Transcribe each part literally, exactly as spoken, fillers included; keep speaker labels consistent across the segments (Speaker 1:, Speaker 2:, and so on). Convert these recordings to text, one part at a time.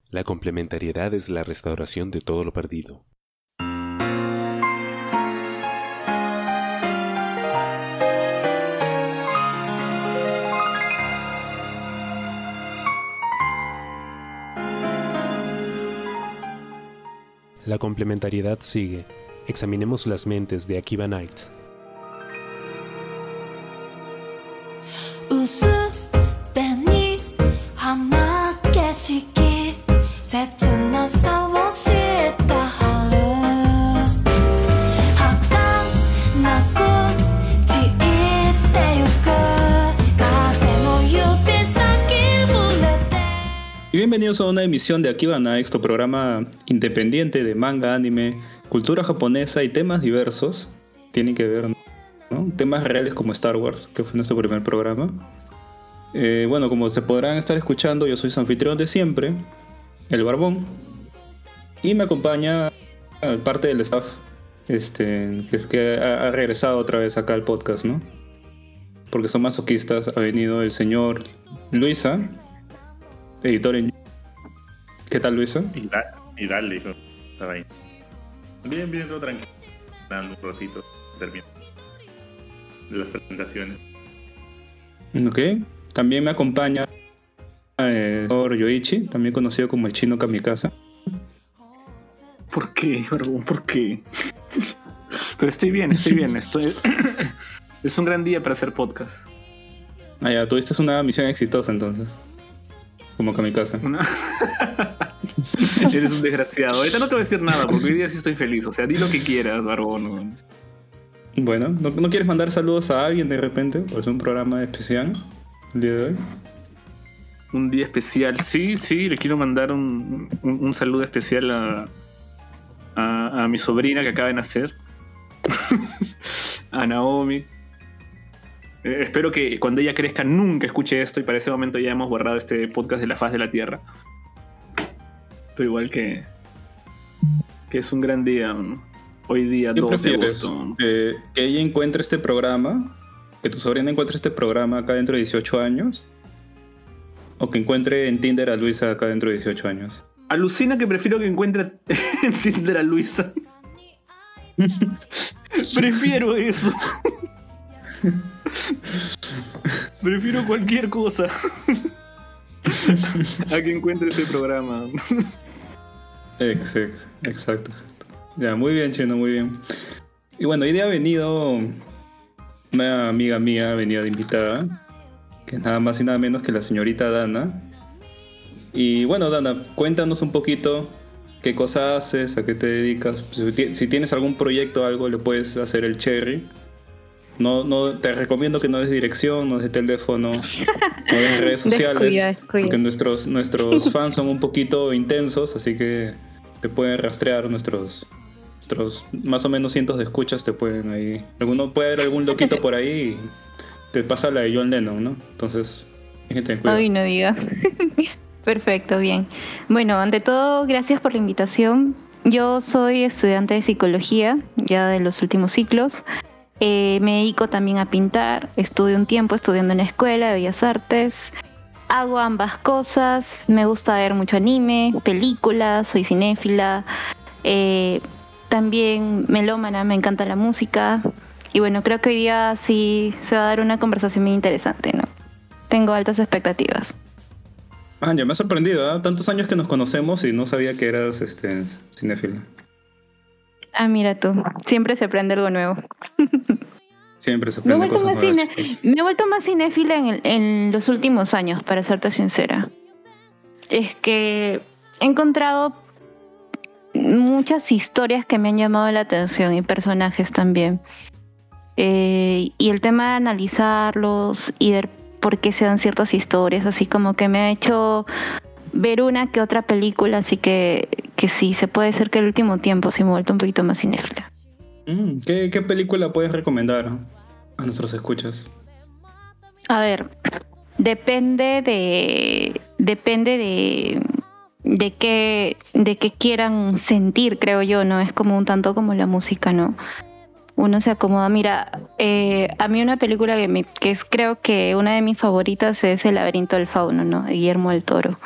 Speaker 1: La complementariedad es la restauración de todo lo perdido. La complementariedad sigue. Examinemos las mentes de Akiba Knight.
Speaker 2: Y bienvenidos a una emisión de Akiba Knight, tu programa independiente de manga, anime, cultura japonesa y temas diversos. Tienen que ver, ¿no? Temas reales como Star Wars, que fue nuestro primer programa. Eh, bueno, como se podrán estar escuchando, yo soy su anfitrión de siempre, el Barbón. Y me acompaña parte del staff, este, que es que ha, ha regresado otra vez acá al podcast, ¿no? Porque son masoquistas. Ha venido el señor Luisa, editor en... ¿Qué tal, Luisa?
Speaker 3: Y, da, y dale, hijo. Estaba ahí. Bien, bien, todo tranquilo. Dando un ratito, termino de las presentaciones.
Speaker 2: Ok. También me acompaña el señor Yoichi, también conocido como el Chino Kamikaze.
Speaker 4: ¿Por qué, Barbón? ¿Por qué? Pero estoy bien, estoy bien. Estoy... es un gran día para hacer podcast.
Speaker 2: Ah, ya, tuviste una misión exitosa entonces. Como Kamikaze.
Speaker 4: Una... Eres un desgraciado. Ahorita no te voy a decir nada porque hoy día sí estoy feliz. O sea, di lo que quieras, Barbón.
Speaker 2: Bueno, ¿no, ¿no quieres mandar saludos a alguien de repente? ¿O es un programa especial el día de hoy?
Speaker 4: Un día especial. Sí, sí, le quiero mandar un, un, un saludo especial a, a, a mi sobrina que acaba de nacer. A Naomi. Eh, espero que cuando ella crezca nunca escuche esto y para ese momento ya hemos borrado este podcast de la faz de la tierra. Pero igual que que es un gran día, ¿no? Hoy día dos de agosto.
Speaker 2: Eh, que ella encuentre este programa, que tu sobrina encuentre este programa acá dentro de dieciocho años, o que encuentre en Tinder a Luisa acá dentro de dieciocho años.
Speaker 4: Alucina que prefiero que encuentre en Tinder a Luisa. Prefiero eso. Prefiero cualquier cosa a que encuentre este programa.
Speaker 2: Ex, ex, exacto, exacto. Ya, muy bien, Chino, muy bien. Y bueno, hoy día ha venido una amiga mía, ha venido de invitada, que es nada más y nada menos que la señorita Dana. Y bueno, Dana, cuéntanos un poquito qué cosa haces, a qué te dedicas. Si, si tienes algún proyecto o algo, le puedes hacer el cherry. No, no, te recomiendo que no des dirección, no des teléfono, no des redes sociales, descuida, descuida. Porque nuestros, nuestros fans son un poquito intensos, así que te pueden rastrear nuestros, nuestros más o menos cientos de escuchas, te pueden ahí. Alguno puede haber algún loquito por ahí y te pasa la de John Lennon, ¿no? Entonces, hay que tener cuidado.
Speaker 5: Ay, no diga. Perfecto, bien. Bueno, ante todo, gracias por la invitación. Yo soy estudiante de psicología, ya de los últimos ciclos. Eh, me dedico también a pintar, estudio un tiempo estudiando en la escuela de Bellas Artes, hago ambas cosas, me gusta ver mucho anime, películas, soy cinéfila, eh, también melómana, me encanta la música y bueno, creo que hoy día sí se va a dar una conversación muy interesante, ¿no? Tengo altas expectativas.
Speaker 2: Ah, ya me ha sorprendido, ¿eh? Tantos años que nos conocemos y no sabía que eras este, cinéfila.
Speaker 5: Ah, mira tú, siempre se aprende algo nuevo.
Speaker 2: Siempre se aprende cosas nuevas.
Speaker 5: Cine- me he vuelto más cinéfila en, el, en los últimos años, para serte sincera. Es que he encontrado muchas historias que me han llamado la atención y personajes también. Eh, y el tema de analizarlos y ver por qué se dan ciertas historias, así como que me ha hecho ver una que otra película, así que, que sí, se puede ser que el último tiempo sí me he vuelto un poquito más cinéfila.
Speaker 2: Mm, ¿qué, ¿Qué película puedes recomendar a nuestros escuchas?
Speaker 5: A ver, depende de... Depende de... De qué, de qué quieran sentir, creo yo, ¿no? Es como un tanto como la música, ¿no? Uno se acomoda. Mira, eh, a mí una película que, me, que es creo que una de mis favoritas es El laberinto del fauno, ¿no? De Guillermo del Toro.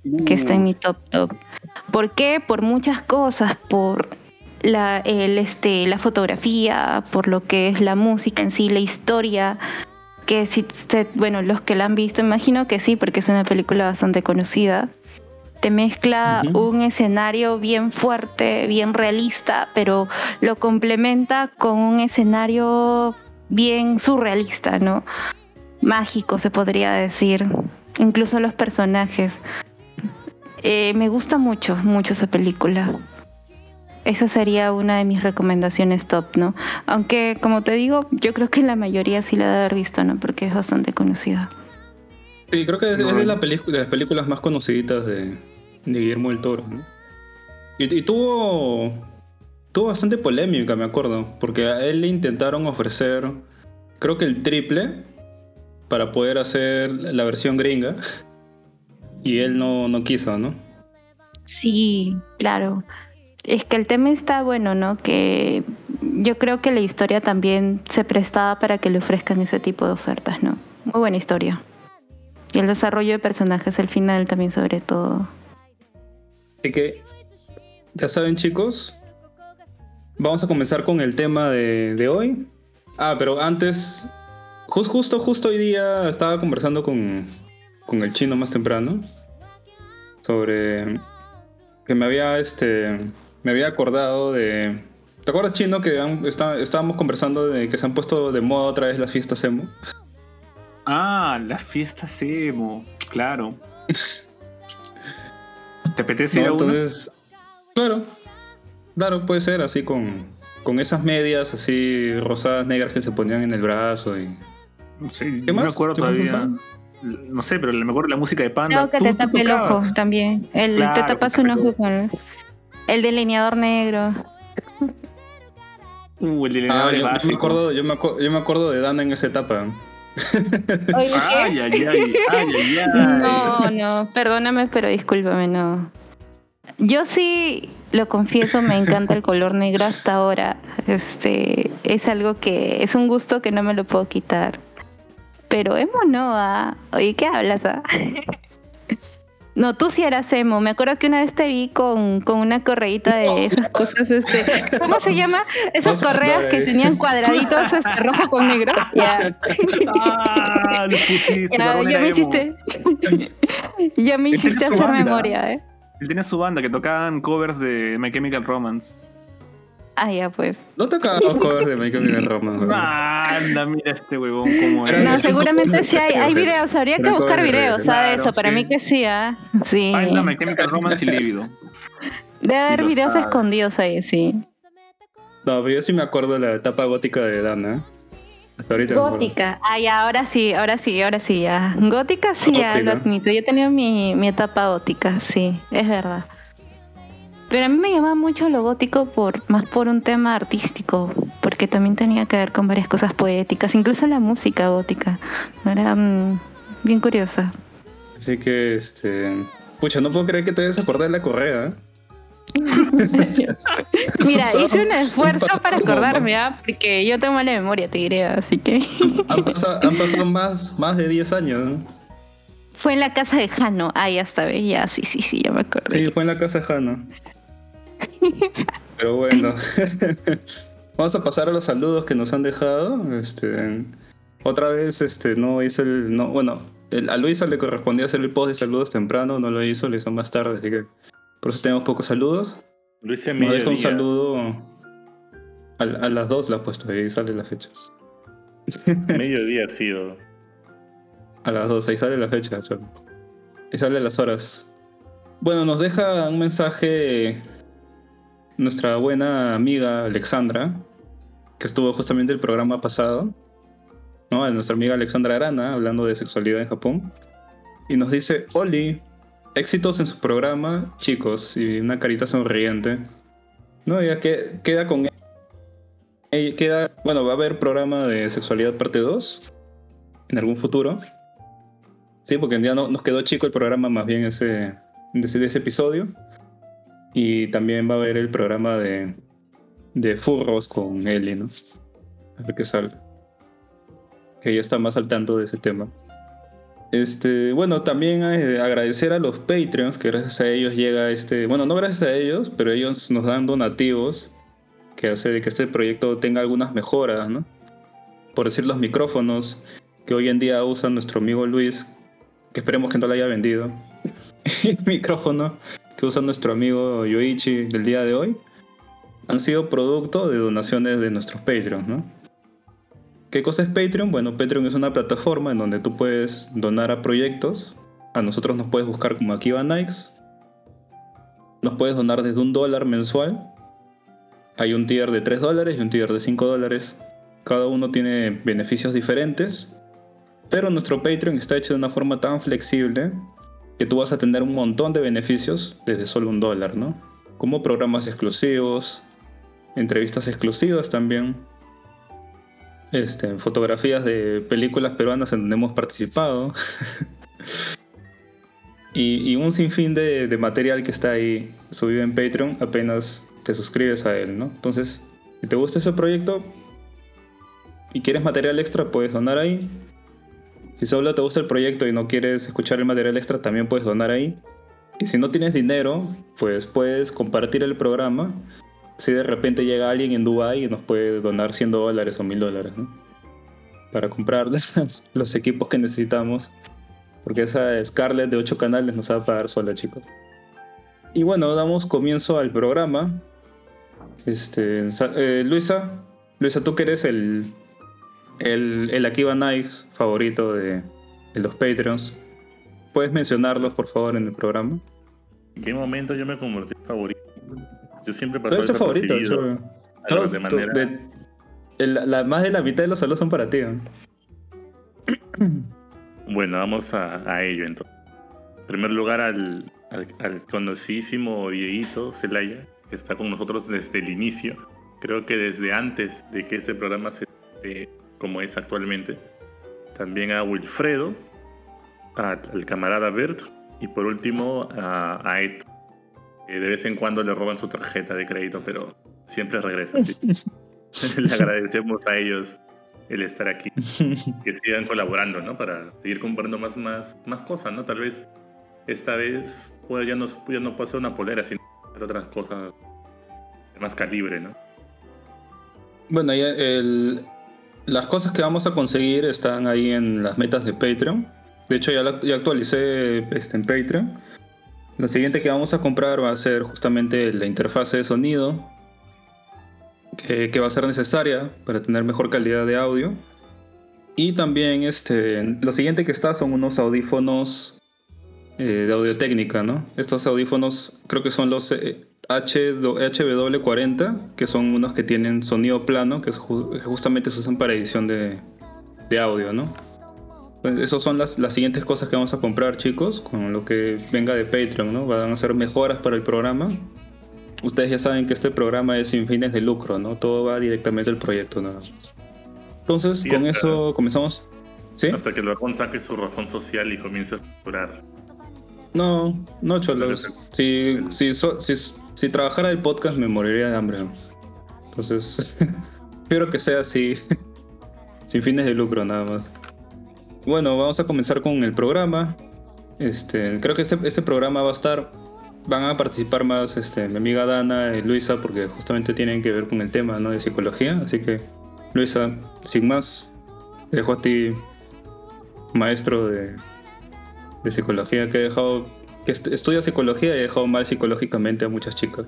Speaker 5: que está en mi top top. ¿Por qué? Por muchas cosas, por la, el, este, la fotografía, por lo que es la música en sí, la historia, que si usted, bueno, los que la han visto, imagino que sí, porque es una película bastante conocida. Te mezcla uh-huh. un escenario bien fuerte, bien realista, pero lo complementa con un escenario bien surrealista, ¿no? Mágico, se podría decir. Incluso los personajes. Eh, me gusta mucho, mucho esa película. Esa sería una de mis recomendaciones top, ¿no? Aunque, como te digo, yo creo que la mayoría sí la debe haber visto, ¿no? Porque es bastante conocida.
Speaker 2: Sí, creo que es, es de, la pelic- de las películas más conocidas de, de Guillermo del Toro, ¿no? Y, y tuvo, tuvo bastante polémica, me acuerdo, porque a él le intentaron ofrecer, creo que el triple para poder hacer la versión gringa, y él no, no quiso, ¿no?
Speaker 5: Sí, claro. Es que el tema está bueno, ¿no? Que yo creo que la historia también se prestaba para que le ofrezcan ese tipo de ofertas, ¿no? Muy buena historia. Y el desarrollo de personajes al final también, sobre todo.
Speaker 2: Así que, ya saben, chicos, vamos a comenzar con el tema de, de hoy. Ah, pero antes, just, justo, justo hoy día estaba conversando con, con el chino más temprano sobre que me había, este, me había acordado de... ¿Te acuerdas, chino, que han, está, estábamos conversando de que se han puesto de moda otra vez las fiestas emo?
Speaker 4: Ah, las fiestas emo, claro. ¿Te apetece ir
Speaker 2: no,
Speaker 4: a una?
Speaker 2: Entonces, claro, claro, puede ser así con, con esas medias así rosadas negras que se ponían en el brazo y...
Speaker 4: Sí,
Speaker 2: ¿Qué
Speaker 4: no
Speaker 2: más?
Speaker 4: me acuerdo
Speaker 2: ¿Qué más
Speaker 4: todavía.
Speaker 2: usaban?
Speaker 4: No sé, pero me acuerdo la música de Panda.
Speaker 5: Creo que
Speaker 4: ¿Tú,
Speaker 5: te
Speaker 4: tú
Speaker 5: tapa el ojo
Speaker 4: tocabas?
Speaker 5: también. El,
Speaker 4: Claro,
Speaker 5: te tapas un
Speaker 4: claro.
Speaker 5: ojo con el, el delineador negro.
Speaker 4: Uh, el
Speaker 2: Ah,
Speaker 4: delineador
Speaker 2: yo,
Speaker 4: es
Speaker 2: yo me
Speaker 4: básico.
Speaker 2: acuerdo, yo, me acu- yo me acuerdo de Dana en esa etapa.
Speaker 5: Oye, ¿qué?
Speaker 4: Ay, ay, ay, ay, ay, ay.
Speaker 5: No, no, perdóname, pero discúlpame, no. Yo sí, lo confieso, me encanta el color negro hasta ahora. Este, es algo que, es un gusto que no me lo puedo quitar. Pero emo no, ¿ah? Oye, ¿qué hablas, ah? No, tú sí eras emo. Me acuerdo que una vez te vi con, con una correíta de esas cosas, este... ¿Cómo se llama? Esas
Speaker 2: No,
Speaker 5: correas
Speaker 2: no,
Speaker 5: que
Speaker 2: eh.
Speaker 5: tenían cuadraditos este, rojo con negro. Ya.
Speaker 4: Ah, le pusiste,
Speaker 5: Ya,
Speaker 4: varón
Speaker 5: ya
Speaker 4: era
Speaker 5: me
Speaker 4: emo.
Speaker 5: hiciste... Ya me
Speaker 4: Él tenía
Speaker 5: hiciste
Speaker 4: su
Speaker 5: hacer
Speaker 4: banda.
Speaker 5: memoria, ¿eh?
Speaker 4: Él tenía su banda que tocaban covers de My Chemical Romance.
Speaker 5: Ah, ya pues.
Speaker 2: No tocaba los covers de Michael Miller Roma.
Speaker 4: Ah, anda, mira este huevón cómo
Speaker 2: Era-
Speaker 4: es.
Speaker 5: No,
Speaker 2: es que
Speaker 5: seguramente
Speaker 2: son-
Speaker 5: sí hay, hay videos. Habría que
Speaker 2: Eran
Speaker 5: buscar
Speaker 2: covers de
Speaker 5: videos,
Speaker 2: reggae.
Speaker 5: ¿sabes?
Speaker 4: Claro,
Speaker 5: Eso, para
Speaker 4: sí.
Speaker 5: mí que sí, ¿ah? Sí.
Speaker 4: Panda, My Chemical Romance y Lívido.
Speaker 5: Debe haber
Speaker 4: y lo
Speaker 5: videos
Speaker 4: sabe.
Speaker 5: escondidos ahí, sí.
Speaker 2: No, pero yo sí me acuerdo de la etapa gótica de Dana. Hasta ahorita me acuerdo.
Speaker 5: Gótica. Ah, ya, ahora sí, ahora sí, ahora sí, ya. Gótica sí, ya
Speaker 2: Gótica.
Speaker 5: lo admito. Yo he tenido mi, mi etapa gótica, sí, es verdad. Pero a mí me llamaba mucho lo gótico por más por un tema artístico, porque también tenía que ver con varias cosas poéticas, incluso la música gótica. Era mm, bien curiosa.
Speaker 2: Así que, este... Pucha, no puedo creer que te debes acordar de la correa. ¿eh?
Speaker 5: Mira,
Speaker 2: Pasado-
Speaker 5: hice un esfuerzo
Speaker 2: pasado
Speaker 5: para
Speaker 2: como-
Speaker 5: acordarme, ¿ah? Porque yo tengo mala memoria, te diré, así que...
Speaker 2: Han pasado, han pasado más, más de diez años, ¿no?
Speaker 5: Fue en la casa de Jano. Ah, ya está, ¿ves? Ya, sí, sí, sí, ya me acordé.
Speaker 2: Sí, fue en la casa de Hanna. Pero bueno. Vamos a pasar a los saludos que nos han dejado. Este, otra vez, este, no hice el... No, bueno, el- a Luisa le correspondía hacer el post de saludos temprano, no lo hizo, lo hizo más tarde, así que por eso tenemos pocos saludos.
Speaker 3: Lo hice a
Speaker 2: Nos deja un
Speaker 3: mediodía.
Speaker 2: saludo a, a las dos, la ha puesto, ahí sale la fecha.
Speaker 3: Mediodía ha sido.
Speaker 2: A las dos, ahí sale la fecha, cholo. Ahí sale las horas. Bueno, nos deja un mensaje nuestra buena amiga Alexandra, que estuvo justamente el programa pasado, ¿no? Nuestra amiga Alexandra Arana, hablando de sexualidad en Japón. Y nos dice, Oli, éxitos en su programa, chicos, y una carita sonriente. No, ya que queda con ella, queda, bueno, va a haber programa de sexualidad parte dos en algún futuro. Sí, porque ya no, nos quedó chico el programa, más bien ese, de ese, de ese episodio. Y también va a haber el programa de, de furros con Eli, ¿no? A ver qué sale. Que ella está más al tanto de ese tema. Este, bueno, también eh, agradecer a los Patreons, que gracias a ellos llega este... Bueno, no gracias a ellos, pero ellos nos dan donativos que hace de que este proyecto tenga algunas mejoras, ¿no? Por decir, los micrófonos que hoy en día usa nuestro amigo Luis, que esperemos que no lo haya vendido. El micrófono que usa nuestro amigo Yoichi del día de hoy han sido producto de donaciones de nuestros Patreons, ¿no? ¿Qué cosa es Patreon? Bueno, Patreon es una plataforma en donde tú puedes donar a proyectos. A nosotros nos puedes buscar como Akiba Nikes. Nos puedes donar desde un dólar mensual. Hay un tier de tres dólares y un tier de cinco dólares. Cada uno tiene beneficios diferentes. Pero nuestro Patreon está hecho de una forma tan flexible que tú vas a tener un montón de beneficios desde solo un dólar, ¿no? Como programas exclusivos, entrevistas exclusivas también. Este, fotografías de películas peruanas en donde hemos participado. y, y un sinfín de, de material que está ahí subido en Patreon apenas te suscribes a él, ¿no? Entonces, si te gusta ese proyecto y quieres material extra, puedes donar ahí. Si solo te gusta el proyecto y no quieres escuchar el material extra, también puedes donar ahí. Y si no tienes dinero, pues puedes compartir el programa. Si de repente llega alguien en Dubái y nos puede donar cien dólares o mil dólares, ¿no? Para comprar los, los equipos que necesitamos. Porque esa Scarlett de ocho canales nos va a pagar sola, chicos. Y bueno, damos comienzo al programa. Este, eh, Luisa, Luisa, tú que eres el, el, el Akiba Nikes favorito de, de los Patreons, ¿puedes mencionarlos, por favor, en el programa?
Speaker 3: ¿En qué momento yo me convertí en favorito? Yo siempre paso
Speaker 2: ese favorito, yo, todos, de manera... de, el, la, más de la mitad de los saludos son para ti, ¿no?
Speaker 3: Bueno, vamos a, a ello entonces. En primer lugar al, al, al conocidísimo Dieguito Zelaya, que está con nosotros desde el inicio. Creo que desde antes de que este programa se eh, como es actualmente. También a Wilfredo, a, al camarada Bert y por último a, a Ed. De vez en cuando le roban su tarjeta de crédito, pero siempre regresa. ¿Sí? Le agradecemos a ellos el estar aquí. Que sigan colaborando, ¿no? Para seguir comprando más, más, más cosas, ¿no? Tal vez esta vez pues, ya, no, ya no puede ser una polera, sino otras cosas de más calibre, ¿no?
Speaker 2: Bueno, ya el, las cosas que vamos a conseguir están ahí en las metas de Patreon. De hecho, ya, la, ya actualicé este, en Patreon. Lo siguiente que vamos a comprar va a ser justamente la interfase de sonido que, que va a ser necesaria para tener mejor calidad de audio. Y también este, lo siguiente que está son unos audífonos eh, de audio técnica, ¿no? Estos audífonos creo que son los eh, H W cuarenta, que son unos que tienen sonido plano, que, es ju- que justamente se usan para edición de, de audio, ¿no? Pues esas son las, las siguientes cosas que vamos a comprar, chicos, con lo que venga de Patreon, ¿no? Van a ser mejoras para el programa. Ustedes ya saben que este programa es sin fines de lucro, ¿no? Todo va directamente al proyecto, nada más. Entonces, sí, con hasta, eso comenzamos. ¿Sí?
Speaker 3: Hasta que el Bacón saque su razón social y comience a explorar.
Speaker 2: No, no, cholos. Si, si, si, si, si trabajara el podcast me moriría de hambre, ¿no? Entonces, espero que sea así, sin fines de lucro, nada más. Bueno, vamos a comenzar con el programa. Este, creo que este, este programa va a estar... Van a participar más este, mi amiga Dana y Luisa, porque justamente tienen que ver con el tema, ¿no? De psicología. Así que, Luisa, sin más, te dejo a ti, maestro de, de psicología, que he dejado... que est- estudia psicología y he dejado mal psicológicamente a muchas chicas.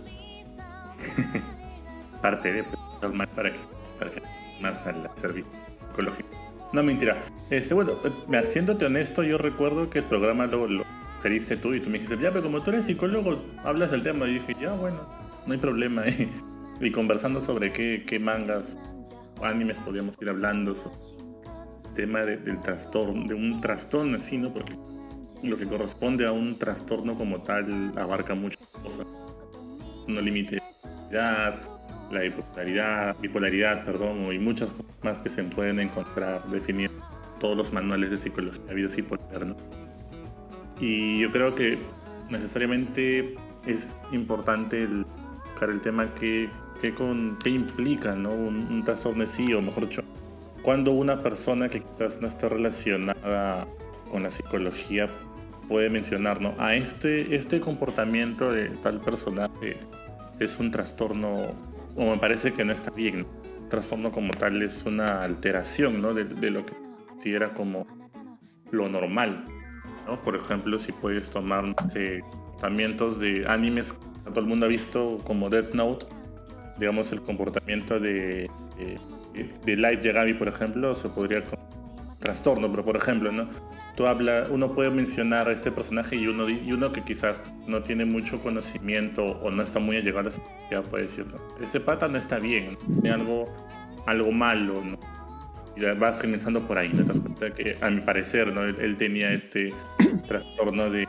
Speaker 3: Parte de, pues, mal para que, para que más al servicio psicológico. No, mentira. Este, bueno, haciéndote honesto, yo recuerdo que el programa lo, lo saliste tú y tú me dijiste, ya, pero como tú eres psicólogo, hablas del tema. Y dije, ya, bueno, no hay problema. Y conversando sobre qué, qué mangas o animes podíamos ir hablando sobre el tema de, del trastorno, de un trastorno así, ¿no? Porque lo que corresponde a un trastorno como tal abarca muchas cosas. No límite de edad, la bipolaridad, bipolaridad, perdón, y muchas cosas más que se pueden encontrar definidas en todos los manuales de psicología habidos y por haber, ¿no? Y yo creo que necesariamente es importante el, buscar el tema que, que, con, que implica, ¿no? un, un trastorno sí, o mejor dicho, cuando una persona que quizás no está relacionada con la psicología puede mencionar, ¿no? A este, este comportamiento de tal personaje es un trastorno, o me parece que no está bien, ¿no? Un trastorno como tal es una alteración, ¿no? de, de lo que se considera como lo normal, ¿no? Por ejemplo, si puedes tomar eh, tratamientos de animes que todo el mundo ha visto, como Death Note, digamos el comportamiento de, de, de Light Yagami, por ejemplo, se podría como trastorno, pero por ejemplo, ¿no? Tú habla, uno puede mencionar a este personaje y uno, y uno que quizás no tiene mucho conocimiento o no está muy allegado a la psicología puede decir, ¿no? Este pata no está bien, tiene algo, algo malo, ¿no? Y vas comenzando por ahí, ¿no? Te das cuenta que, a mi parecer, ¿no? Él, él tenía este trastorno de,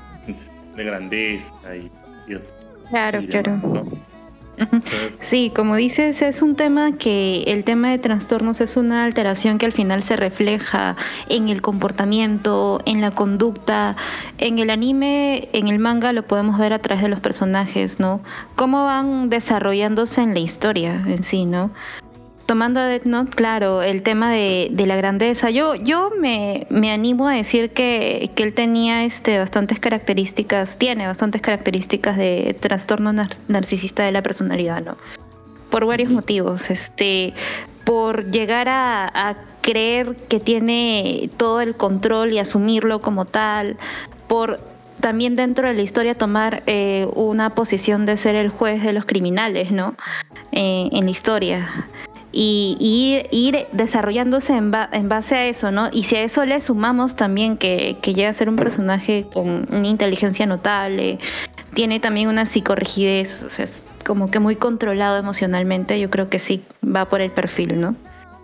Speaker 3: de grandeza y, y
Speaker 5: Claro,
Speaker 3: y
Speaker 5: claro.
Speaker 3: demás, ¿no? Entonces,
Speaker 5: Sí, como dices, es un tema que el tema de trastornos es una alteración que al final se refleja en el comportamiento, en la conducta. En el anime, en el manga lo podemos ver a través de los personajes, ¿no? Cómo van desarrollándose en la historia en sí, ¿no? Tomando a Death Note, claro, el tema de, de la grandeza. Yo, yo me, me animo a decir que, que él tenía este, bastantes características, tiene bastantes características de trastorno nar- narcisista de la personalidad, ¿no? Por varios motivos. Este, por llegar a, a creer que tiene todo el control y asumirlo como tal, por también dentro de la historia tomar eh, una posición de ser el juez de los criminales, ¿no? Eh, en la historia. Y, y ir, ir desarrollándose en, ba- en base a eso, ¿no? Y si a eso le sumamos también que, que llega a ser un personaje con una inteligencia notable, tiene también una psicorrigidez, o sea, es como que muy controlado emocionalmente, yo creo que sí va por el perfil, ¿no?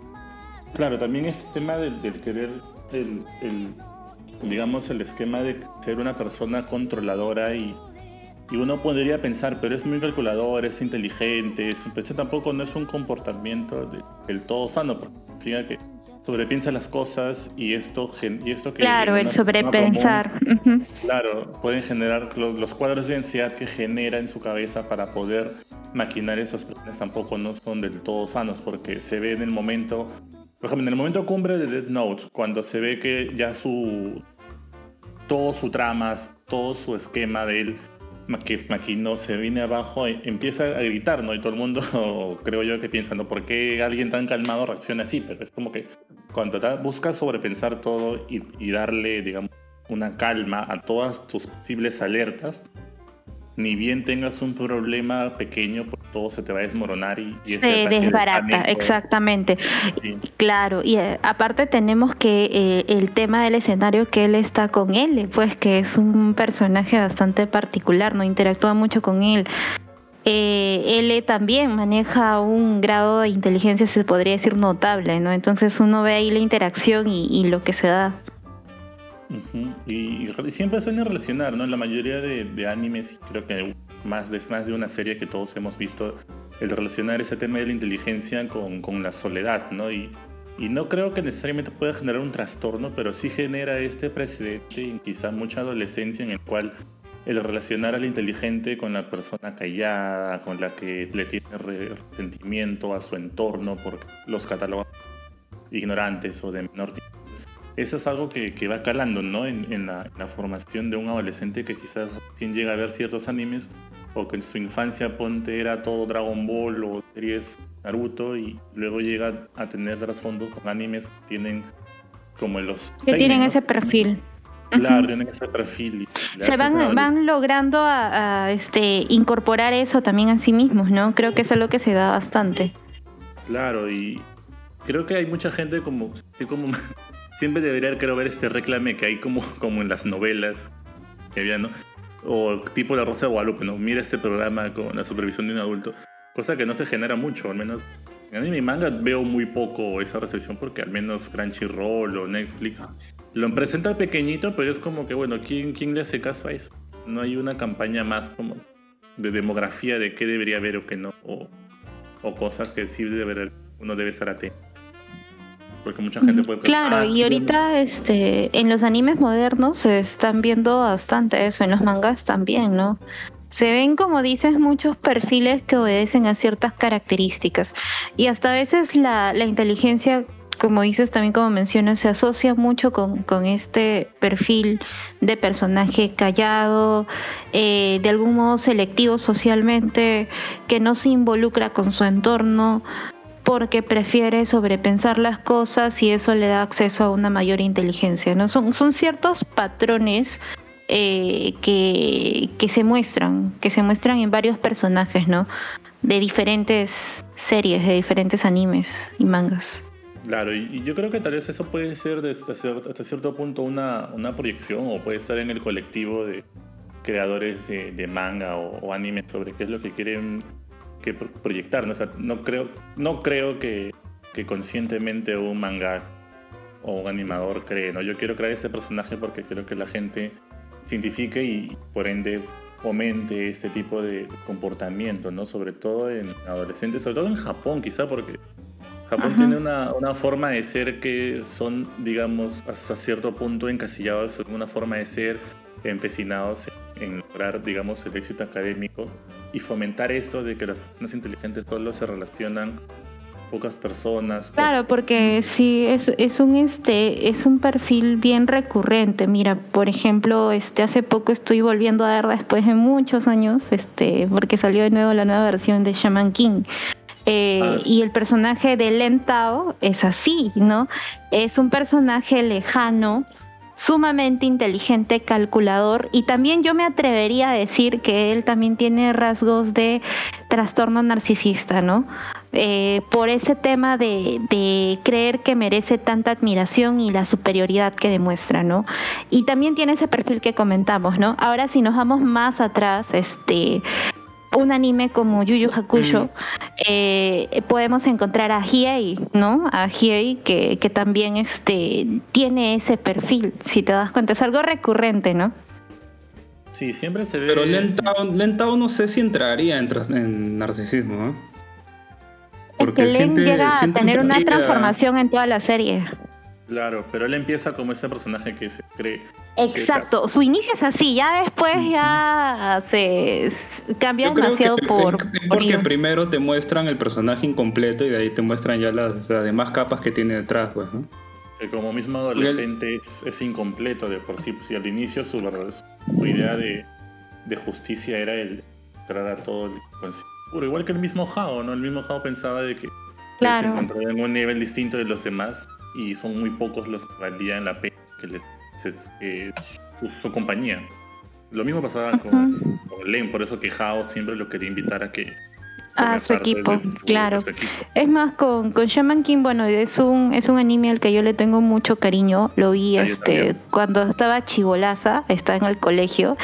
Speaker 3: claro, también este tema del, del querer, el, el, digamos, el esquema de ser una persona controladora y, y uno podría pensar, pero es muy calculador, es inteligente, es, pero eso tampoco no es un comportamiento de- del todo sano, porque significa que sobrepiensa las cosas y esto, gen- y esto que
Speaker 5: Claro,
Speaker 3: en
Speaker 5: el
Speaker 3: una persona
Speaker 5: sobrepensar.
Speaker 3: común,
Speaker 5: Ujú.
Speaker 3: claro, pueden generar los, los cuadros de ansiedad que genera en su cabeza para poder maquinar esos planes tampoco no son del todo sanos, porque se ve en el momento, por ejemplo, en el momento cumbre de Death Note, cuando se ve que ya su todo su trama, todo su esquema de él ma- que maquinó se viene abajo, e- empieza a gritar, ¿no? Y todo el mundo, creo yo, que piensa, ¿no? ¿Por qué alguien tan calmado reacciona así? Pero es como que cuando ta- buscas sobrepensar todo y, y darle, digamos, una calma a todas tus posibles alertas, ni bien tengas un problema pequeño, pues todo se te va a desmoronar y, y este
Speaker 5: Se
Speaker 3: ataque de
Speaker 5: desbarata,
Speaker 3: pánico.
Speaker 5: exactamente.
Speaker 3: Sí.
Speaker 5: Claro, y eh, aparte tenemos que eh, el tema del escenario que él está con él, pues que es un personaje bastante particular, no interactúa mucho con él. Eh, él también maneja un grado de inteligencia, se podría decir, notable, ¿no? Entonces uno ve ahí la interacción y, y lo que se da.
Speaker 3: Ujú. Y, y re- siempre suelen relacionar, ¿no? En la mayoría de, de animes, y creo que más de, más de una serie que todos hemos visto, el relacionar ese tema de la inteligencia con, con la soledad, ¿no? Y, y no creo que necesariamente pueda generar un trastorno, pero sí genera este precedente y quizá mucha adolescencia en el cual el relacionar al inteligente con la persona callada, con la que le tiene re- resentimiento a su entorno porque los catalogan ignorantes o de menor tiempo. Eso es algo que, que va calando, ¿no? En, en, la, en la formación de un adolescente que quizás quien llega a ver ciertos animes o que en su infancia ponte era todo Dragon Ball o series Naruto y luego llega a tener trasfondos con animes que tienen como los
Speaker 5: Que
Speaker 3: seinen,
Speaker 5: tienen
Speaker 3: ¿no?
Speaker 5: ese perfil.
Speaker 3: Claro,
Speaker 5: Ujú.
Speaker 3: tienen ese perfil y le
Speaker 5: Se
Speaker 3: haces
Speaker 5: van,
Speaker 3: adolescente.
Speaker 5: van logrando a, a, este, incorporar eso también a sí mismos, ¿no? Creo que es algo que se da bastante.
Speaker 3: Claro, y creo que hay mucha gente como, sí, como siempre debería, creo, ver este reclame que hay como, como en las novelas que había, ¿no? O tipo La Rosa de Guadalupe, ¿no? Mira este programa con la supervisión de un adulto, cosa que no se genera mucho, al menos en anime y manga veo muy poco esa recepción porque al menos Crunchyroll o Netflix lo presenta pequeñito, pero es como que, bueno, ¿quién, quién le hace caso a eso? No hay una campaña más como de demografía de qué debería ver o qué no, o, o cosas que sí debe, uno debe estar atento. Porque mucha gente puede pensar,
Speaker 5: Claro,
Speaker 3: ah,
Speaker 5: y
Speaker 3: sí,
Speaker 5: ahorita este, en los animes modernos se están viendo bastante eso, en los mangas también, ¿no? Se ven, como dices, muchos perfiles que obedecen a ciertas características y hasta a veces la, la inteligencia como dices, también como mencionas, se asocia mucho con, con este perfil de personaje callado, eh, de algún modo selectivo socialmente, que no se involucra con su entorno porque prefiere sobrepensar las cosas y eso le da acceso a una mayor inteligencia, ¿no? Son, son ciertos patrones eh, que, que se muestran, que se muestran en varios personajes, ¿no? De diferentes series, de diferentes animes y mangas.
Speaker 3: Claro, y, y yo creo que tal vez eso puede ser desde cierto, hasta cierto punto una, una proyección, o puede estar en el colectivo de creadores de, de manga o, o anime sobre qué es lo que quieren que pro- proyectar, ¿no? O sea, no creo, no creo que, que conscientemente un manga o un animador cree, ¿no? Yo quiero crear ese personaje porque quiero que la gente se identifique y por ende fomente este tipo de comportamiento, ¿no? Sobre todo en adolescentes, sobre todo en Japón quizá, porque Japón
Speaker 5: Ajá.
Speaker 3: tiene una, una forma de ser que son, digamos, hasta cierto punto encasillados en una forma de ser, empecinados en, en lograr, digamos, el éxito académico y fomentar esto de que las personas inteligentes solo se relacionan pocas personas.
Speaker 5: Claro, porque sí es, es un este es un perfil bien recurrente. Mira, por ejemplo, este hace poco estoy volviendo a ver después de muchos años, este, porque salió de nuevo la nueva versión de Shaman King. Eh,
Speaker 3: Ah, sí.
Speaker 5: y el personaje de Len Tao es así, ¿no? Es un personaje lejano, sumamente inteligente, calculador, y también yo me atrevería a decir que él también tiene rasgos de trastorno narcisista, ¿no? Eh, por ese tema de, de creer que merece tanta admiración y la superioridad que demuestra, ¿no? Y también tiene ese perfil que comentamos, ¿no? Ahora si nos vamos más atrás, este un anime como Yu Yu Hakusho, mm. eh, podemos encontrar a Hiei, ¿no? A Hiei que, que también este, tiene ese perfil, si te das cuenta, es algo recurrente, ¿no?
Speaker 3: Sí, siempre se ve...
Speaker 2: Pero Len Tao, Len Tao no sé si entraría en, tras- en narcisismo, ¿eh?
Speaker 5: Porque es que Len llega a tener una transformación en toda la serie.
Speaker 3: Claro, pero él empieza como ese personaje que se cree...
Speaker 5: Exacto, que, o sea, su inicio es así, ya después ya se cambia demasiado
Speaker 2: que,
Speaker 5: por...
Speaker 2: Es porque por primero te muestran el personaje incompleto y de ahí te muestran ya las, las demás capas que tiene detrás, pues, ¿no?
Speaker 3: Que como mismo adolescente es, es incompleto de por sí, pues, y al inicio su, su idea de, de justicia era el tratar a todo el puro, igual que el mismo Hao, ¿no? El mismo Hao pensaba de que
Speaker 5: claro.
Speaker 3: se encontraba en un nivel distinto de los demás y son muy pocos los que valían la pena que les eh, su, su compañía. Lo mismo pasaba uh-huh. con, con Len, por eso que Hao siempre lo quería invitar a que
Speaker 5: a su equipo, su, claro. Su equipo. Es más, con, con Shaman King, bueno, es un es un anime al que yo le tengo mucho cariño. Lo vi ah, este cuando estaba chibolaza, estaba en el colegio,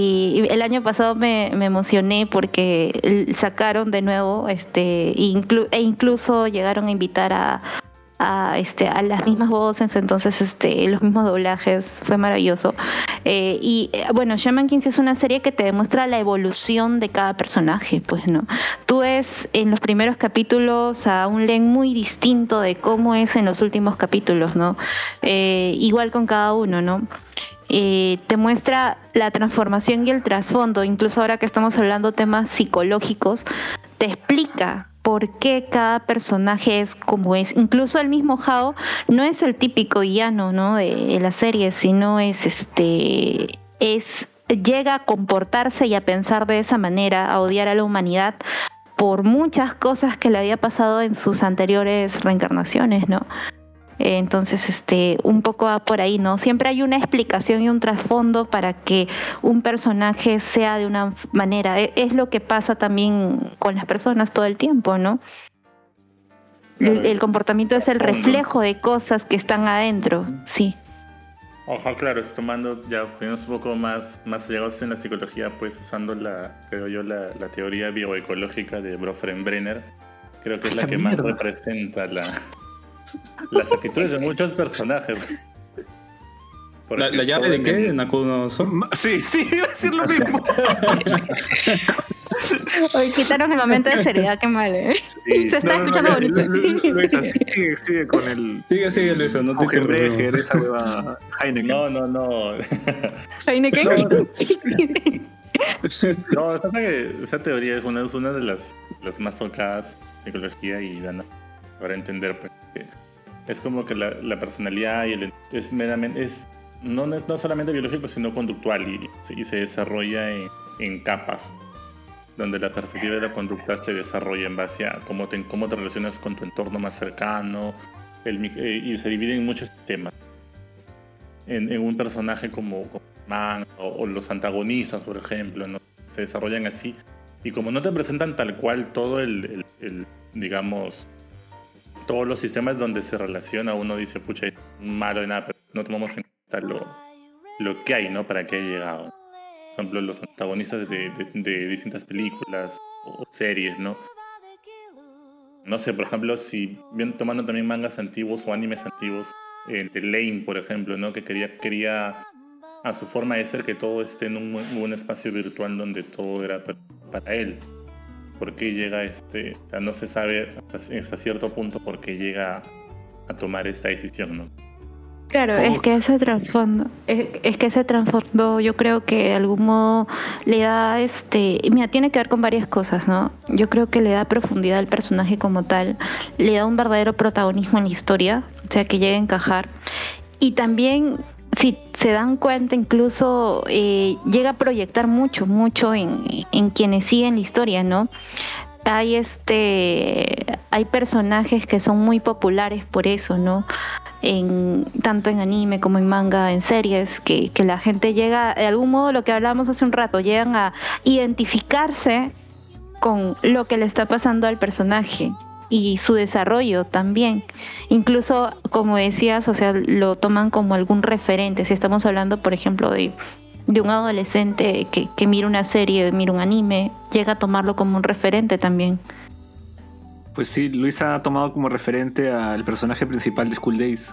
Speaker 5: y el año pasado me, me emocioné porque sacaron de nuevo, este inclu, e incluso llegaron a invitar a a este a las mismas voces, entonces este los mismos doblajes, fue maravilloso. Eh, y eh, bueno, Shaman King es una serie que te demuestra la evolución de cada personaje, pues, ¿no? Tú ves en los primeros capítulos a un Len muy distinto de cómo es en los últimos capítulos, ¿no? Eh, igual con cada uno, ¿no? Eh, te muestra la transformación y el trasfondo, incluso ahora que estamos hablando temas psicológicos, te explica por qué cada personaje es como es. Incluso el mismo Hao no es el típico villano, ¿no? de, de la serie, sino es este es llega a comportarse y a pensar de esa manera, a odiar a la humanidad por muchas cosas que le había pasado en sus anteriores reencarnaciones, ¿no? Entonces, este, un poco va por ahí, ¿no? Siempre hay una explicación y un trasfondo para que un personaje sea de una manera. Es lo que pasa también con las personas todo el tiempo, ¿no? Claro, el, el comportamiento es el reflejo de cosas que están adentro, sí.
Speaker 3: Ojo, claro, tomando ya un poco más, más llegados en la psicología, pues usando la, creo yo, la, la teoría bioecológica de Bronfenbrenner, creo que es la que más representa la... las actitudes de muchos personajes.
Speaker 2: ¿La, la llave de qué? ¿De Nakuno-son?
Speaker 4: Sí, sí, iba a decir lo mismo.
Speaker 5: Hoy quitaron el momento de seriedad, qué mal, ¿eh? Sí. Se está no, escuchando no, no, bonito.
Speaker 4: Luisa, sigue, sigue con el...
Speaker 2: Sigue, sigue, Luisa, no te
Speaker 4: interrumpo. Esa hueva Heineken.
Speaker 3: No, no, no.
Speaker 5: Heineken.
Speaker 3: No, no que esa teoría es una, es una de las, las más tocadas en psicología y dan para entender, pues, que Es como que la, la personalidad y el, es meramente, es, no, no solamente biológico, sino conductual y, y se desarrolla en, en capas, donde la perspectiva de la conducta se desarrolla en base a cómo te, cómo te relacionas con tu entorno más cercano, el, eh, y se divide en muchos temas. En, en un personaje como, como Man o, o los antagonistas, por ejemplo, ¿no? Se desarrollan así. Y como no te presentan tal cual todo el, el, el digamos, todos los sistemas donde se relaciona, uno dice, pucha, es malo de nada, pero no tomamos en cuenta lo, lo que hay, ¿no? Para que haya llegado. Por ejemplo, los antagonistas de, de, de distintas películas o series, ¿no? No sé, por ejemplo, si bien tomando también mangas antiguos o animes antiguos, eh, de Lane, por ejemplo, ¿no? Que quería, quería a su forma de ser que todo esté en un, un espacio virtual donde todo era para él. ¿Por qué llega este? O sea, no se sabe hasta, hasta cierto punto por qué llega a tomar esta decisión, ¿no?
Speaker 5: Claro, es que ese trasfondo, es, es que ese trasfondo yo creo que de algún modo le da, este, mira, tiene que ver con varias cosas, ¿no? Yo creo que le da profundidad al personaje como tal, le da un verdadero protagonismo en la historia, o sea, que llegue a encajar. Y también, si se dan cuenta, incluso eh, llega a proyectar mucho, mucho en, en quienes siguen la historia, ¿no? Hay este, hay personajes que son muy populares por eso, ¿no? En, tanto en anime como en manga, en series, que, que la gente llega, de algún modo, lo que hablábamos hace un rato, llegan a identificarse con lo que le está pasando al personaje y su desarrollo también. Incluso, como decías, o sea, lo toman como algún referente. Si estamos hablando, por ejemplo, de, de un adolescente que, que mira una serie, mira un anime, llega a tomarlo como un referente también.
Speaker 4: Pues sí, Luis ha tomado como referente al personaje principal de School Days.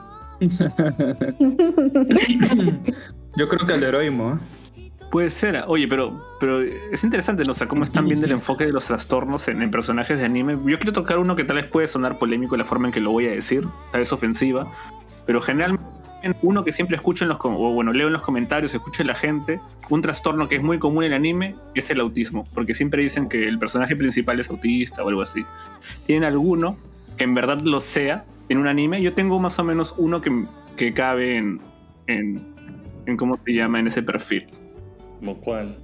Speaker 2: Yo creo que al heroísmo, ¿eh?
Speaker 4: Puede ser. Oye, pero, pero es interesante, ¿no? O sea, cómo están viendo el enfoque de los trastornos en, en personajes de anime. Yo quiero tocar uno que tal vez puede sonar polémico la forma en que lo voy a decir, tal vez ofensiva, pero generalmente uno que siempre escucho en los, o bueno, leo en los comentarios, escucho en la gente, un trastorno que es muy común en el anime es el autismo, porque siempre dicen que el personaje principal es autista o algo así. ¿Tienen alguno que en verdad lo sea en un anime? Yo tengo más o menos uno que, que cabe en, en, en ¿cómo se llama? En ese perfil.
Speaker 3: ¿Cómo cuál?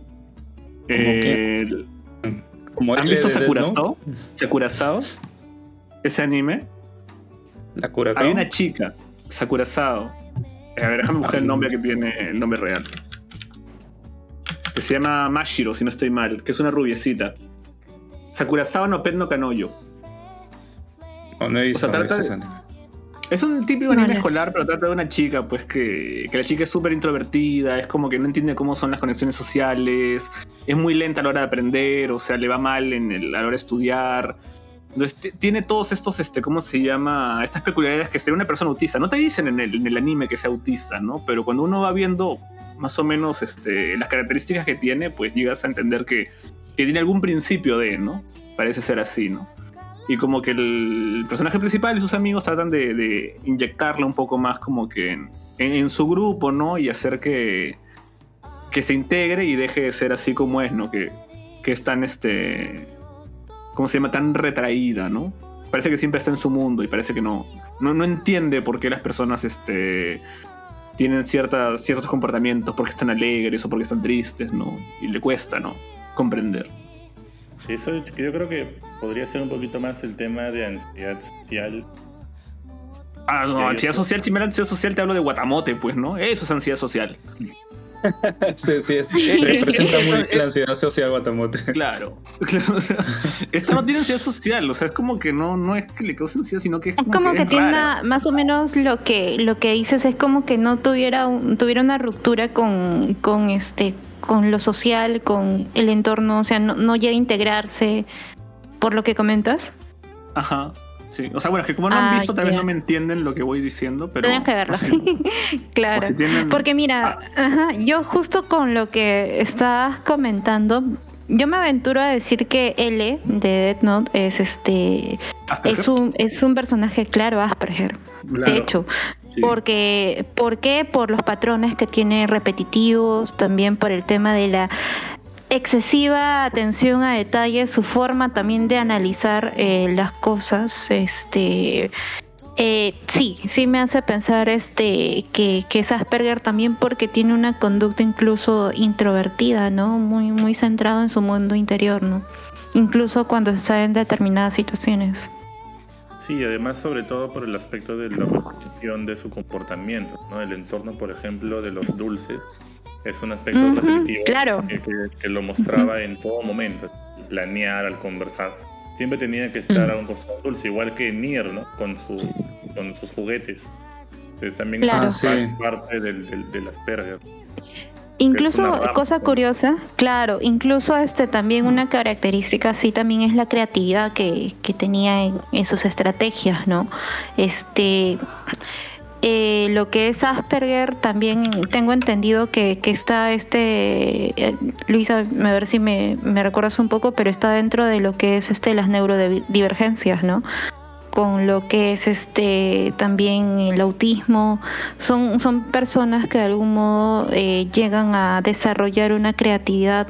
Speaker 4: Eh,
Speaker 2: ¿Cómo
Speaker 4: ¿Han visto Sakurazao? ¿Sakurazao? Ese anime.
Speaker 2: ¿La Curacao?
Speaker 4: Hay una chica, Sakurazao. A ver, déjame buscar el nombre que tiene, el nombre real. Que se llama Mashiro, si no estoy mal, que es una rubiecita. Sakurazao no Pet no Kanoyo.
Speaker 2: No, no he visto,
Speaker 4: o sea, trata
Speaker 2: no he
Speaker 4: de,
Speaker 2: visto
Speaker 4: es un típico anime
Speaker 5: Vale.
Speaker 4: escolar, pero trata de una chica, pues que, que la chica es súper introvertida, es como que no entiende cómo son las conexiones sociales, es muy lenta a la hora de aprender, o sea, le va mal en el, a la hora de estudiar. Entonces t- tiene todos estos, este, ¿cómo se llama? Estas peculiaridades que sería una persona autista. No te dicen en el, en el anime que sea autista, ¿no? Pero cuando uno va viendo más o menos este, las características que tiene, pues llegas a entender que, que tiene algún principio de, ¿no? Parece ser así, ¿no? Y como que el personaje principal y sus amigos tratan de, de inyectarle un poco más como que en, en, en su grupo, ¿no? Y hacer que, que se integre y deje de ser así como es, ¿no? Que, que es tan, este... ¿cómo se llama? Tan retraída, ¿no? Parece que siempre está en su mundo y parece que no, no, no entiende por qué las personas este, tienen cierta, ciertos comportamientos, porque están alegres o porque están tristes, ¿no? Y le cuesta, ¿no? Comprender.
Speaker 3: Eso yo creo que podría ser un poquito más el tema de ansiedad social.
Speaker 4: Ah, no, ansiedad social, si me da ansiedad social te hablo de Watamote, pues, ¿no? Eso es ansiedad social.
Speaker 2: Sí, sí, es, representa muy la ansiedad social Guatamote.
Speaker 4: Claro, claro. O sea, esta no tiene ansiedad social, o sea, es como que no, no es que le cause ansiedad, sino que es
Speaker 5: Es
Speaker 4: como,
Speaker 5: como
Speaker 4: que,
Speaker 5: que
Speaker 4: es
Speaker 5: tiene
Speaker 4: rara.
Speaker 5: una- más o menos lo que lo que dices es como que no tuviera un- tuviera una ruptura con, con este con lo social, con el entorno, o sea, no, no llega a integrarse, por lo que comentas.
Speaker 4: Ajá. Sí, o sea, bueno, es que como no han
Speaker 5: Ah,
Speaker 4: visto, tal vez
Speaker 5: ya.
Speaker 4: no me entienden lo que voy diciendo, pero...
Speaker 5: Tienes que verlo.
Speaker 4: no sé.
Speaker 5: Claro.
Speaker 4: O si tienen-
Speaker 5: Porque mira, ajá, yo justo con lo que estabas comentando, yo me aventuro a decir que L de Death Note es este
Speaker 4: Asperger.
Speaker 5: es un es un personaje claro Asperger.
Speaker 4: Claro.
Speaker 5: De hecho,
Speaker 4: Sí.
Speaker 5: porque ¿por qué? Por los patrones que tiene repetitivos, también por el tema de la excesiva atención a detalles, su forma también de analizar eh, las cosas, este Eh, sí, sí me hace pensar este que, que es Asperger también porque tiene una conducta incluso introvertida, ¿no? Muy, muy centrado en su mundo interior, ¿no? Incluso cuando está en determinadas situaciones.
Speaker 3: Sí, además sobre todo por el aspecto de la repetición de su comportamiento, ¿no? El entorno, por ejemplo, de los dulces es un aspecto
Speaker 5: Ujú,
Speaker 3: repetitivo
Speaker 5: claro.
Speaker 3: que, que- que lo mostraba en todo momento, al planear, al conversar. Siempre tenía que estar a un costado dulce, igual que Nier, ¿no? Con, su, con sus juguetes. Entonces también
Speaker 5: Claro.
Speaker 3: es
Speaker 2: Ah, sí.
Speaker 3: parte del, del, del Asperger.
Speaker 5: Incluso,
Speaker 3: Es una rama,
Speaker 5: cosa
Speaker 3: ¿no?
Speaker 5: curiosa, claro, incluso este también una característica así también es la creatividad que, que tenía en, en sus estrategias, ¿no? Este, eh, lo que es Asperger también tengo entendido que, que está este, eh, Luisa, a ver si me, me recuerdas un poco, pero está dentro de lo que es este las neurodivergencias, ¿no? Con lo que es este también el autismo, son, son personas que de algún modo eh, llegan a desarrollar una creatividad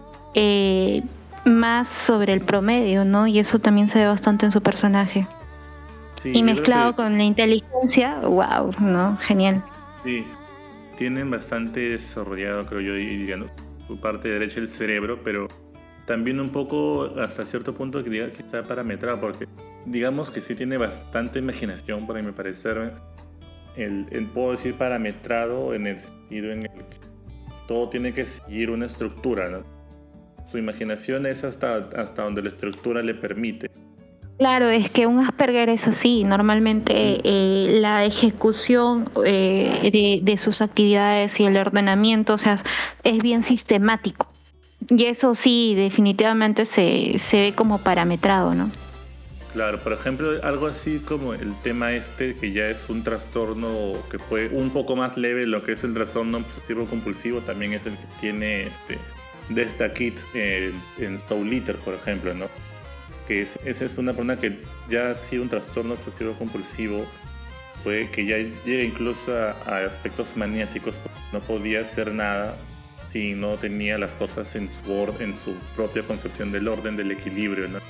Speaker 5: eh, más sobre el promedio, ¿no? Y eso también se ve bastante en su personaje.
Speaker 3: Sí,
Speaker 5: Y
Speaker 3: yo creo
Speaker 5: mezclado
Speaker 3: que
Speaker 5: con la inteligencia, wow, ¿no? Genial.
Speaker 3: sí, tienen bastante desarrollado, creo yo, y diría, ¿no? Su parte derecha del cerebro, pero también un poco hasta cierto punto que diga que está parametrado, porque digamos que sí tiene bastante imaginación, para mi parecer. El, el puedo decir parametrado en el sentido en el que todo tiene que seguir una estructura, ¿no? Su imaginación es hasta, hasta donde la estructura le permite.
Speaker 5: Claro, es que un Asperger es así. Normalmente eh, la ejecución eh, de, de sus actividades y el ordenamiento, o sea, es bien sistemático. Y eso sí, definitivamente se, se ve como parametrado, ¿no?
Speaker 3: Claro, por ejemplo, algo así como el tema este, que ya es un trastorno que fue un poco más leve, lo que es el trastorno obsesivo compulsivo, también es el que tiene este, Desta Kid en, en Soul Eater, por ejemplo, ¿no? Que es, esa es una persona que ya ha sido un trastorno obsesivo compulsivo, puede que ya llega incluso a, a aspectos maniáticos, porque no podía hacer nada si no tenía las cosas en su, or, en su propia concepción del orden, del equilibrio, ¿no?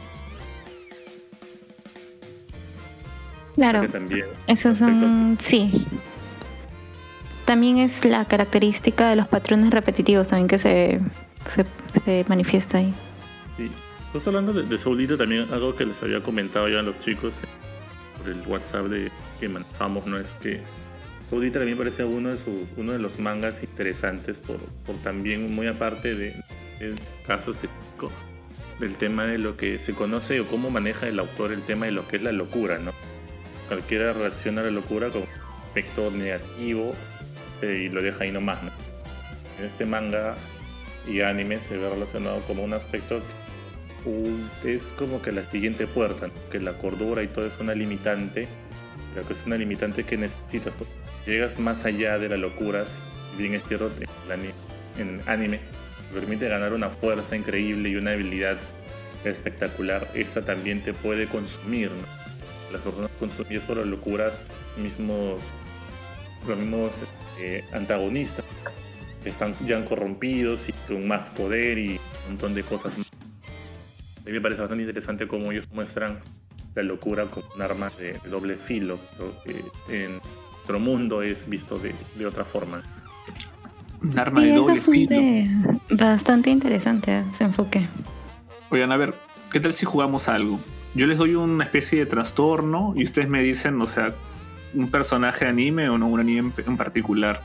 Speaker 5: Claro,
Speaker 3: O sea que también
Speaker 5: esos
Speaker 3: aspecto-
Speaker 5: son, sí. También es la característica de los patrones repetitivos también que se, se, se manifiesta ahí.
Speaker 3: Sí. Justo hablando de, de Soul Eater, también algo que les había comentado ya a los chicos eh, por el WhatsApp de, que manejamos, ¿no? Es que Soul Eater a mí me parece uno de, sus, uno de los mangas interesantes por, por también muy aparte de, de casos específicos del tema de lo que se conoce o cómo maneja el autor el tema de lo que es la locura, ¿no? Cualquiera relaciona la locura con un aspecto negativo eh, y lo deja ahí nomás, ¿no? En este manga y anime se ve relacionado como un aspecto que uh, es como que la siguiente puerta, ¿no? Que la cordura y todo es una limitante, pero que es una limitante que necesitas. Llegas más allá de la locura, si bien es cierto, en, el anime, en anime te permite ganar una fuerza increíble y una habilidad espectacular. Esa también te puede consumir, ¿no? Las personas consumidas por las locuras, mismos, los mismos eh, antagonistas, que están ya corrompidos y con más poder y un montón de cosas más. A mí me parece bastante interesante cómo ellos muestran la locura como un arma de, de doble filo, pero que en nuestro mundo es visto de, de otra forma.
Speaker 4: Un arma
Speaker 5: Sí,
Speaker 4: de
Speaker 5: es
Speaker 4: doble filo.
Speaker 5: bastante, bastante interesante ese enfoque.
Speaker 4: Oigan, a ver, ¿qué tal si jugamos algo? Yo les doy una especie de trastorno y ustedes me dicen, o sea, un personaje de anime o no, un anime en, en particular.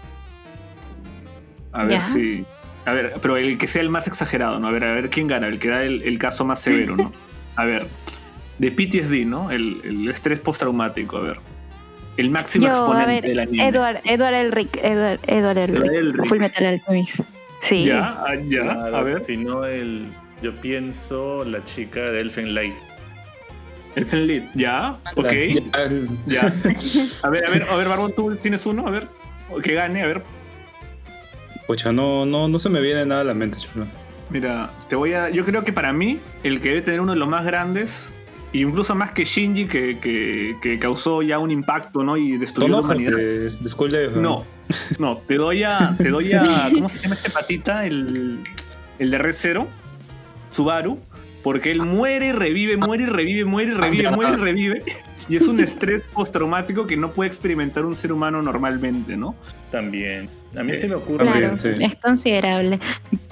Speaker 4: A ver
Speaker 5: Ya.
Speaker 4: si... A ver, pero el que sea el más exagerado, ¿no? A ver, a ver quién gana, el que da el, el caso más severo, ¿no? A ver, de P T S D, ¿no? El, el estrés postraumático, a ver. El máximo
Speaker 5: Yo, a
Speaker 4: exponente
Speaker 5: ver,
Speaker 4: del anime.
Speaker 5: Edward, Edward Elric, Edward, Edward Elric,
Speaker 4: Edward Elric.
Speaker 5: Full Metal Alchemist. Sí.
Speaker 4: Ya, ah, ya,
Speaker 3: Claro,
Speaker 4: a ver.
Speaker 3: Si no, el, yo pienso la chica de Elfen Light.
Speaker 4: El Fenlit, ya, ok.
Speaker 2: Ya,
Speaker 4: Ya. A ver, a ver, a ver, Barbón, tú tienes uno, a ver. Que gane, a ver.
Speaker 2: Pucha, no, no, no se me viene nada a la mente, chulo.
Speaker 4: Mira, te voy a. Yo creo que para mí, el que debe tener uno de los más grandes, incluso más que Shinji, que, que, que causó ya un impacto, ¿no? Y destruyó la humanidad.
Speaker 2: de, de School Days,
Speaker 4: No, no, te doy a. Te doy a. ¿Cómo se llama este patita? El. El de Re:Zero, Subaru. Porque él muere y revive, muere y revive, muere y revive, muere y revive. Y es un estrés postraumático que no puede experimentar un ser humano normalmente, ¿no?
Speaker 3: También. A mí se me ocurre.
Speaker 5: Claro,
Speaker 2: sí.
Speaker 5: es considerable.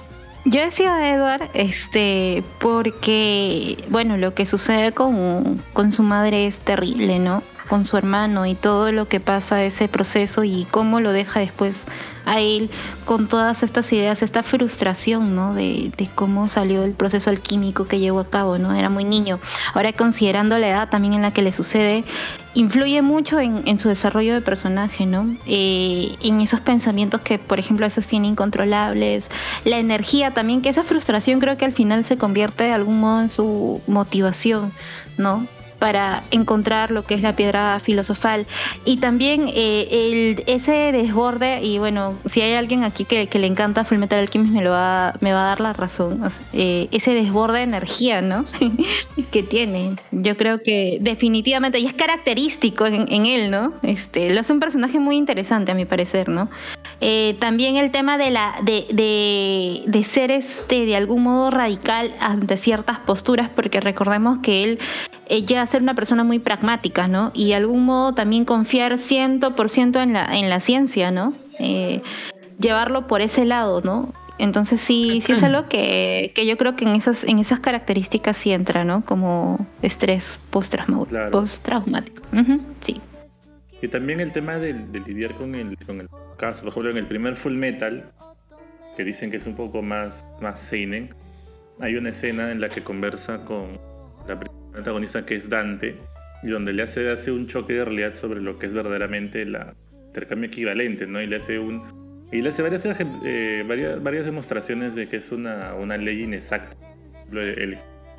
Speaker 5: Yo decía Edward, este, porque, bueno, lo que sucede con, con su madre es terrible, ¿no? Con su hermano y todo lo que pasa ese proceso y cómo lo deja después a él con todas estas ideas, esta frustración, ¿no? De, de cómo salió el proceso alquímico que llevó a cabo, ¿no? Era muy niño. Ahora, considerando la edad también en la que le sucede, influye mucho en, en su desarrollo de personaje, ¿no? Eh, en esos pensamientos que, por ejemplo, a veces tiene incontrolables, la energía también, que esa frustración creo que al final se convierte de algún modo en su motivación, ¿no? Para encontrar lo que es la piedra filosofal y también eh, el, ese desborde, y bueno, si hay alguien aquí que, que le encanta Fullmetal Alchemist me lo va, me va a dar la razón, o sea, eh, ese desborde de energía, ¿no? que tiene, yo creo que definitivamente, y es característico en, en él, ¿no? Este, lo hace un personaje muy interesante a mi parecer, ¿no? Eh, también el tema de la de, de, de ser este de algún modo radical ante ciertas posturas, porque recordemos que él eh, llega a ser una persona muy pragmática, ¿no? Y de algún modo también confiar cien por ciento en la, en la ciencia, ¿no? Eh, llevarlo por ese lado, ¿no? Entonces sí, sí es algo que, que yo creo que en esas, en esas características sí entra, ¿no? Como estrés postraumático.
Speaker 3: Claro.
Speaker 5: postraumático. Uh-huh, sí.
Speaker 3: Y también el tema de, de lidiar con el, con el caso, por ejemplo, en el primer Full Metal, que dicen que es un poco más, más seinen, hay una escena en la que conversa con la protagonista, que es Dante, y donde le hace, hace un choque de realidad sobre lo que es verdaderamente el intercambio equivalente, ¿no? Y le hace un y le hace varias, eh, varias, varias demostraciones de que es una, una ley inexacta. El, el,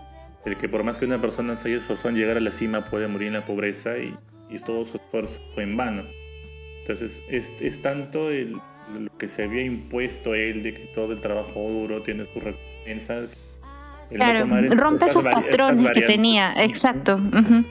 Speaker 3: el que por más que una persona se haya esforzado en llegar a la cima puede morir en la pobreza y, y todo su esfuerzo fue en vano. Entonces es, es tanto el, lo que se había impuesto a él de que todo el trabajo duro tiene su recompensa. El
Speaker 5: Claro,
Speaker 3: no tomar es,
Speaker 5: rompe sus
Speaker 3: vari-
Speaker 5: patrones que tenía, exacto. Uh-huh.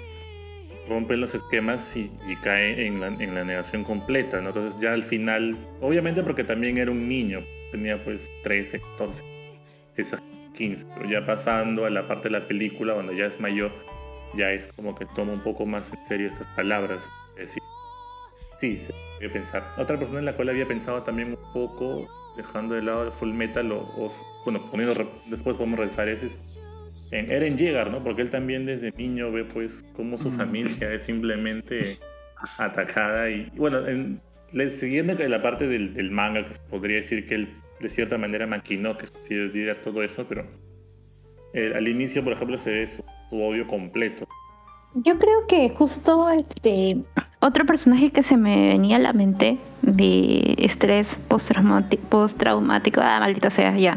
Speaker 3: Rompe los esquemas y, y cae en la, en la negación completa, ¿no? Entonces ya al final, obviamente porque también era un niño, tenía pues trece, catorce, esas quince, pero ya pasando a la parte de la película, cuando ya es mayor, ya es como que toma un poco más en serio estas palabras. Es decir, sí, se debe pensar. Otra persona en la cual había pensado también un poco, dejando de lado el Full Metal, o, o bueno, poniendo, después podemos revisar ese, en Eren Yeager, ¿no? Porque él también desde niño ve pues cómo su familia es simplemente atacada y, y bueno, en, le, siguiendo la parte del, del manga, que se podría decir que él de cierta manera maquinó que sucediera todo eso, pero eh, al inicio, por ejemplo, se ve su, su odio completo.
Speaker 5: Yo creo que justo este otro personaje que se me venía a la mente de estrés postraumático, postraumático, ah, maldita sea, ya,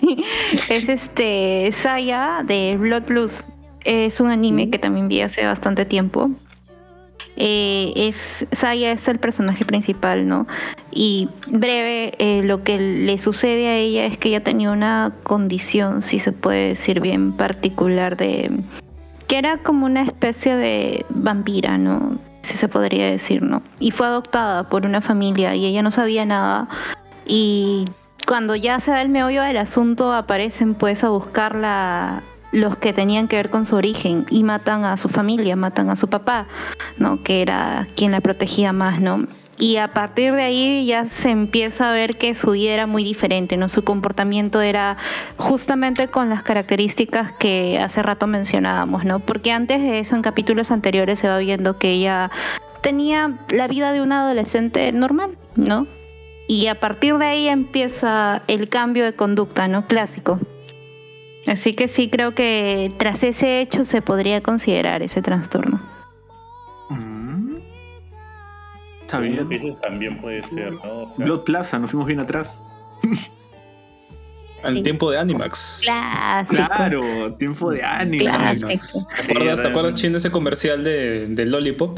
Speaker 5: es este Saya de Blood Blues. Es un anime que también vi hace bastante tiempo. Eh, es Saya es el personaje principal, ¿no? Y breve, eh, lo que le sucede a ella es que ella tenía una condición, si se puede decir bien, particular de que era como una especie de vampira, ¿no? Si se podría decir, ¿no? Y fue adoptada por una familia y ella no sabía nada. Y cuando ya se da el meollo del asunto, aparecen pues a buscarla los que tenían que ver con su origen y matan a su familia, matan a su papá, ¿no? Que era quien la protegía más, ¿no? Y a partir de ahí ya se empieza a ver que su vida era muy diferente, ¿no? Su comportamiento era justamente con las características que hace rato mencionábamos, ¿no? Porque antes de eso, en capítulos anteriores, se va viendo que ella tenía la vida de una adolescente normal, ¿no? Y a partir de ahí empieza el cambio de conducta, ¿no? Clásico. Así que sí, creo que tras ese hecho se podría considerar ese trastorno.
Speaker 4: Está
Speaker 3: Según
Speaker 4: bien.
Speaker 3: lo que dices, también puede ser, ¿no? O sea,
Speaker 4: Blood Plaza, nos fuimos bien atrás.
Speaker 2: Al tiempo de Animax.
Speaker 5: Clásico.
Speaker 4: Claro, tiempo de ánimo.
Speaker 5: Clásico.
Speaker 2: ¿Te acuerdas, ¿te acuerdas Chin, de ese comercial de, de Lollipop?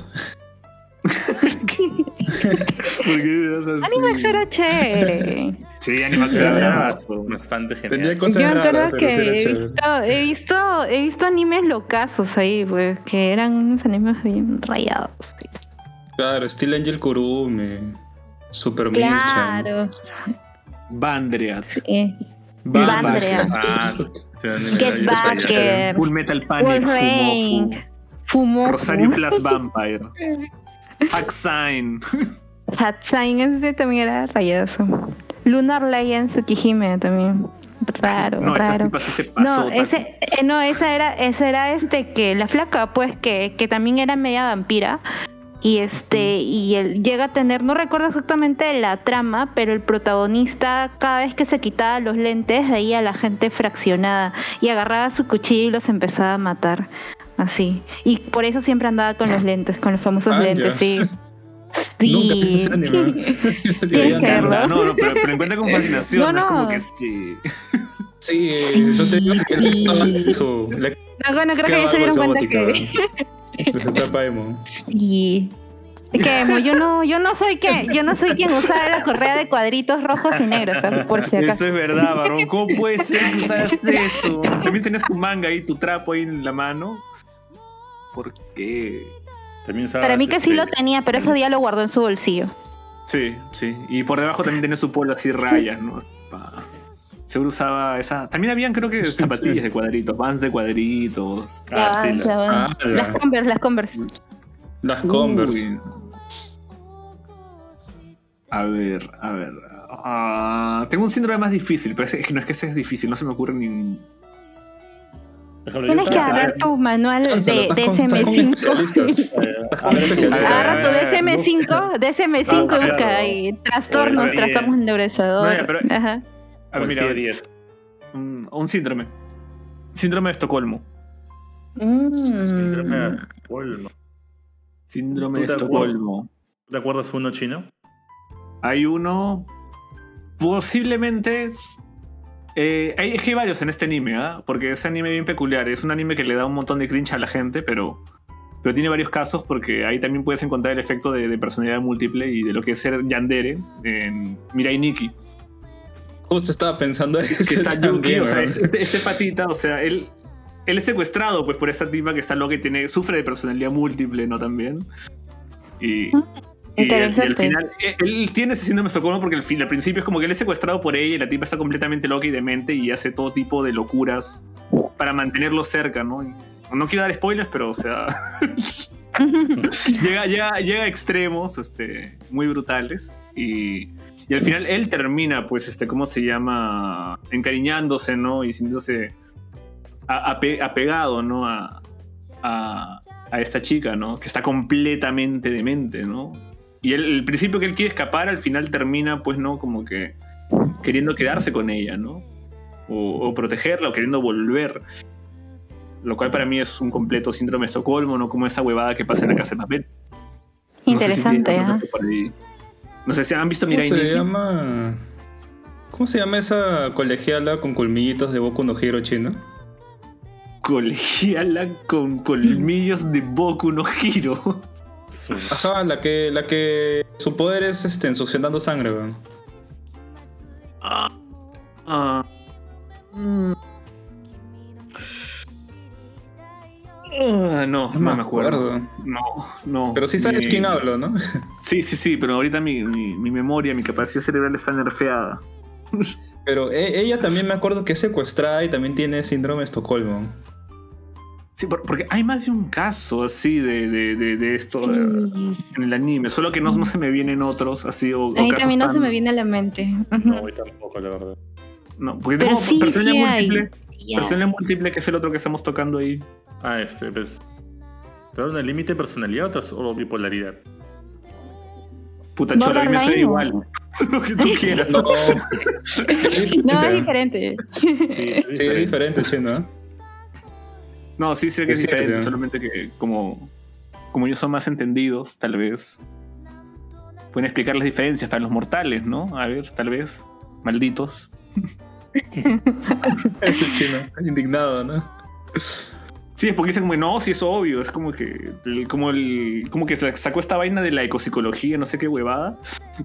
Speaker 4: ¿Por qué eras así?
Speaker 5: Animax era chévere.
Speaker 4: Sí, Animax era bravazo.
Speaker 3: bastante
Speaker 2: Tenía
Speaker 3: genial.
Speaker 2: cosas
Speaker 5: Yo
Speaker 2: raras,
Speaker 5: creo
Speaker 2: pero sí
Speaker 5: que
Speaker 2: era
Speaker 5: he
Speaker 2: chévere.
Speaker 5: visto, he visto, he visto animes locazos ahí, pues, que eran unos animes bien rayados. Sí.
Speaker 2: Claro, Steel Angel Kurume, Super Mirchan.
Speaker 5: Claro.
Speaker 4: Bandreat.
Speaker 5: Sí.
Speaker 4: Bad
Speaker 5: Bandreat.
Speaker 3: Ah,
Speaker 5: Get Back,
Speaker 3: ya.
Speaker 5: eh,
Speaker 4: Full Metal Panic,
Speaker 5: Wolverine.
Speaker 4: Fumofu.
Speaker 5: Fumó.
Speaker 4: Rosario Plus Vampire. Hacksign.
Speaker 5: Hatsign, ese también era rayazo. Lunar Lion Tsukihime también. Raro,
Speaker 4: No, esa
Speaker 5: raro.
Speaker 4: tipa sí se pasó.
Speaker 5: No, ese, eh, no, esa era, esa era este que la flaca, pues, que, que también era media vampira. Y este, y él llega a tener, no recuerdo exactamente la trama, pero el protagonista cada vez que se quitaba los lentes veía a la gente fraccionada y agarraba su cuchillo y los empezaba a matar. Así. Y por eso siempre andaba con los lentes, con los famosos
Speaker 2: Ah,
Speaker 5: lentes,
Speaker 2: ya.
Speaker 5: sí. Sí.
Speaker 2: Nunca viste ese anime. Eso que
Speaker 5: Tienes
Speaker 2: había
Speaker 5: que
Speaker 2: antes.
Speaker 5: verlo.
Speaker 4: No, no, pero, pero encuentra con fascinación.
Speaker 5: No,
Speaker 4: No, es como
Speaker 5: no.
Speaker 4: que sí.
Speaker 2: Sí, yo te digo que le quedaba su- le
Speaker 5: No, bueno, creo que
Speaker 2: quedaba
Speaker 5: ya se
Speaker 2: algo
Speaker 5: dieron
Speaker 2: esa
Speaker 5: cuenta
Speaker 2: gótica,
Speaker 5: que...
Speaker 2: ¿no? De su etapa emo.
Speaker 5: Y es que emo, yo no, yo no soy que, yo no soy quien usaba la correa de cuadritos rojos y negros, ¿sabes? Por si acaso.
Speaker 4: Eso es verdad, varón. ¿Cómo puede ser que usaste eso? También tienes tu manga ahí, tu trapo ahí en la mano. ¿Por qué?
Speaker 3: También sabes,
Speaker 5: Para mí que sí
Speaker 3: este,
Speaker 5: lo tenía, pero ese día lo guardó en su bolsillo.
Speaker 4: Sí, sí. Y por debajo también tenía su polo así rayas, ¿no? Pa- Seguro usaba esa. También habían, creo que, zapatillas de cuadritos, Vans de cuadritos.
Speaker 3: Ah, sí,
Speaker 5: la-
Speaker 3: la-
Speaker 5: la-
Speaker 2: Ah,
Speaker 5: las
Speaker 2: la-
Speaker 5: Converse, las Converse.
Speaker 2: Las Converse.
Speaker 4: Uy. A ver, a ver. Ah, tengo un síndrome más difícil, pero es que no es que sea difícil, no se me ocurre ni.
Speaker 3: por ejemplo, yo
Speaker 5: Tienes que
Speaker 3: usaba-
Speaker 5: agarrar tu manual de,
Speaker 2: Lánzalo, estás
Speaker 5: de
Speaker 2: con, estás con
Speaker 5: D S M cinco.
Speaker 2: especialistas.
Speaker 3: Eh,
Speaker 2: Estás
Speaker 3: a
Speaker 2: con
Speaker 3: ver,
Speaker 2: especialistas.
Speaker 4: Ah,
Speaker 5: Agarra tu
Speaker 4: ah,
Speaker 5: D S M cinco, D S M cinco
Speaker 3: Ah,
Speaker 5: busca
Speaker 3: claro.
Speaker 5: ahí trastornos,
Speaker 3: Pues,
Speaker 5: trastornos
Speaker 3: bien.
Speaker 5: neurodesador.
Speaker 4: No, ya, pero-
Speaker 5: Ajá.
Speaker 4: A ver,
Speaker 3: o
Speaker 4: mira,
Speaker 3: el diez.
Speaker 4: un, un síndrome. Síndrome de Estocolmo.
Speaker 3: Síndrome
Speaker 5: Mm.
Speaker 3: de Estocolmo.
Speaker 4: Síndrome de
Speaker 3: ¿Tú te
Speaker 4: Estocolmo.
Speaker 3: ¿Te acuerdas uno chino?
Speaker 4: Hay uno. Posiblemente. eh, hay, es que hay varios en este anime, ¿ah? Porque es anime bien peculiar. Es un anime que le da un montón de cringe a la gente, pero. Pero tiene varios casos porque ahí también puedes encontrar el efecto de, de personalidad múltiple y de lo que es ser yandere en Mirai Nikki.
Speaker 2: Justo estaba pensando en
Speaker 4: Que
Speaker 2: eso
Speaker 4: está Yuki,
Speaker 2: también,
Speaker 4: o sea,
Speaker 2: weón.
Speaker 4: este, este patita, o sea, él. Él es secuestrado pues por esta tipa que está loca y tiene, sufre de personalidad múltiple, ¿no? También. Y. Y, al- y al
Speaker 5: Interesante.
Speaker 4: final, él, él tiene ese síndrome de Estocolmo porque al, fin, al principio es como que él es secuestrado por ella y la tipa está completamente loca y demente y hace todo tipo de locuras para mantenerlo cerca, ¿no? Y no quiero dar spoilers, pero o sea, llega, llega, llega a extremos este, muy brutales y, y al final él termina, pues, este, ¿cómo se llama? Encariñándose, ¿no? Y sintiéndose a- ape- apegado, ¿no? A, a, a esta chica, ¿no? Que está completamente demente, ¿no? Y él, el principio que él quiere escapar, al final termina, pues, ¿no? Como que queriendo quedarse con ella, ¿no? O, o protegerla, o queriendo volver. Lo cual para mí es un completo síndrome de Estocolmo, ¿no? Como esa huevada que pasa en la Casa de Papel. No sé si
Speaker 5: Interesante,
Speaker 4: tienen
Speaker 5: ¿ah?
Speaker 4: eso por ahí. No sé si han visto
Speaker 2: ¿Cómo
Speaker 4: Mirai
Speaker 2: se
Speaker 4: Nikki.
Speaker 2: llama? ¿Cómo se llama esa colegiala con colmillitos de Boku no Hero chino?
Speaker 4: Colegiala con colmillos de Boku no Hero.
Speaker 3: Su-
Speaker 2: Ajá, la que, la que su poder es este, succionando sangre, weón.
Speaker 4: Ah. Mm. Ah, no, no me acuerdo. No, no.
Speaker 2: Pero sí sabes
Speaker 4: Mi-
Speaker 2: quién hablo, ¿no?
Speaker 4: Sí, sí, sí, pero ahorita mi, mi, mi memoria, mi capacidad cerebral está nerfeada.
Speaker 2: Pero e- ella también me acuerdo que es secuestrada y también tiene síndrome de Estocolmo.
Speaker 4: Sí, por- porque hay más de un caso así de, de, de, de esto eh,
Speaker 5: Sí.
Speaker 4: en el anime, solo que no, no se me vienen otros así o, o
Speaker 5: A mí
Speaker 4: casos
Speaker 5: también no
Speaker 4: tan-
Speaker 5: se me viene a la mente. Ujú.
Speaker 3: No, hoy tampoco, la verdad.
Speaker 4: No, porque
Speaker 5: Pero
Speaker 4: tengo
Speaker 5: sí,
Speaker 4: personalidad
Speaker 5: sí hay.
Speaker 4: múltiple,
Speaker 5: Ya.
Speaker 4: personalidad múltiple que es el otro que estamos tocando ahí.
Speaker 3: Ah, este, pues. ¿Pero un límite de personalidad o tras- o bipolaridad?
Speaker 4: Puta chola, a mí me suena
Speaker 5: Borderline,
Speaker 4: igual. Lo que tú quieras.
Speaker 2: No,
Speaker 5: No, es diferente.
Speaker 3: Sí,
Speaker 2: Sí, es diferente, chino. ¿eh?
Speaker 4: No, sí sé que es,
Speaker 2: Es cierto.
Speaker 4: diferente, solamente que como, como ellos son más entendidos, tal vez pueden explicar las diferencias para los mortales, ¿no? A ver, tal vez, malditos.
Speaker 2: Ese chino, indignado, ¿no?
Speaker 4: Sí, es porque dicen como, no, sí es obvio, es como que, el- como el, como que sacó esta vaina de la ecopsicología, no sé qué huevada.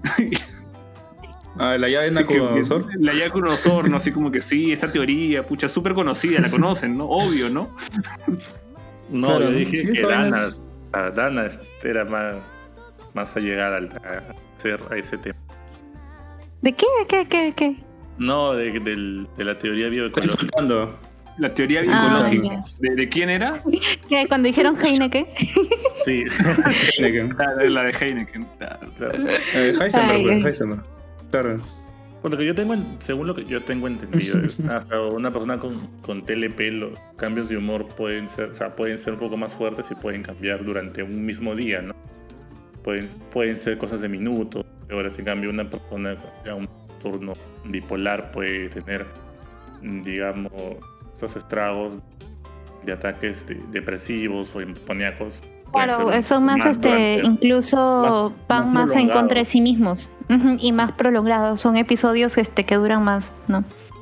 Speaker 2: Ah, la llave
Speaker 4: Sí, que- que-
Speaker 2: Nakunosor.
Speaker 4: La Yakunosor, ¿no? Así como que sí, esta teoría, pucha, súper conocida, la conocen, ¿no? Obvio, ¿no?
Speaker 3: No,
Speaker 2: Claro,
Speaker 3: yo dije
Speaker 2: sí,
Speaker 3: que
Speaker 2: esa vaina
Speaker 3: Dana,
Speaker 2: es-
Speaker 3: a Dana este, era más, más allegada al- a, ser- a ese tema.
Speaker 5: ¿De qué? ¿Qué? ¿Qué? ¿Qué?
Speaker 3: No, de, del- de la teoría
Speaker 2: Está
Speaker 3: bioecológica.
Speaker 2: insultando.
Speaker 4: La teoría
Speaker 5: Ah,
Speaker 4: psicológica.
Speaker 5: ya.
Speaker 4: ¿De, ¿De quién era?
Speaker 5: ¿Qué? Cuando dijeron Heineken.
Speaker 3: Sí,
Speaker 2: Heineken.
Speaker 4: Claro, la de Heineken. Claro.
Speaker 3: claro.
Speaker 2: Eh, Heisenberg,
Speaker 5: Ay,
Speaker 2: pues,
Speaker 5: ay.
Speaker 2: Heisenberg. Claro.
Speaker 3: Por lo que yo tengo, en- según lo que yo tengo entendido, es hasta una persona con, con T L P, los cambios de humor pueden ser, o sea, pueden ser un poco más fuertes y pueden cambiar durante un mismo día, ¿no? Pueden, pueden ser cosas de minutos, de horas. En cambio, una persona con un turno bipolar puede tener, digamos, estos estragos de ataques de- depresivos o hipomaníacos. Pueden
Speaker 5: Claro,
Speaker 3: ser
Speaker 5: son más, este,
Speaker 3: durante-
Speaker 5: incluso
Speaker 3: más-
Speaker 5: van
Speaker 3: más
Speaker 5: más, en contra de
Speaker 3: prolongados.
Speaker 5: sí mismos. Ujú, y más prolongados. Son episodios este que duran más, ¿no?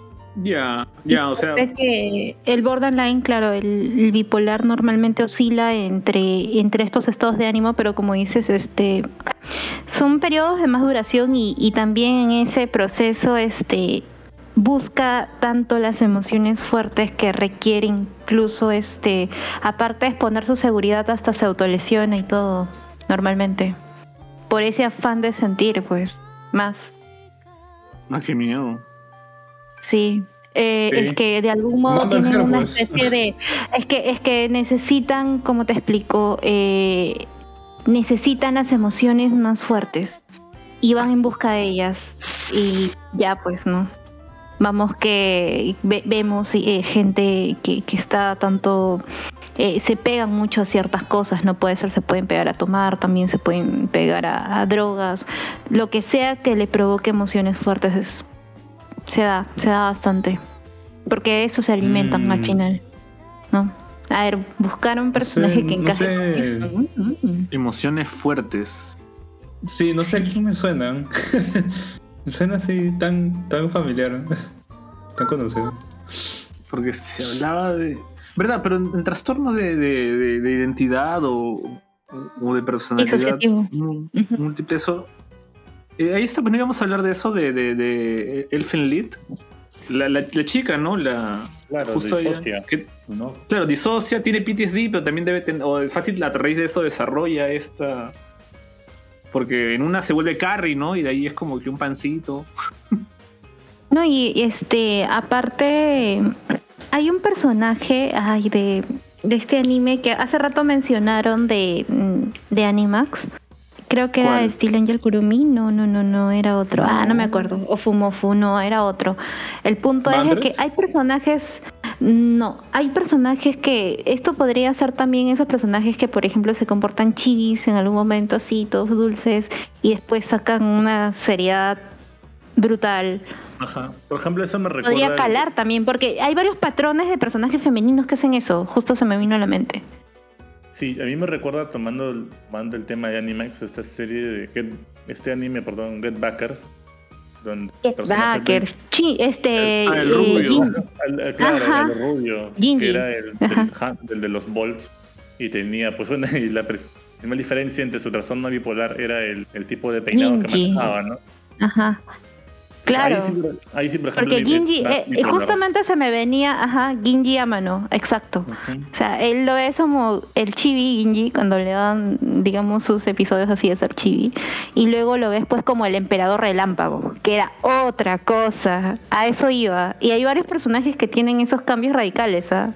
Speaker 4: Ya, ya, o sea,
Speaker 5: Es que el borderline, claro, el, el bipolar normalmente oscila entre, entre estos estados de ánimo, pero como dices, este son periodos de más duración y, y también en ese proceso este busca tanto las emociones fuertes que requiere incluso este aparte de exponer su seguridad hasta se autolesiona y todo normalmente por ese afán de sentir pues más.
Speaker 4: ah, qué miedo.
Speaker 5: Sí, eh,
Speaker 2: Sí.
Speaker 5: es que de algún modo
Speaker 2: Manda el
Speaker 5: tienen una
Speaker 2: pues.
Speaker 5: especie de... Es que, es que necesitan, como te explico, eh, necesitan las emociones más fuertes y van en busca de ellas y ya pues, ¿no? Vamos que ve- vemos eh, gente que, que está tanto... eh, se pegan mucho a ciertas cosas, no puede ser, se pueden pegar a tomar, también se pueden pegar a, a drogas, lo que sea que le provoque emociones fuertes es se da, se da bastante. Porque de eso se alimentan
Speaker 2: Mm.
Speaker 5: al final, ¿no? A ver, buscar un personaje
Speaker 2: sé,
Speaker 5: que
Speaker 2: no
Speaker 5: encaje
Speaker 2: sé.
Speaker 5: con eso. Mm, mm.
Speaker 4: Emociones fuertes.
Speaker 2: Sí, no sé a quién me suenan. Me suena así tan, tan familiar. Tan conocido.
Speaker 4: Porque se hablaba de. ¿Verdad? Pero en, en trastornos de, de, de- de identidad o, o de personalidad
Speaker 5: Disociativo.
Speaker 4: mu-
Speaker 5: Ujú.
Speaker 4: múltiple, eso. Eh, ahí está, bueno, íbamos a hablar de eso, de, de, de Elfen Lied. La, la, la chica, ¿no? La.
Speaker 3: Claro,
Speaker 4: justo ella,
Speaker 3: disocia.
Speaker 4: que-
Speaker 3: ¿no?
Speaker 4: claro, disocia, tiene P T S D, pero también debe tener. O es fácil, a raíz de eso desarrolla esta. Porque en una se vuelve Carrie, ¿no? Y de ahí es como que un pancito.
Speaker 5: No, y y, este, aparte, hay un personaje ay, de, de este anime que hace rato mencionaron de, mm, de Animax. Creo que
Speaker 4: ¿Cuál?
Speaker 5: era Steel Angel Kurumi. No, no, no, no, era otro. Ah, no me acuerdo. O Fumofu, no, era otro. El punto es de que
Speaker 2: ¿Bandres?
Speaker 5: hay personajes. No, hay personajes que. Esto podría ser también esos personajes que, por ejemplo, se comportan chivis en algún momento así, todos dulces, y después sacan una seriedad brutal.
Speaker 3: Ajá. Por ejemplo, eso me recuerda.
Speaker 5: Podría calar también, porque hay varios patrones de personajes femeninos que hacen eso. Justo se me vino a la mente.
Speaker 3: Sí, a mí me recuerda tomando, el- tomando el tema de Animax, esta serie de Get, este anime, perdón, Get Backers, donde el
Speaker 5: Get
Speaker 3: personaje
Speaker 5: Backers. Chi, este.
Speaker 4: Ah, el
Speaker 5: eh,
Speaker 4: rubio.
Speaker 5: Jin-
Speaker 3: Al- al- claro,
Speaker 5: Ajá.
Speaker 3: el rubio,
Speaker 5: Gingy.
Speaker 3: que era el,
Speaker 5: Ajá.
Speaker 3: del, ja- del de los Bolts, y tenía, pues bueno, y la pres- principal diferencia entre su trastorno bipolar era el, el tipo de peinado que
Speaker 5: Gingy.
Speaker 3: manejaba, ¿no?
Speaker 5: Ajá.
Speaker 3: Entonces,
Speaker 5: Claro.
Speaker 3: Ahí sí, ahí sí, por ejemplo,
Speaker 5: Porque
Speaker 3: mi-
Speaker 5: Gingy,
Speaker 3: es más
Speaker 5: eh,
Speaker 3: bipolar.
Speaker 5: justamente se me venía, ajá, Gingy a mano, exacto.
Speaker 3: Ujú.
Speaker 5: O sea, él lo es como el chibi Gingy cuando le dan, digamos, sus episodios así de ser chibi. Y luego lo ves pues como el emperador relámpago, que era otra cosa. A eso iba. Y hay varios personajes que tienen esos cambios radicales, ¿ah?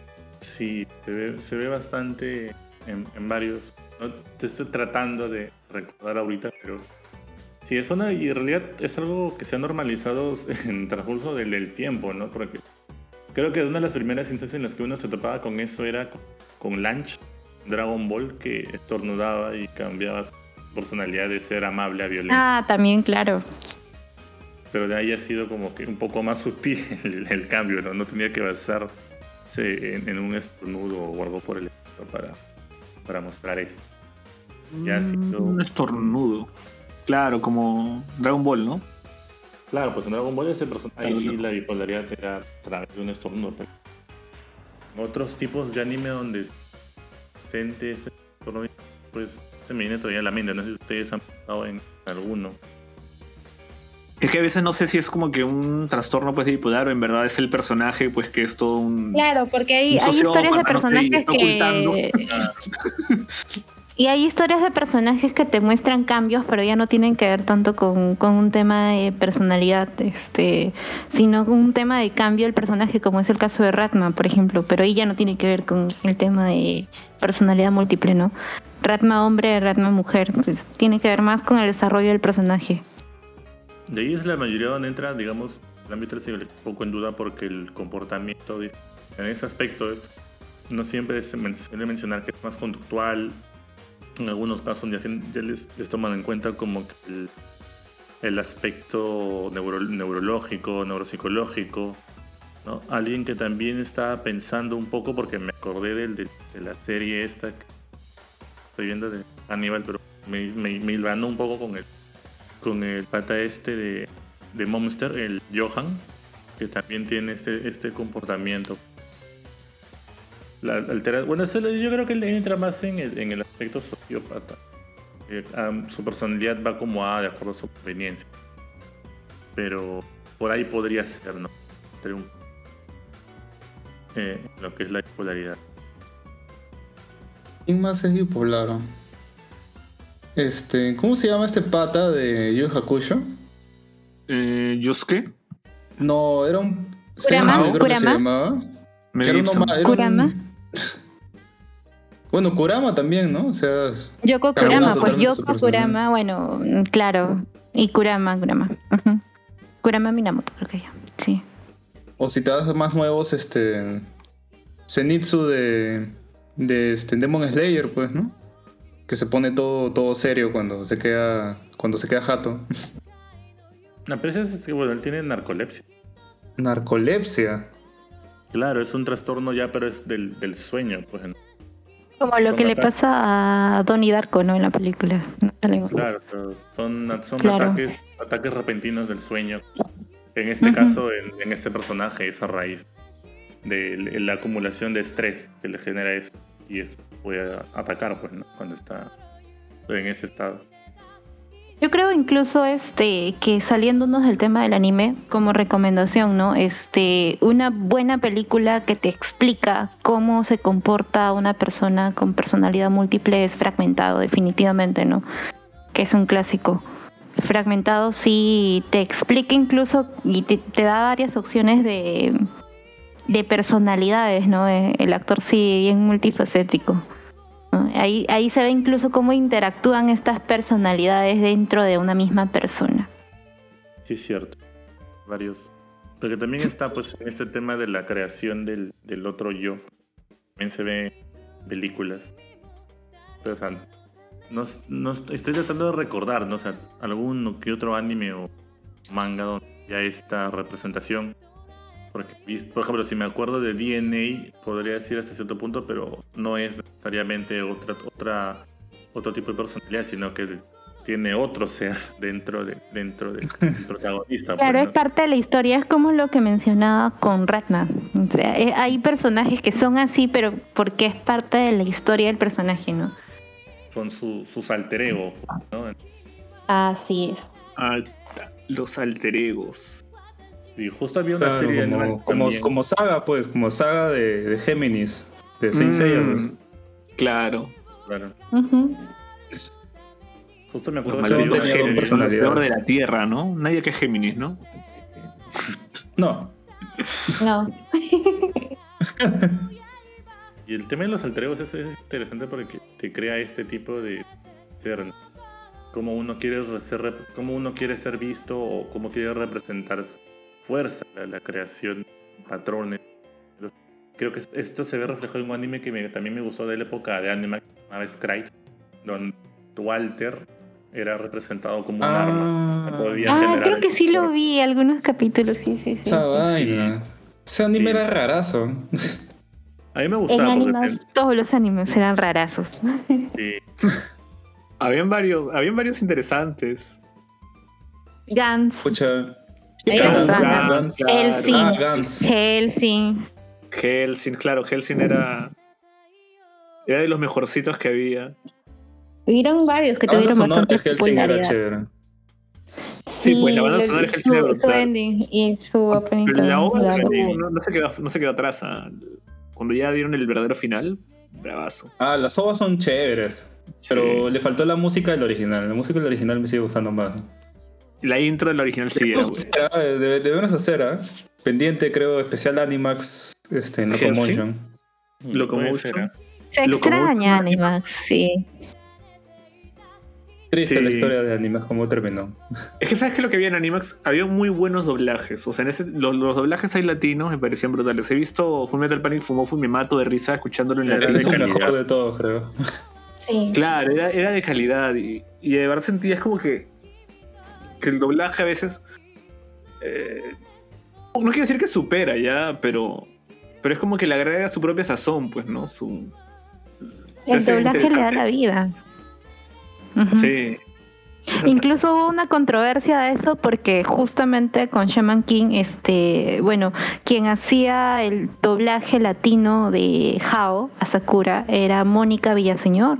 Speaker 3: Sí, se ve, se ve bastante en, en varios. No te estoy tratando de recordar ahorita, pero sí, es una, y en realidad es algo que se ha normalizado en el transcurso del, del tiempo, ¿no? Porque creo que una de las primeras instancias en las que uno se topaba con eso era con, con Lanch, Dragon Ball, que estornudaba y cambiaba su personalidad de ser amable a violento.
Speaker 5: Ah, también, claro.
Speaker 3: Pero de ahí ha sido como que un poco más sutil el, el cambio, ¿no? No tenía que basarse en, en un estornudo o algo por el estilo para, para mostrar esto. Ya ha sido-
Speaker 4: Un estornudo. Claro, como Dragon Ball, ¿no?
Speaker 3: Claro, pues en Dragon Ball ese personaje ahí
Speaker 4: Claro,
Speaker 3: sí
Speaker 4: no.
Speaker 3: la bipolaridad era a través de un estornudo. Pero otros tipos de anime donde se siente ese estornudo, pues se me viene todavía a la mente. No sé si ustedes han pensado en alguno.
Speaker 4: Es que a veces no sé si es como que un trastorno pues bipolar o en verdad es el personaje pues que es todo un...
Speaker 5: Claro, porque hay,
Speaker 4: Un
Speaker 5: hay historias de
Speaker 4: sociópata, no sé, y
Speaker 5: personajes
Speaker 4: está ocultando.
Speaker 5: que... Y hay historias de personajes que te muestran cambios, pero ya no tienen que ver tanto con, con un tema de personalidad, este, sino con un tema de cambio del personaje, como es el caso de Ratma, por ejemplo, pero ahí ya no tiene que ver con el tema de personalidad múltiple, ¿no? Ratma hombre, Ratma mujer, pues tiene que ver más con el desarrollo del personaje.
Speaker 3: De ahí es la mayoría donde entra, digamos, el ámbito del psicología un poco en duda porque el comportamiento de- en ese aspecto no siempre se men- suele mencionar que es más conductual. En algunos casos ya, tienen- ya les, les toman en cuenta como que el, el aspecto neuro- neurológico, neuropsicológico, ¿no? Alguien que también estaba pensando un poco, porque me acordé del, de, de la serie esta que estoy viendo de Aníbal, pero me, me, me hilvanó un poco con el, con el pata este de, de Monster, el Johan, que también tiene este, este comportamiento. La altera, bueno, eso lo- yo creo que él entra más en el, en el aspecto sociópata. Eh, um, su personalidad va como a de acuerdo a su conveniencia. Pero por ahí podría ser, ¿no? Entre un- eh, lo que es la bipolaridad.
Speaker 2: ¿Quién más es bipolar? Este, ¿cómo se llama este pata de Yu Yu Hakusho?
Speaker 4: Eh, ¿Yosuke?
Speaker 2: No, era un
Speaker 5: Kurama,
Speaker 2: Sensei, creo que se
Speaker 5: Kurama.
Speaker 2: llamaba.
Speaker 4: Mel
Speaker 2: Que era uno
Speaker 4: Gibson.
Speaker 2: ma- era un-
Speaker 5: Kurama.
Speaker 2: Bueno, Kurama también, ¿no? O sea,
Speaker 5: Yoko
Speaker 2: Claro,
Speaker 5: Kurama,
Speaker 2: no,
Speaker 5: pues
Speaker 2: totalmente su
Speaker 5: Yoko
Speaker 2: personalidad.
Speaker 5: Kurama, bueno, mm, claro. Y Kurama, Kurama. Ujú. Kurama Minamoto, creo que ya. Sí.
Speaker 2: o si te das más nuevos, este. Zenitsu de. de este, Demon Slayer, pues, ¿no? Que se pone todo, todo serio cuando se queda. cuando se queda jato.
Speaker 3: La pero es que, bueno, él tiene narcolepsia.
Speaker 2: Narcolepsia.
Speaker 3: Claro, es un trastorno ya, pero es del, del sueño, pues. ¿no?
Speaker 5: Como lo
Speaker 3: Son
Speaker 5: que le
Speaker 3: ataques.
Speaker 5: pasa a Donnie Darko, ¿no? En la película. No sabemos.
Speaker 3: Claro, pero son, son
Speaker 5: Claro.
Speaker 3: ataques, ataques repentinos del sueño. En este
Speaker 5: Ujú.
Speaker 3: caso, en, en este personaje, es a raíz de l- la acumulación de estrés que le genera eso. Y eso puede a- atacar, pues, ¿no? Cuando está en ese estado.
Speaker 5: Yo creo incluso este que saliéndonos del tema del anime como recomendación, ¿no? Este, una buena película que te explica cómo se comporta una persona con personalidad múltiple es Fragmentado, definitivamente, ¿no? Que es un clásico. Fragmentado sí te explica incluso y te, te da varias opciones de, de personalidades, ¿no? Eh, El actor sí bien multifacético, ¿no? Ahí, ahí se ve incluso cómo interactúan estas personalidades dentro de una misma persona.
Speaker 3: Sí, es cierto. Varios. Porque también está, pues, en este tema de la creación del, del otro yo. También se ve en películas. Pero, o sea, no, no estoy tratando de recordar, ¿no? O sea, algún que otro anime o manga donde ya esta representación. Porque, por ejemplo, si me acuerdo de D N A, podría decir hasta cierto punto, pero no es necesariamente otra, otra, otro tipo de personalidad, sino que tiene otro ser dentro, de, dentro del protagonista.
Speaker 5: Claro,
Speaker 3: pues,
Speaker 5: es
Speaker 3: ¿no?
Speaker 5: parte de la historia, es como lo que mencionaba con Ratna. O sea, eh, hay personajes que son así, pero porque es parte de la historia del personaje, ¿no?
Speaker 3: Son su, sus alter ego, ¿no?
Speaker 5: Así es.
Speaker 4: Ah, los alter egos.
Speaker 3: Y justo había una
Speaker 2: Claro,
Speaker 3: serie de
Speaker 2: como,
Speaker 3: animales
Speaker 2: como,
Speaker 3: también.
Speaker 2: como saga, pues, como saga de, de Géminis. De Saint Seiya,
Speaker 4: Mm,
Speaker 2: pues.
Speaker 4: claro.
Speaker 3: Claro.
Speaker 5: Ujú.
Speaker 3: Justo me acuerdo
Speaker 4: Los
Speaker 3: que había
Speaker 4: malditos
Speaker 3: una
Speaker 2: tenía dos
Speaker 3: serie.
Speaker 4: Géminis, son lo
Speaker 2: personalidades.
Speaker 4: peor de la Tierra, ¿no? Nadie que es Géminis, ¿no?
Speaker 2: No.
Speaker 5: No.
Speaker 3: Y el tema de los alter egos es, es interesante porque te crea este tipo de ser, ¿no? Cómo uno quiere ser, rep- cómo uno quiere ser visto o cómo quiere representar fuerza, la, la creación, patrones. Los- Creo que esto se ve reflejado en un anime que me- también me gustó de la época de anime, que se llamaba Scryte, donde Walter era representado como un arma.
Speaker 2: Ah,
Speaker 3: Podía
Speaker 5: Ah,
Speaker 3: generar
Speaker 5: creo que sí lo
Speaker 3: fuerza.
Speaker 5: vi, algunos capítulos, sí, sí, sí.
Speaker 2: esa vaina. Ese anime
Speaker 3: Sí.
Speaker 2: era rarazo.
Speaker 3: A mí me
Speaker 5: En
Speaker 3: gustaba porque
Speaker 5: animes, todos los animes eran rarazos.
Speaker 3: sí,
Speaker 4: Habían varios, habían varios interesantes.
Speaker 5: Gans,
Speaker 2: Escucha.
Speaker 5: Ahí
Speaker 2: Gans,
Speaker 5: está.
Speaker 2: Gans.
Speaker 5: Hellsing,
Speaker 2: Ah, Gans.
Speaker 5: Hellsing.
Speaker 4: Hellsing, claro, Hellsing era. Era de los mejorcitos que había.
Speaker 5: Hubieron varios que
Speaker 2: La banda
Speaker 5: tuvieron
Speaker 2: sonora de
Speaker 5: bastante
Speaker 2: Hellsing era
Speaker 5: popularidad.
Speaker 2: chévere.
Speaker 4: Sí, pues la banda
Speaker 5: lo-
Speaker 4: sonora de Hellsing era
Speaker 5: su, su
Speaker 4: brutal.
Speaker 5: ending y su opening.
Speaker 4: Pero la
Speaker 5: también
Speaker 4: obra
Speaker 5: era
Speaker 3: sí.
Speaker 4: estuvo- no, no se quedó, no se quedó atrás. ¿ah? Cuando ya dieron el verdadero final, bravazo.
Speaker 2: Ah, las ovas son chéveres.
Speaker 4: Sí.
Speaker 2: Pero le faltó la música del original. La música del original me sigue gustando más.
Speaker 4: La intro del original sí era,
Speaker 2: Debemos
Speaker 4: güey.
Speaker 2: hacer, ah, debe- debemos hacer, ¿ah? Pendiente, creo, especial Animax este, en Locomotion.
Speaker 3: Mm,
Speaker 4: Locomotion.
Speaker 3: puede ser, ¿eh?
Speaker 5: Se
Speaker 4: Locomotion,
Speaker 5: extraña Animax, sí.
Speaker 2: Triste
Speaker 4: Sí.
Speaker 2: la historia de Animax, cómo terminó.
Speaker 4: Es que sabes que lo que había en Animax, había muy buenos doblajes. O sea, en ese, los, los doblajes ahí latinos me parecían brutales. He visto Fullmetal Panic Fumofu y me mato de risa escuchándolo en
Speaker 3: Era
Speaker 4: latino.
Speaker 2: Ese es el
Speaker 3: calidad.
Speaker 2: mejor de todos, creo.
Speaker 5: Sí.
Speaker 4: Claro, era, era de calidad. Y, y de verdad sentías como que, que el doblaje a veces. eh, no quiero decir que supera ya, pero. Pero es como que le agrega su propia sazón, pues, ¿no? Su.
Speaker 5: El
Speaker 4: hace
Speaker 5: doblaje le da
Speaker 4: interesante.
Speaker 5: la vida. Ujú.
Speaker 4: Sí.
Speaker 5: Incluso hubo una controversia de eso porque justamente con Shaman King, este, bueno, quien hacía el doblaje latino de Hao a Sakura era Mónica Villaseñor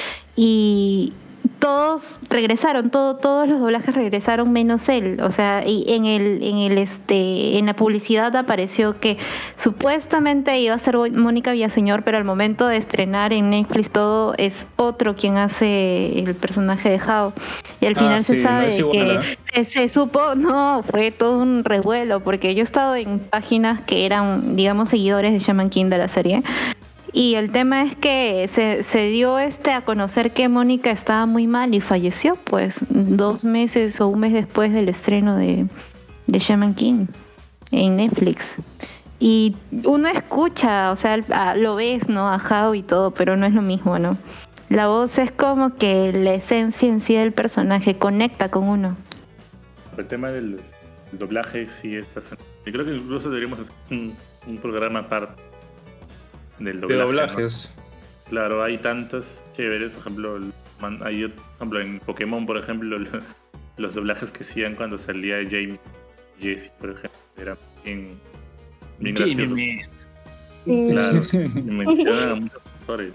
Speaker 5: y todos regresaron, todo, todos los doblajes regresaron menos él, o sea, y en el, en el, este, en la publicidad apareció que supuestamente iba a ser Mónica Villaseñor, pero al momento de estrenar en Netflix todo es otro quien hace el personaje de Hao. Y al
Speaker 2: Ah,
Speaker 5: final
Speaker 2: sí,
Speaker 5: se
Speaker 2: no
Speaker 5: sabe
Speaker 2: es igual,
Speaker 5: que
Speaker 2: ¿ah?
Speaker 5: se, se supo, no, fue todo un revuelo, porque yo he estado en páginas que eran, digamos, seguidores de Shaman King de la serie. Y el tema es que se, se dio este a conocer que Mónica estaba muy mal y falleció, pues, dos meses o un mes después del estreno de, de Shaman King en Netflix. Y uno escucha, o sea, a- lo ves, ¿no? A Hao y todo, pero no es lo mismo, ¿no? La voz es como que la esencia en sí del personaje conecta con uno.
Speaker 3: El tema del, del doblaje sí es bastante. Yo creo que incluso deberíamos hacer un, un programa aparte del
Speaker 2: De
Speaker 3: doblaje. ¿no?
Speaker 2: doblajes.
Speaker 3: Claro, hay tantos chéveres, por ejemplo, el man- hay, por ejemplo, en Pokémon, por ejemplo, el- los doblajes que hacían cuando salía James Jesse, por ejemplo, eran bien, bien graciosos.
Speaker 4: James.
Speaker 3: Claro, y mencionan a muchos actores.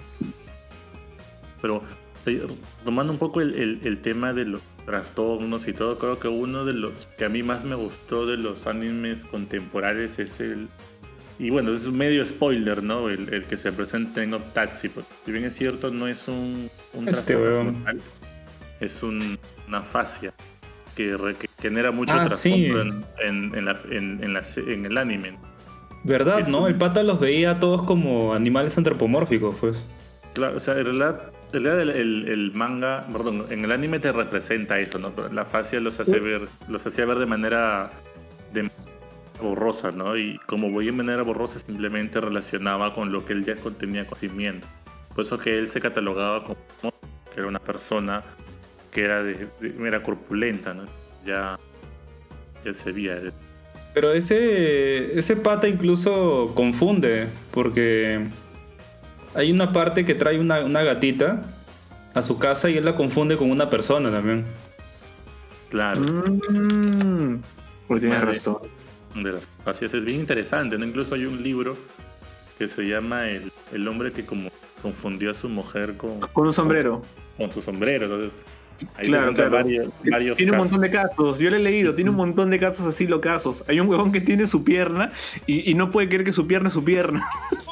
Speaker 3: Pero eh, tomando un poco el, el, el tema de los trastornos y todo, creo que uno de los que a mí más me gustó de los animes contemporáneos es el... Y bueno, es un medio spoiler, ¿no? El, el que se presenta en Octaxi. Porque si bien es cierto, no es un, un
Speaker 2: Este
Speaker 3: trastorno
Speaker 2: weón.
Speaker 3: como tal, es un- una fascia que, re- que genera mucho
Speaker 2: Ah,
Speaker 3: trasfondo
Speaker 2: sí.
Speaker 3: en, en, en, la- en- en la se- en el anime.
Speaker 2: ¿Verdad,
Speaker 3: Es
Speaker 2: no?
Speaker 3: un-
Speaker 2: El pata los veía a todos como animales antropomórficos, pues.
Speaker 3: Claro, o sea, en realidad, en realidad el, el- el manga, perdón, en el anime te representa eso, ¿no? Pero la fascia los hace ver, los hacía ver de manera de borrosa, ¿no? Y como voy en manera borrosa, simplemente relacionaba con lo que él ya tenía conocimiento. Por eso que él se catalogaba como que era una persona que era de, de- era corpulenta, ¿no? Ya, ya se veía.
Speaker 2: Pero ese, ese pata incluso confunde, porque hay una parte que trae una, una gatita a su casa y él la confunde con una persona también.
Speaker 3: Claro.
Speaker 4: Mm. Pues tienes
Speaker 3: Madre.
Speaker 4: razón.
Speaker 3: De las fascias es bien interesante, ¿no? Incluso hay un libro que se llama El, el hombre que como confundió a su mujer con,
Speaker 4: Con un sombrero.
Speaker 3: con su sombrero. Entonces, ahí
Speaker 4: Claro,
Speaker 3: te cuenta
Speaker 4: claro.
Speaker 3: varios, varios
Speaker 4: Tiene un
Speaker 3: casos.
Speaker 4: montón de casos, yo lo he leído, tiene un montón de casos así locazos. Hay un huevón que tiene su pierna y, y no puede creer que su pierna es su pierna.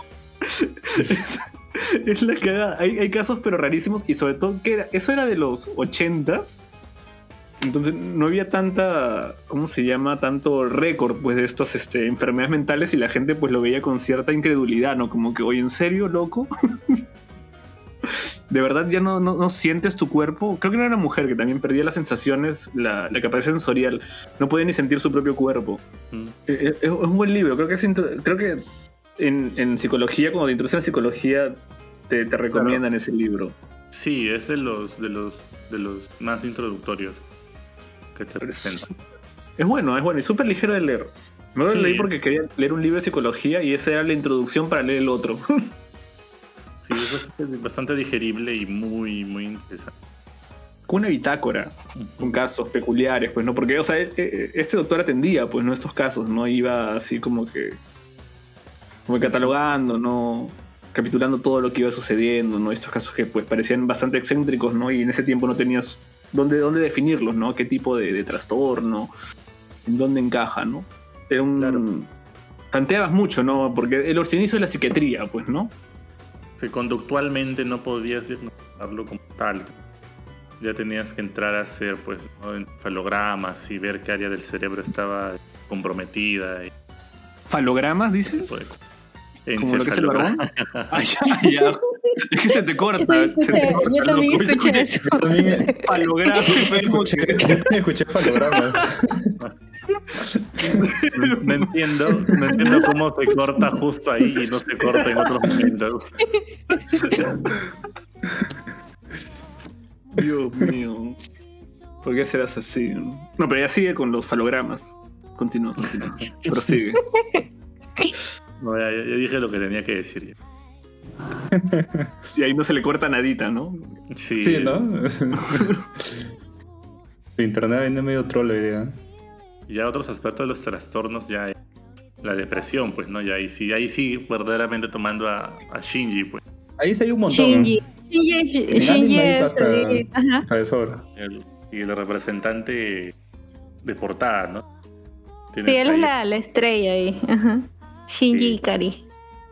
Speaker 4: es, es la cagada. Hay, hay casos pero rarísimos y sobre todo que era, eso era de los ochentas. Entonces no había tanta, ¿cómo se llama? Tanto récord pues de estas este, enfermedades mentales y la gente pues lo veía con cierta incredulidad, ¿no? Como que, oye, ¿en serio, loco? ¿De verdad ya no, no, no sientes tu cuerpo? Creo que era una mujer que también perdía las sensaciones, la, la capacidad sensorial. No podía ni sentir su propio cuerpo.
Speaker 3: Mm.
Speaker 4: Es, es- es un buen libro. Creo que, es intro- creo que en, en psicología, cuando te introducen a psicología, te, te recomiendan ese libro.
Speaker 3: Sí, es de los, de los de los más introductorios que te
Speaker 4: Pero es,
Speaker 3: presentan.
Speaker 4: es bueno, es bueno y súper ligero de leer. Me lo
Speaker 3: Sí.
Speaker 4: leí porque quería leer un libro de psicología y esa era la introducción para leer el otro.
Speaker 3: Sí, es bastante, bastante digerible y muy, muy interesante.
Speaker 4: Con una bitácora, con casos peculiares, pues, ¿no? Porque, o sea, eh, eh, este doctor atendía, pues, ¿no? Estos casos, ¿no? Iba así como que... Como que catalogando, ¿no? Capitulando todo lo que iba sucediendo, ¿no? Estos casos que, pues, parecían bastante excéntricos, ¿no? Y en ese tiempo no tenías dónde, dónde definirlos, ¿no? Qué tipo de, de trastorno, en dónde encaja, ¿no? Era un...
Speaker 3: Claro.
Speaker 4: Tanteabas mucho, ¿no? Porque el inicio es la psiquiatría, pues, ¿no?
Speaker 3: que conductualmente no podías diagnosticarlo como tal. Ya tenías que entrar a hacer pues, ¿no? encefalogramas y ver qué área del cerebro estaba comprometida. Y,
Speaker 4: ¿Falogramas, dices?
Speaker 3: pues,
Speaker 4: ¿Como lo que es el barbón? Ah, ya, ya. Es que se te corta.
Speaker 5: Yo
Speaker 4: Se te corta,
Speaker 5: yo también
Speaker 4: loco.
Speaker 5: escuché
Speaker 4: Escuché
Speaker 5: eso.
Speaker 2: También,
Speaker 4: Falogramas.
Speaker 2: yo también escuché, yo también escuché falogramas.
Speaker 3: No, no entiendo, no entiendo cómo se corta justo ahí y no se corta en otros momentos.
Speaker 4: Dios mío. ¿Por qué serás así? No, No, pero ya sigue con los falogramas. Continúa, continúa. Prosigue.
Speaker 3: No, ya, ya dije lo que tenía que decir.
Speaker 4: Y ahí no se le corta nadita, ¿no?
Speaker 3: Sí,
Speaker 2: Sí, ¿no? Internet viene medio troll la idea.
Speaker 3: Y ya otros aspectos de los trastornos, ya hay la depresión, pues, ¿no? Ya ahí sí, ahí sí verdaderamente tomando a, a Shinji, pues.
Speaker 2: Ahí sí hay un montón.
Speaker 5: Shinji. Shinji,
Speaker 2: En
Speaker 5: Shinji
Speaker 2: anime hay
Speaker 5: es,
Speaker 2: hasta,
Speaker 5: eh, ajá.
Speaker 2: hasta de sobra.
Speaker 3: El, y el representante de portada, ¿no?
Speaker 5: Sí,
Speaker 3: Tienes
Speaker 5: él es
Speaker 3: ahí-
Speaker 5: la, la estrella ahí. Ajá. Shinji
Speaker 3: Sí.
Speaker 5: Ikari.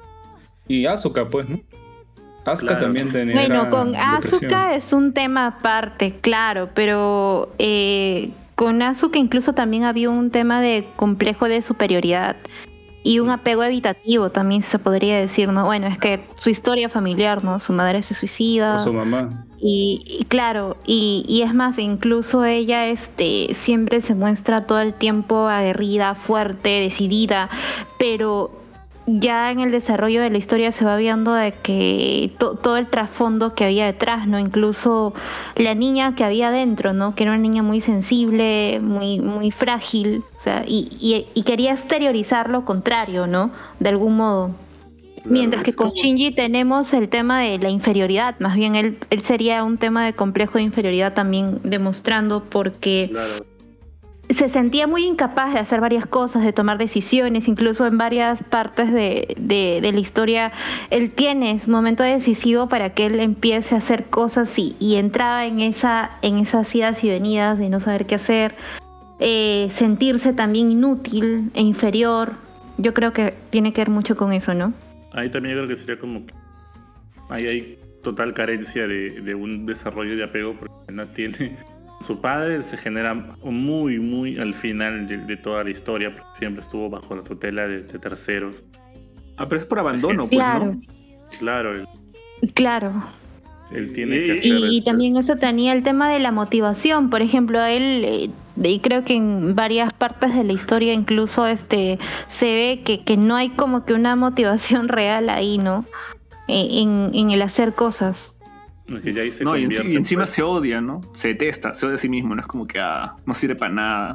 Speaker 2: Y Asuka, pues, ¿no? Asuka
Speaker 3: Claro.
Speaker 2: también tenía
Speaker 5: Bueno, con
Speaker 2: depresión.
Speaker 5: Asuka es un tema aparte, claro, pero eh, con Asuka incluso también había un tema de complejo de superioridad y un apego evitativo también se podría decir, ¿no? Bueno, es que su historia familiar, ¿no? Su madre se suicida.
Speaker 2: Por su mamá.
Speaker 5: Y, y claro, y, y es más, incluso ella este, siempre se muestra todo el tiempo aguerrida, fuerte, decidida, pero ya en el desarrollo de la historia se va viendo de que to- todo el trasfondo que había detrás, ¿no? Incluso la niña que había dentro, ¿no? Que era una niña muy sensible, muy, muy frágil, o sea, y, y, y quería exteriorizar lo contrario, ¿no? De algún modo.
Speaker 3: Claro,
Speaker 5: Mientras que
Speaker 3: es
Speaker 5: con
Speaker 3: como-
Speaker 5: Shinji tenemos el tema de la inferioridad, más bien él, él sería un tema de complejo de inferioridad también demostrando porque
Speaker 3: Claro,
Speaker 5: se sentía muy incapaz de hacer varias cosas, de tomar decisiones, incluso en varias partes de, de, de la historia él tiene ese momento decisivo para que él empiece a hacer cosas y, y entraba en, esa, en esas idas y venidas de no saber qué hacer, eh, sentirse también inútil e inferior. Yo creo que tiene que ver mucho con eso, ¿no?
Speaker 3: ahí también creo que sería como que ahí hay total carencia de, de un desarrollo de apego porque no tiene su padre se genera muy muy al final de, de toda la historia porque siempre estuvo bajo la tutela de, de terceros.
Speaker 4: Ah, pero es por abandono, pues,
Speaker 5: Claro,
Speaker 4: ¿no?
Speaker 3: Claro, él,
Speaker 5: claro.
Speaker 3: él tiene
Speaker 4: Y-
Speaker 3: que hacer
Speaker 5: Y, y
Speaker 3: el-
Speaker 5: también eso tenía el tema de la motivación. Por ejemplo, él, eh, y creo que en varias partes de la historia incluso este se ve que, que no hay como que una motivación real ahí, ¿no? Eh, En, en el hacer cosas.
Speaker 3: que ya ahí se
Speaker 4: No, y,
Speaker 3: convierte
Speaker 4: enci- y encima
Speaker 3: pues,
Speaker 4: se odia, ¿no? Se detesta, se odia a sí mismo, no es como que ah, no sirve para nada.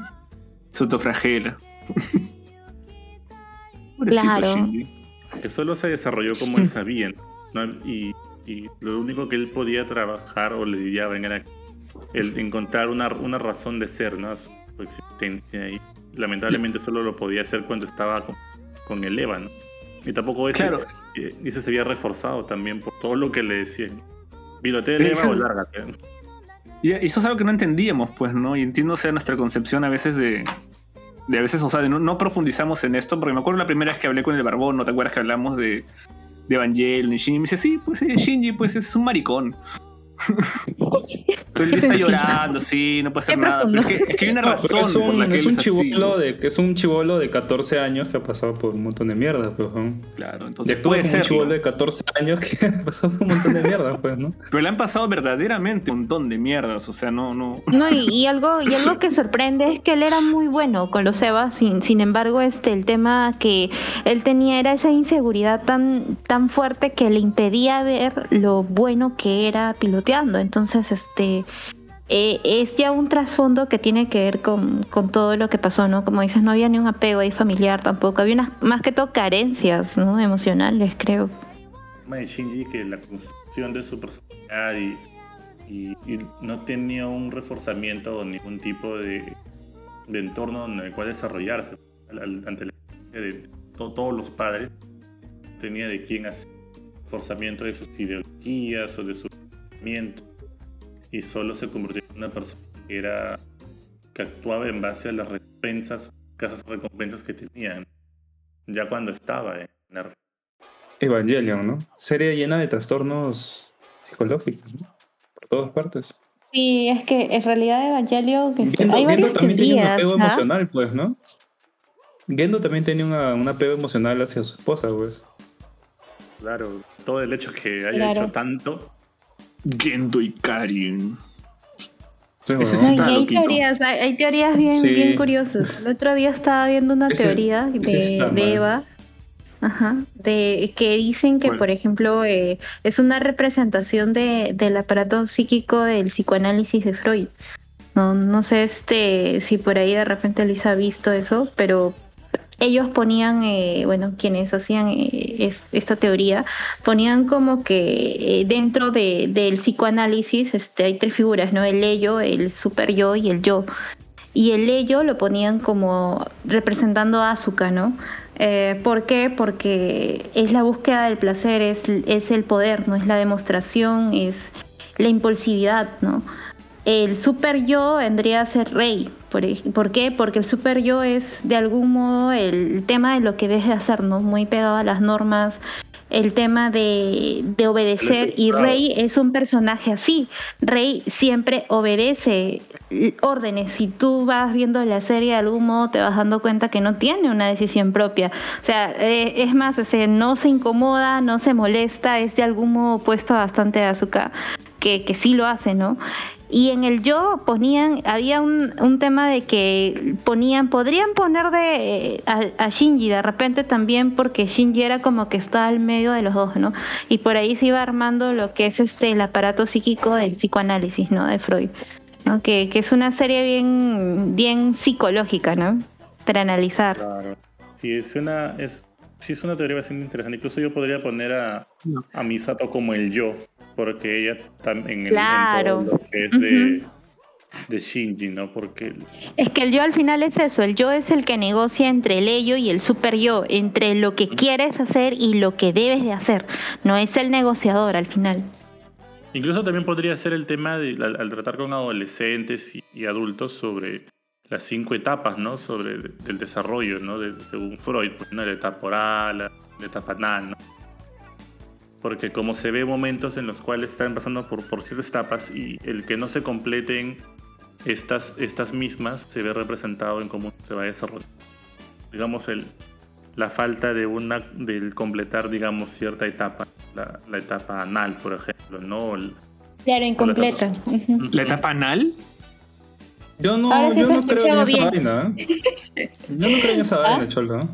Speaker 4: Se autoflagela. Pobrecito
Speaker 5: Claro.
Speaker 4: Shinji.
Speaker 3: que solo se desarrolló como él sabía, ¿no? y, y lo único que él podía trabajar o le lidiaba era el encontrar una, una razón de ser, ¿no? Su existencia y lamentablemente solo lo podía hacer cuando estaba con, con el Eva, ¿no? Y tampoco ese,
Speaker 4: Claro.
Speaker 3: eh, ese se había reforzado también por todo lo que le decían. Pilotea el Eva o lárgate.
Speaker 4: Y y eso es algo que no entendíamos, pues, ¿no? Y entiendo, o sea, nuestra concepción a veces de. De a veces, o sea, de no, no profundizamos en esto, porque me acuerdo la primera vez que hablé con el Barbón, ¿no te acuerdas que hablamos de, de Evangelion y Shinji? Me dice, sí, pues eh, Shinji, pues es un maricón. Todo el día está llorando, sí, no puede hacer
Speaker 5: Qué
Speaker 4: nada. Pero es
Speaker 5: profundo.
Speaker 4: que, es que hay una
Speaker 2: No,
Speaker 4: razón
Speaker 2: pero es
Speaker 4: por la
Speaker 2: un,
Speaker 4: que
Speaker 2: es
Speaker 4: él
Speaker 2: un
Speaker 4: es así.
Speaker 2: chibolo de, que es un chibolo de catorce años que ha pasado por un montón de mierda, pues, ¿no?
Speaker 4: Claro,
Speaker 2: Y
Speaker 4: entonces
Speaker 2: actúa
Speaker 4: puede
Speaker 2: como un
Speaker 4: ser.
Speaker 2: chibolo de catorce años que ha pasado por un montón de mierda, pues, ¿no?
Speaker 4: Pero le han pasado verdaderamente un montón de mierdas, o sea, no, no.
Speaker 5: No, y, y algo, y algo que sorprende es que él era muy bueno con los Evas, sin, sin embargo, este, el tema que él tenía era esa inseguridad tan, tan fuerte que le impedía ver lo bueno que era piloteando. Entonces, este eh, es ya un trasfondo que tiene que ver con, con todo lo que pasó, ¿no? Como dices, no había ni un apego ahí familiar tampoco, había unas, más que todo carencias, ¿no? Emocionales, creo.
Speaker 3: De Shinji que la construcción de su personalidad y, y, y no tenía un reforzamiento o ningún tipo de, de entorno en el cual desarrollarse al- al- ante la presencia de to- todos los padres, tenía de quién hacer reforzamiento de sus ideologías o de su pensamiento y solo se convirtió en una persona que era que actuaba en base a las recompensas, casas recompensas que tenían ya cuando estaba en la
Speaker 2: Es Evangelion, ¿no? Serie llena de trastornos psicológicos, ¿no? Por todas partes.
Speaker 5: Sí, es que en realidad Evangelion, que
Speaker 2: Gendo,
Speaker 5: hay
Speaker 2: Gendo
Speaker 5: varias
Speaker 2: también tenía un
Speaker 5: teorías,
Speaker 2: apego
Speaker 5: ¿ah?
Speaker 2: emocional, pues, ¿no? Gendo también tenía una, un apego emocional hacia su esposa, pues.
Speaker 3: Claro, todo el hecho que haya
Speaker 5: Claro.
Speaker 3: hecho tanto.
Speaker 4: Gendo y Karin.
Speaker 2: Sí,
Speaker 4: Ese
Speaker 2: bueno.
Speaker 4: sí
Speaker 5: No,
Speaker 4: está
Speaker 5: y hay
Speaker 4: loquito.
Speaker 5: teorías, hay, hay teorías bien,
Speaker 2: Sí.
Speaker 5: bien curiosas. El otro día estaba viendo una
Speaker 2: Ese-
Speaker 5: teoría
Speaker 2: ese sí
Speaker 5: de,
Speaker 2: está
Speaker 5: de
Speaker 2: mal.
Speaker 5: Eva, ajá, de que dicen que,
Speaker 4: ¿Cuál?
Speaker 5: por ejemplo, eh, es una representación de, del aparato psíquico del psicoanálisis de Freud. No, no sé este si por ahí de repente Luisa ha visto eso, pero ellos ponían, eh, bueno, quienes hacían eh, es- esta teoría, ponían como que eh, dentro de, del psicoanálisis este, hay tres figuras, ¿no? El ello, el super yo y el yo. Y el ello lo ponían como representando a Asuka, ¿no? Eh, ¿Por qué? Porque es la búsqueda del placer, es, es el poder, ¿no? Es la demostración, es la impulsividad, ¿no? El super yo vendría a ser rey. ¿Por, ej- ¿Por qué? Porque el super yo es de algún modo el tema de lo que debes de hacer, ¿no? Muy pegado a las normas, el tema de, de obedecer, y Rey es un personaje así. Rey siempre obedece l- órdenes. Si tú vas viendo la serie de algún modo te vas dando cuenta que no tiene una decisión propia. O sea, eh, es más, o sea, no se incomoda, no se molesta, es de algún modo opuesto bastante a Asuka, que, que sí lo hace, ¿no? Y en el yo ponían, había un, un tema de que ponían, podrían poner de eh, a, a Shinji de repente también, porque Shinji era como que está al medio de los dos, ¿no? Y por ahí se iba armando lo que es este el aparato psíquico del psicoanálisis, ¿no? De Freud, ¿no? Que, que es una serie bien, bien psicológica, ¿no? Para analizar.
Speaker 3: Claro. Sí, es una, es, sí, es una teoría bastante interesante. Incluso yo podría poner a,
Speaker 4: No.
Speaker 3: a Misato como el yo, porque ella también en, el-
Speaker 5: Claro.
Speaker 3: en todo lo que es de, de Shinji, ¿no? Porque el-
Speaker 5: Es que el yo al final es eso, el yo es el que negocia entre el ello y el super yo, entre lo que quieres hacer y lo que debes de hacer, no es el negociador al final.
Speaker 3: incluso también podría ser el tema de al, al tratar con adolescentes y, y adultos sobre las cinco etapas, ¿no? Sobre el, del desarrollo, ¿no? De, según Freud, pues, ¿no? La etapa oral, la, la etapa anal, ¿no? Porque como se ve momentos en los cuales están pasando por, por ciertas etapas y el que no se completen estas, estas mismas se ve representado en cómo se va a desarrollar. Digamos, el, la falta de una del completar, digamos, cierta etapa, la, la etapa anal, por ejemplo, ¿no? El-
Speaker 5: Claro, incompleta. Ujú.
Speaker 4: ¿La etapa anal?
Speaker 2: Yo no,
Speaker 5: Ahora sí
Speaker 2: yo
Speaker 5: se
Speaker 2: no creo en
Speaker 5: escuchaba
Speaker 2: esa
Speaker 5: bien.
Speaker 2: vaina. ¿eh? Yo no creo en esa
Speaker 5: ¿Ah?
Speaker 2: vaina, Cholo.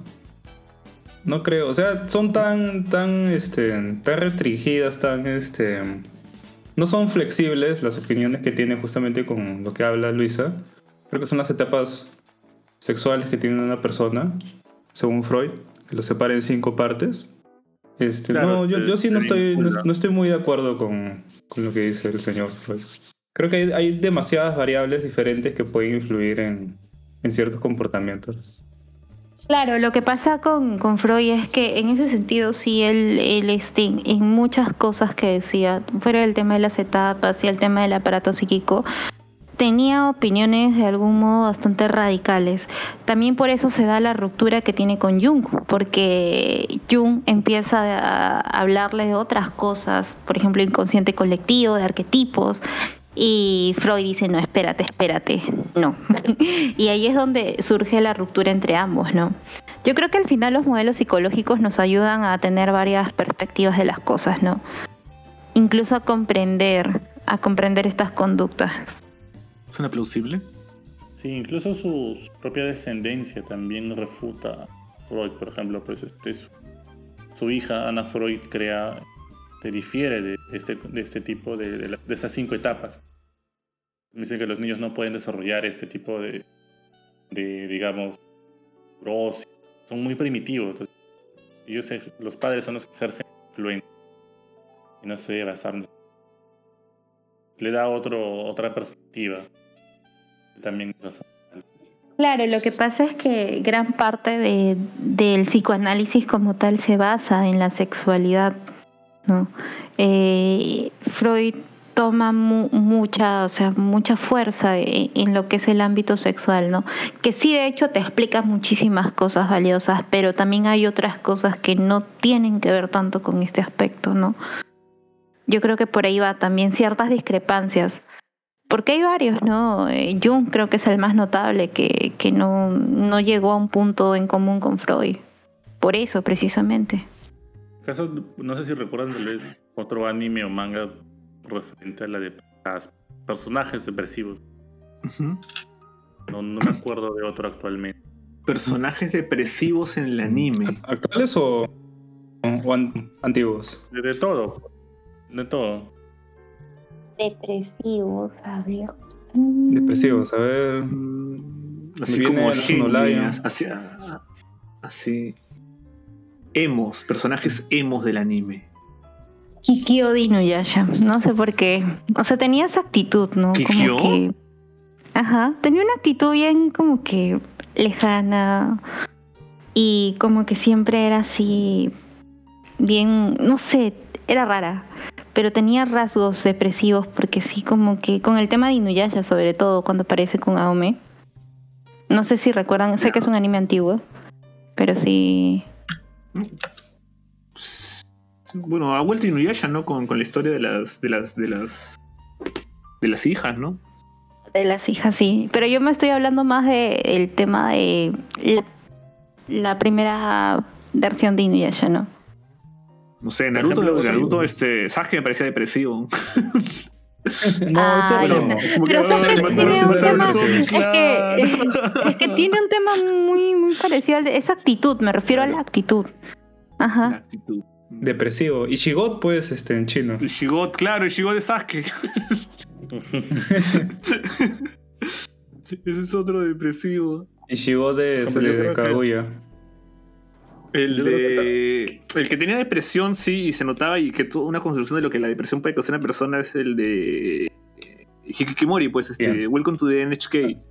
Speaker 2: No creo. O sea, son tan, tan, este, tan restringidas, tan, este, no son flexibles las opiniones que tiene justamente con lo que habla Luisa. Creo que son las etapas sexuales que tiene una persona, según Freud, que lo separa en cinco partes. Este,
Speaker 3: Claro,
Speaker 2: no, yo,
Speaker 3: se-
Speaker 2: yo sí no
Speaker 3: se
Speaker 2: estoy, no,
Speaker 3: vincula.
Speaker 2: no estoy muy de acuerdo con, con lo que dice el señor Freud. Creo que hay, hay demasiadas variables diferentes que pueden influir en, en ciertos comportamientos.
Speaker 5: Claro, lo que pasa con, con Freud es que en ese sentido sí, él, él este, en muchas cosas que decía, fuera del tema de las etapas y el tema del aparato psíquico, tenía opiniones de algún modo bastante radicales. También por eso se da la ruptura que tiene con Jung, porque Jung empieza a hablarle de otras cosas, por ejemplo, inconsciente colectivo, de arquetipos, y Freud dice, no, espérate, espérate, no. Y ahí es donde surge la ruptura entre ambos, ¿no? Yo creo que al final los modelos psicológicos nos ayudan a tener varias perspectivas de las cosas, ¿no? Incluso a comprender, a comprender estas conductas.
Speaker 4: ¿Suena plausible?
Speaker 3: Sí, incluso su, su propia descendencia también refuta a Freud, por ejemplo, pues este, su, su hija Ana Freud crea, te difiere de este, de este tipo de, de, la- de estas cinco etapas. Dicen que los niños no pueden desarrollar este tipo de, de digamos, neurosis. Son muy primitivos. Entonces, ellos, ej- los padres son los que ejercen influencia y no se debe basar en- le da otro, otra perspectiva. También pasa.
Speaker 5: Claro, lo que pasa es que gran parte de, del psicoanálisis como tal se basa en la sexualidad, ¿no? Eh, Freud toma mu- mucha, o sea, mucha fuerza en, en lo que es el ámbito sexual, ¿no? Que sí, de hecho, te explica muchísimas cosas valiosas, pero también hay otras cosas que no tienen que ver tanto con este aspecto, ¿no? Yo creo que por ahí va también ciertas discrepancias. Porque hay varios, ¿no? Eh, Jung creo que es el más notable, que, que no, no llegó a un punto en común con Freud. Por eso, precisamente.
Speaker 3: Caso, no sé si recuerdan tal vez otro anime o manga referente a la de a personajes depresivos.
Speaker 4: Uh-huh.
Speaker 3: No, no me acuerdo de otro actualmente.
Speaker 4: Personajes depresivos en el anime.
Speaker 2: ¿Actuales o, o an- antiguos?
Speaker 3: De, de todo. De todo.
Speaker 5: Depresivos, a ver.
Speaker 2: Depresivos, a ver.
Speaker 4: Mm, Así
Speaker 2: viene
Speaker 4: como
Speaker 2: el
Speaker 4: Shinji,
Speaker 2: Sonolaya.
Speaker 4: así, así. Emos, personajes emos del anime.
Speaker 5: Kikyo de Inuyasha, no sé por qué. O sea, tenía esa actitud, ¿no?
Speaker 4: ¿Kikyo?
Speaker 5: Como que... Ajá, tenía una actitud bien como que lejana. Y como que siempre era así... Bien, no sé, era rara. Pero tenía rasgos depresivos porque sí, como que con el tema de Inuyasha, sobre todo cuando aparece con Aome. No sé si recuerdan, sé que es un anime antiguo, pero sí...
Speaker 4: Bueno, ha vuelto Inuyasha, ¿no? Con, con la historia de las, de las, de las, de las hijas, ¿no?
Speaker 5: De las hijas, sí. Pero yo me estoy hablando más del tema de la, la primera versión de Inuyasha, ¿no?
Speaker 4: No sé, Naruto,
Speaker 3: ejemplo,
Speaker 4: Naruto,
Speaker 2: sí.
Speaker 4: este, Sasuke me parecía depresivo.
Speaker 2: No,
Speaker 5: Ah,
Speaker 2: eso
Speaker 5: ya
Speaker 2: no.
Speaker 5: sé.
Speaker 4: Como que,
Speaker 5: Pero
Speaker 4: ay,
Speaker 5: Sasuke
Speaker 4: mataron-
Speaker 5: tiene un
Speaker 2: mataron
Speaker 5: tema,
Speaker 2: a Sasuke.
Speaker 5: es que, es que tiene un tema muy, muy parecido al de esa actitud, me refiero
Speaker 4: Claro.
Speaker 5: a la actitud.
Speaker 4: La
Speaker 5: Ajá.
Speaker 4: actitud.
Speaker 2: Depresivo. Y Shigot, pues, este, en chino.
Speaker 4: El Shigot, claro, el Shigot de Sasuke. Ese es otro depresivo.
Speaker 2: Y Shigot de,
Speaker 3: Hombre, yo
Speaker 2: de,
Speaker 3: creo que-
Speaker 2: Kaguya.
Speaker 4: El
Speaker 3: Yo creo que
Speaker 4: de. El que tenía depresión, sí, y se notaba, y que toda una construcción de lo que la depresión puede causar a una persona es el de. Hikikomori, pues, este.
Speaker 2: Bien.
Speaker 4: Welcome to the N H K.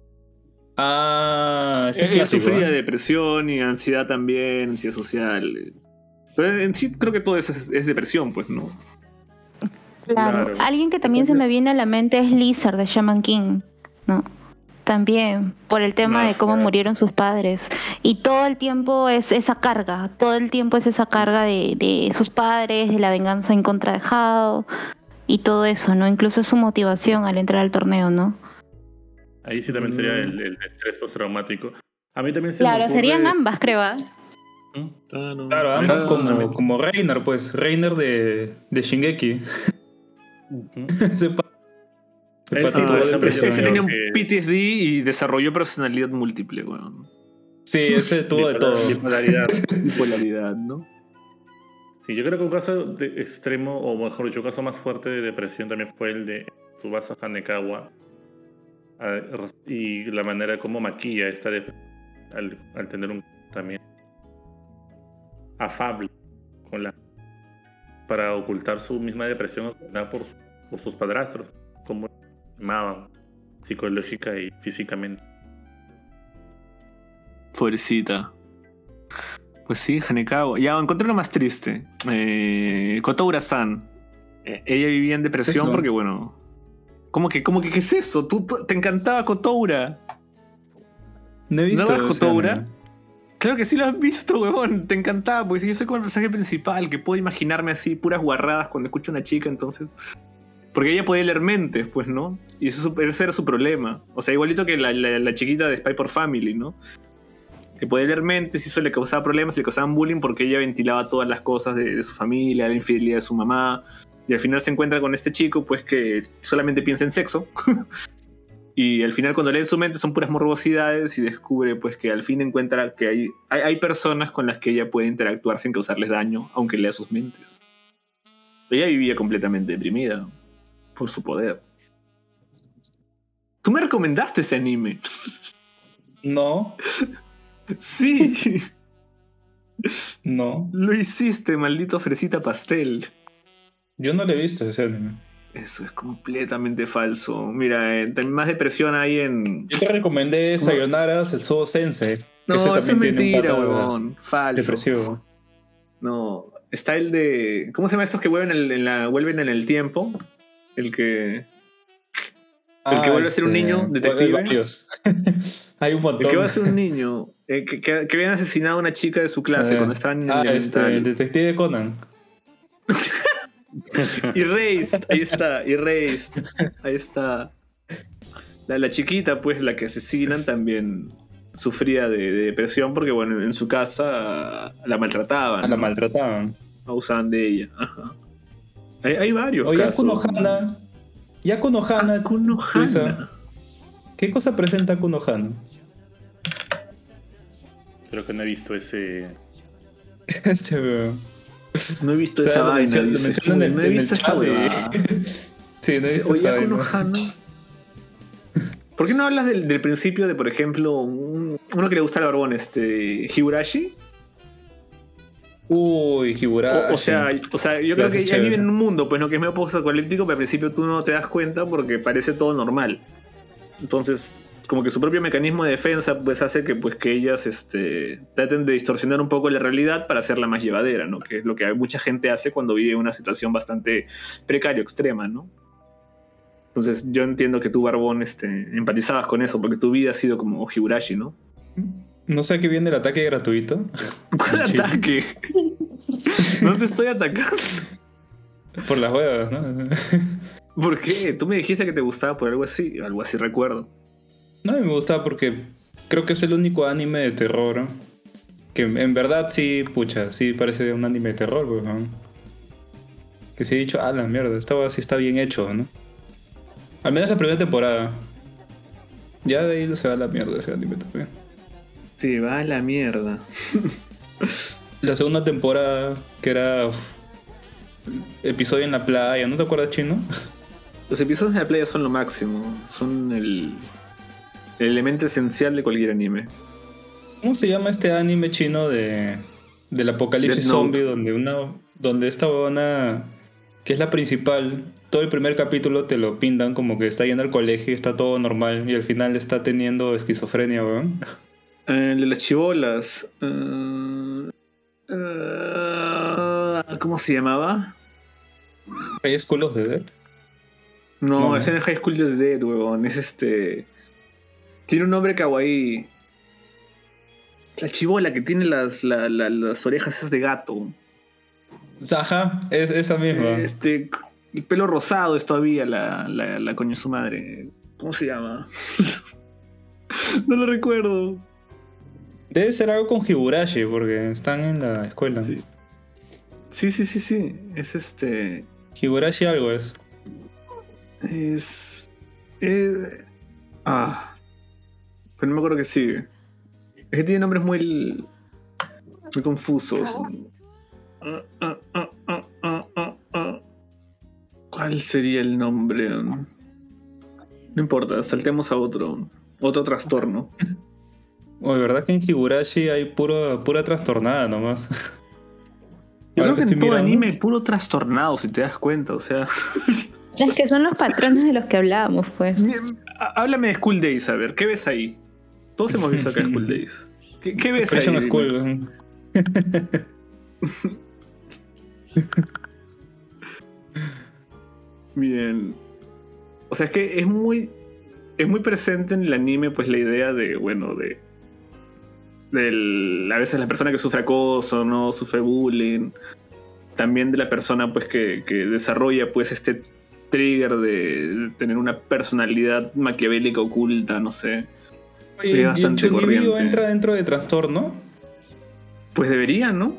Speaker 2: Ah, ese es
Speaker 4: Él
Speaker 2: clásico,
Speaker 4: sufría
Speaker 2: ¿eh?
Speaker 4: de depresión y ansiedad también, ansiedad social. Pero en sí creo que todo eso es, es depresión, pues, ¿no?
Speaker 5: Claro.
Speaker 3: Claro.
Speaker 5: Alguien que también se me viene a la mente es Lizard de Shaman King, ¿no? También, por el tema
Speaker 3: Ah,
Speaker 5: de cómo
Speaker 3: claro.
Speaker 5: murieron sus padres. Y todo el tiempo es esa carga, todo el tiempo es esa carga de, de sus padres, de la venganza en contra de Hao y todo eso, ¿no? Incluso su motivación al entrar al torneo, ¿no?
Speaker 3: Ahí sí también sería el, el estrés postraumático. A mí también se
Speaker 5: Claro,
Speaker 3: me ocurre...
Speaker 5: serían ambas, creo. ¿ah?
Speaker 3: ¿Mm?
Speaker 2: Claro, ambas
Speaker 3: Ah,
Speaker 2: como,
Speaker 3: realmente.
Speaker 2: como Reiner, pues. Reiner de, de Shingeki.
Speaker 3: Ujú.
Speaker 2: Ese pa- ese
Speaker 3: Él
Speaker 2: pata
Speaker 3: sí,
Speaker 2: tuvo
Speaker 3: pues, esa
Speaker 2: depresión.
Speaker 4: Ese tenía un
Speaker 3: que-
Speaker 4: P T S D y desarrolló personalidad múltiple, weón.
Speaker 2: Sí, ese tuvo de todo.
Speaker 3: Bipolaridad.
Speaker 4: Bipolaridad, ¿no?
Speaker 3: Sí, yo creo que un caso de extremo, o mejor dicho, un caso más fuerte de depresión también fue el de Tsubasa Hanekawa. Ah, y la manera como maquilla esta depresión al, al tener un también afable con la para ocultar su misma depresión ocasionada por, por sus padrastros, como llamaban psicológica y físicamente.
Speaker 4: Pobrecita. Pues sí, Hanekawa. Ya, encontré una más triste. Eh, Kotoura-san. Eh, ella vivía en depresión
Speaker 2: ¿Qué es eso?
Speaker 4: porque, bueno... ¿Cómo que, cómo que qué es eso? ¿Tú, tú- te encantaba Kotoura?
Speaker 2: No he visto
Speaker 4: ¿No ves
Speaker 2: ese
Speaker 4: Kotoura?
Speaker 2: anime.
Speaker 4: Claro que sí lo has visto, huevón. Te encantaba, porque yo soy como el personaje principal, que puedo imaginarme así puras guarradas cuando escucho a una chica, entonces... Porque ella podía leer mentes, pues, ¿no? Y eso, ese era su problema. O sea, igualito que la, la, la chiquita de Spy por Family, ¿no? Que podía leer mentes y eso le causaba problemas, le causaban bullying porque ella ventilaba todas las cosas de, de su familia, la infidelidad de su mamá. Y al final se encuentra con este chico, pues, que solamente piensa en sexo. Y al final cuando lee en su mente son puras morbosidades y descubre, pues, que al fin encuentra que hay, hay, hay personas con las que ella puede interactuar sin causarles daño, aunque lea sus mentes. Ella vivía completamente deprimida por su poder. Tú me recomendaste ese anime.
Speaker 2: No,
Speaker 4: Sí,
Speaker 2: no.
Speaker 4: lo hiciste, maldito fresita pastel.
Speaker 2: Yo no le he visto ese anime.
Speaker 4: Eso es completamente falso. Mira, eh, también más depresión hay en...
Speaker 2: Yo te recomendé Sayonara Setsuo Sensei. que
Speaker 4: No,
Speaker 2: ese
Speaker 4: eso es
Speaker 2: también tiene un
Speaker 4: mentira,
Speaker 2: pata
Speaker 4: huevón. Falso.
Speaker 2: depresivo.
Speaker 4: No, está el de... ¿Cómo se llama estos que vuelven en, en la, vuelven en el tiempo? El que. El
Speaker 2: Ah,
Speaker 4: que vuelve a ser un
Speaker 2: este,
Speaker 4: niño detective.
Speaker 2: Hay varios. Hay un montón.
Speaker 4: El que va a ser un niño. eh, que, que, que habían asesinado a una chica de su clase
Speaker 2: Eh,
Speaker 4: cuando estaban en
Speaker 2: ah,
Speaker 4: elemental.
Speaker 2: este, el detective Conan.
Speaker 4: Erased, ahí está, Erased. Ahí está. La, la chiquita, pues, la que asesinan también sufría de, de depresión porque, bueno, en su casa la maltrataban.
Speaker 2: Ah, la
Speaker 4: ¿no?
Speaker 2: maltrataban.
Speaker 4: Abusaban de ella. Ajá. Hay, hay varios
Speaker 2: O
Speaker 4: casos.
Speaker 2: Yakuno Hana. Yakuno Hana.
Speaker 4: Akuno
Speaker 2: Luisa,
Speaker 4: Hana.
Speaker 2: ¿qué cosa presenta Akuno Hana?
Speaker 3: Creo que no he visto ese.
Speaker 2: Ese, weón.
Speaker 4: No he visto
Speaker 2: O sea,
Speaker 4: esa
Speaker 2: lo
Speaker 4: vaina.
Speaker 2: mencionan- lo
Speaker 4: dice.
Speaker 2: mencionan en el-
Speaker 4: No he
Speaker 2: en el
Speaker 4: visto esa
Speaker 2: chat de-
Speaker 4: huevada.
Speaker 2: Sí, no he visto
Speaker 4: Oye,
Speaker 2: esa
Speaker 4: Akuno
Speaker 2: vaina.
Speaker 4: Hana. ¿Por qué no hablas del, del principio de, por ejemplo, un- uno que le gusta al barbón, este. Higurashi?
Speaker 2: Uy, Higurashi.
Speaker 4: O, o sea, o sea, yo creo
Speaker 2: Ese
Speaker 4: que
Speaker 2: es
Speaker 4: ya viven
Speaker 2: chévere.
Speaker 4: en un mundo, pues no que es medio post-apocalíptico, pero al principio tú no te das cuenta porque parece todo normal. Entonces, como que su propio mecanismo de defensa pues hace que pues que ellas este, traten de distorsionar un poco la realidad para hacerla más llevadera, ¿no? Que es lo que mucha gente hace cuando vive una situación bastante precaria, extrema, ¿no? Entonces yo entiendo que tú, Barbón, este, empatizabas con eso porque tu vida ha sido como Higurashi, ¿no?
Speaker 2: No sé a qué viene el ataque gratuito.
Speaker 4: ¿Cuál
Speaker 2: Sí.
Speaker 4: ataque? No te estoy atacando.
Speaker 2: Por las huevas, ¿no?
Speaker 4: ¿Por qué? Tú me dijiste que te gustaba por algo así, algo así recuerdo.
Speaker 2: No, me gustaba porque creo que es el único anime de terror que en verdad sí, pucha, sí parece un anime de terror, pues, ¿no? Que sí he dicho, ah, la mierda, esta sí está bien hecho, ¿no? Al menos la primera temporada. Ya de ahí se va a la mierda ese anime también.
Speaker 4: Se va a la mierda.
Speaker 2: La segunda temporada, que era uf, episodio en la playa, ¿no te acuerdas, Chino?
Speaker 4: Los episodios de la playa son lo máximo. Son el, el elemento esencial de cualquier anime.
Speaker 2: ¿Cómo se llama este anime chino de del apocalipsis
Speaker 4: Death Note.
Speaker 2: zombie donde una donde esta huevona que es la principal, todo el primer capítulo te lo pintan como que está yendo al colegio y está todo normal y al final está teniendo esquizofrenia, weón?
Speaker 4: Eh, el de las chibolas. Uh, uh, ¿Cómo se llamaba?
Speaker 2: Hay School of the Dead.
Speaker 4: No,
Speaker 2: No,
Speaker 4: ese
Speaker 2: no.
Speaker 4: no es High School of the Dead, huevón. Es este. Tiene un nombre kawaii. La chibola que tiene las, la- la- las orejas esas de gato.
Speaker 2: Ajá, es esa misma.
Speaker 4: Este. El pelo rosado es todavía la, la, la coño de su madre. ¿Cómo se llama? No lo recuerdo.
Speaker 2: Debe ser algo con Higurashi porque están en la escuela.
Speaker 4: Sí. Sí, sí, sí, sí. Es este.
Speaker 2: Higurashi algo es.
Speaker 4: Es. es- ah. Pero no me acuerdo que sigue. Es que tiene nombres muy. muy confusos. Ah, ah, ah, ah, ah, ah, ah. ¿Cuál sería el nombre? No importa, saltemos a otro. Otro trastorno.
Speaker 2: O de verdad que en Higurashi hay puro, pura trastornada nomás.
Speaker 4: Yo
Speaker 2: Ahora
Speaker 4: creo que en
Speaker 2: estoy
Speaker 4: todo
Speaker 2: mirando.
Speaker 4: anime hay puro trastornado, si te das cuenta. O sea.
Speaker 5: Es que son los patrones de los que hablábamos, pues.
Speaker 4: Há- Háblame de School Days, a ver, ¿qué ves ahí? Todos hemos visto acá School Days. ¿Qué, qué ves ahí?
Speaker 2: Prison
Speaker 4: Dime.
Speaker 2: School, weón.
Speaker 4: Bien. O sea, es que es muy. Es muy presente en el anime, pues la idea de, bueno, de. Del, a veces la persona que sufre acoso, ¿no? Sufre bullying. También de la persona, pues, que, que desarrolla, pues, este trigger de tener una personalidad maquiavélica oculta, no sé.
Speaker 2: Oye,
Speaker 4: Es
Speaker 2: ¿y el
Speaker 4: bastante
Speaker 2: Chunibyo
Speaker 4: corriente.
Speaker 2: entra dentro de trastorno?
Speaker 4: Pues debería, ¿no?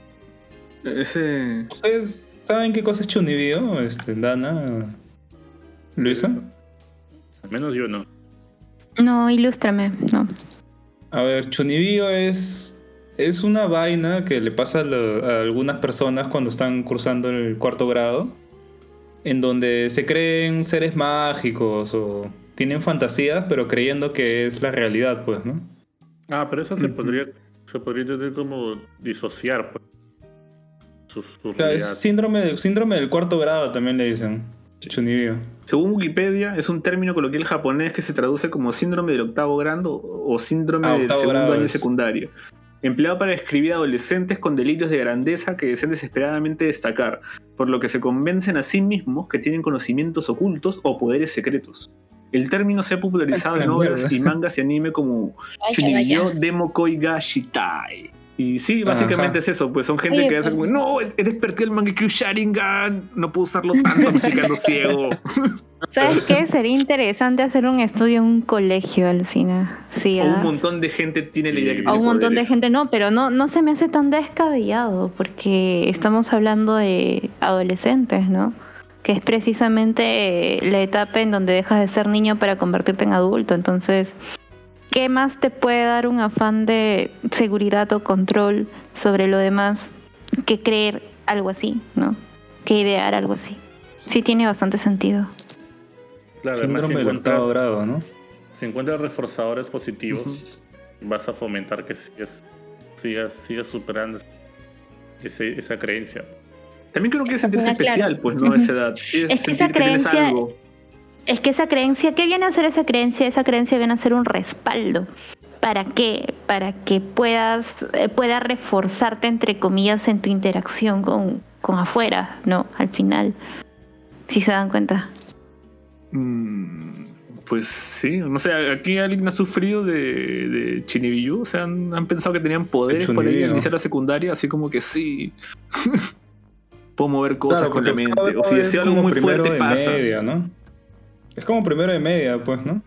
Speaker 4: Ese.
Speaker 2: ¿Ustedes saben qué cosa es Chunibyo? Este, Dana, Luisa.
Speaker 3: Al menos yo no.
Speaker 5: No, ilústrame, no.
Speaker 2: A ver, Chunibyo es es una vaina que le pasa a, lo- a algunas personas cuando están cursando el cuarto grado, en donde se creen seres mágicos o tienen fantasías, pero creyendo que es la realidad, pues, ¿no?
Speaker 3: Ah, pero eso se
Speaker 4: Ujú.
Speaker 3: podría se podría entender como disociar, pues. Su, su
Speaker 2: O sea, es
Speaker 3: realidad.
Speaker 2: síndrome, síndrome del cuarto grado también le dicen. Chunibyo.
Speaker 4: Según Wikipedia, es un término coloquial japonés que se traduce como síndrome del octavo grado o síndrome
Speaker 2: Ah,
Speaker 4: del
Speaker 2: octavo
Speaker 4: segundo
Speaker 2: grado
Speaker 4: año
Speaker 2: es.
Speaker 4: secundario. empleado para describir adolescentes con delirios de grandeza que desean desesperadamente destacar, por lo que se convencen a sí mismos que tienen conocimientos ocultos o poderes secretos. El término se ha popularizado
Speaker 2: Ay,
Speaker 4: en
Speaker 2: la
Speaker 4: obras
Speaker 2: mierda.
Speaker 4: y mangas y anime como
Speaker 5: Vaya,
Speaker 4: Chunibyo
Speaker 5: vaya.
Speaker 4: Demokoi ga Shitai. Y sí, básicamente
Speaker 2: Ajá.
Speaker 4: es eso, pues son gente
Speaker 5: Oye,
Speaker 4: que hace
Speaker 5: pero-
Speaker 4: como, no, he desperté el Mangekyo Sharingan, no puedo usarlo tanto, me estoy quedando ciego.
Speaker 5: ¿Sabes qué? Sería interesante hacer un estudio en un colegio, Alucina. Sí,
Speaker 4: O
Speaker 5: ah.
Speaker 4: un montón de gente tiene la idea que
Speaker 5: O
Speaker 4: tiene
Speaker 5: un montón de
Speaker 4: poderes.
Speaker 5: gente, no, pero no, no se me hace tan descabellado porque estamos hablando de adolescentes, ¿no? Que es precisamente la etapa en donde dejas de ser niño para convertirte en adulto. Entonces, ¿qué más te puede dar un afán de seguridad o control sobre lo demás que creer algo así, ¿no? Que idear algo así. Sí tiene bastante sentido.
Speaker 3: Claro, además, si
Speaker 2: Síndrome del octavo
Speaker 3: encuentras,
Speaker 2: grado, ¿no?
Speaker 3: si encuentras reforzadores positivos, vas a fomentar que sigas, sigas, sigas superando ese- esa creencia.
Speaker 4: También creo que es sentirse
Speaker 5: Ah, claro.
Speaker 4: especial, pues, ¿no? A esa edad. Es,
Speaker 5: Es que
Speaker 4: sentir
Speaker 5: esa
Speaker 4: que tienes
Speaker 5: creencia-
Speaker 4: algo.
Speaker 5: Es que esa creencia, ¿qué viene a ser esa creencia? Esa creencia viene a ser un respaldo. ¿Para qué? Para que puedas, eh, pueda reforzarte, entre comillas, en tu interacción con, con afuera, ¿no? Al final. Si se dan cuenta.
Speaker 4: Mm, pues sí, no sé, aquí alguien ha sufrido de, de Chinibiyu, o sea, han, han pensado que tenían poderes
Speaker 2: El
Speaker 4: por ahí al
Speaker 2: Chunibyo.
Speaker 4: iniciar la secundaria, así como que sí. Puedo mover cosas
Speaker 2: Claro,
Speaker 4: con la
Speaker 2: porque
Speaker 4: mente.
Speaker 2: octavo
Speaker 4: O si
Speaker 2: es
Speaker 4: deseo algo
Speaker 2: como
Speaker 4: muy
Speaker 2: primero
Speaker 4: fuerte,
Speaker 2: de
Speaker 4: pasa.
Speaker 2: media, ¿no? Es como primero de media, pues, ¿no?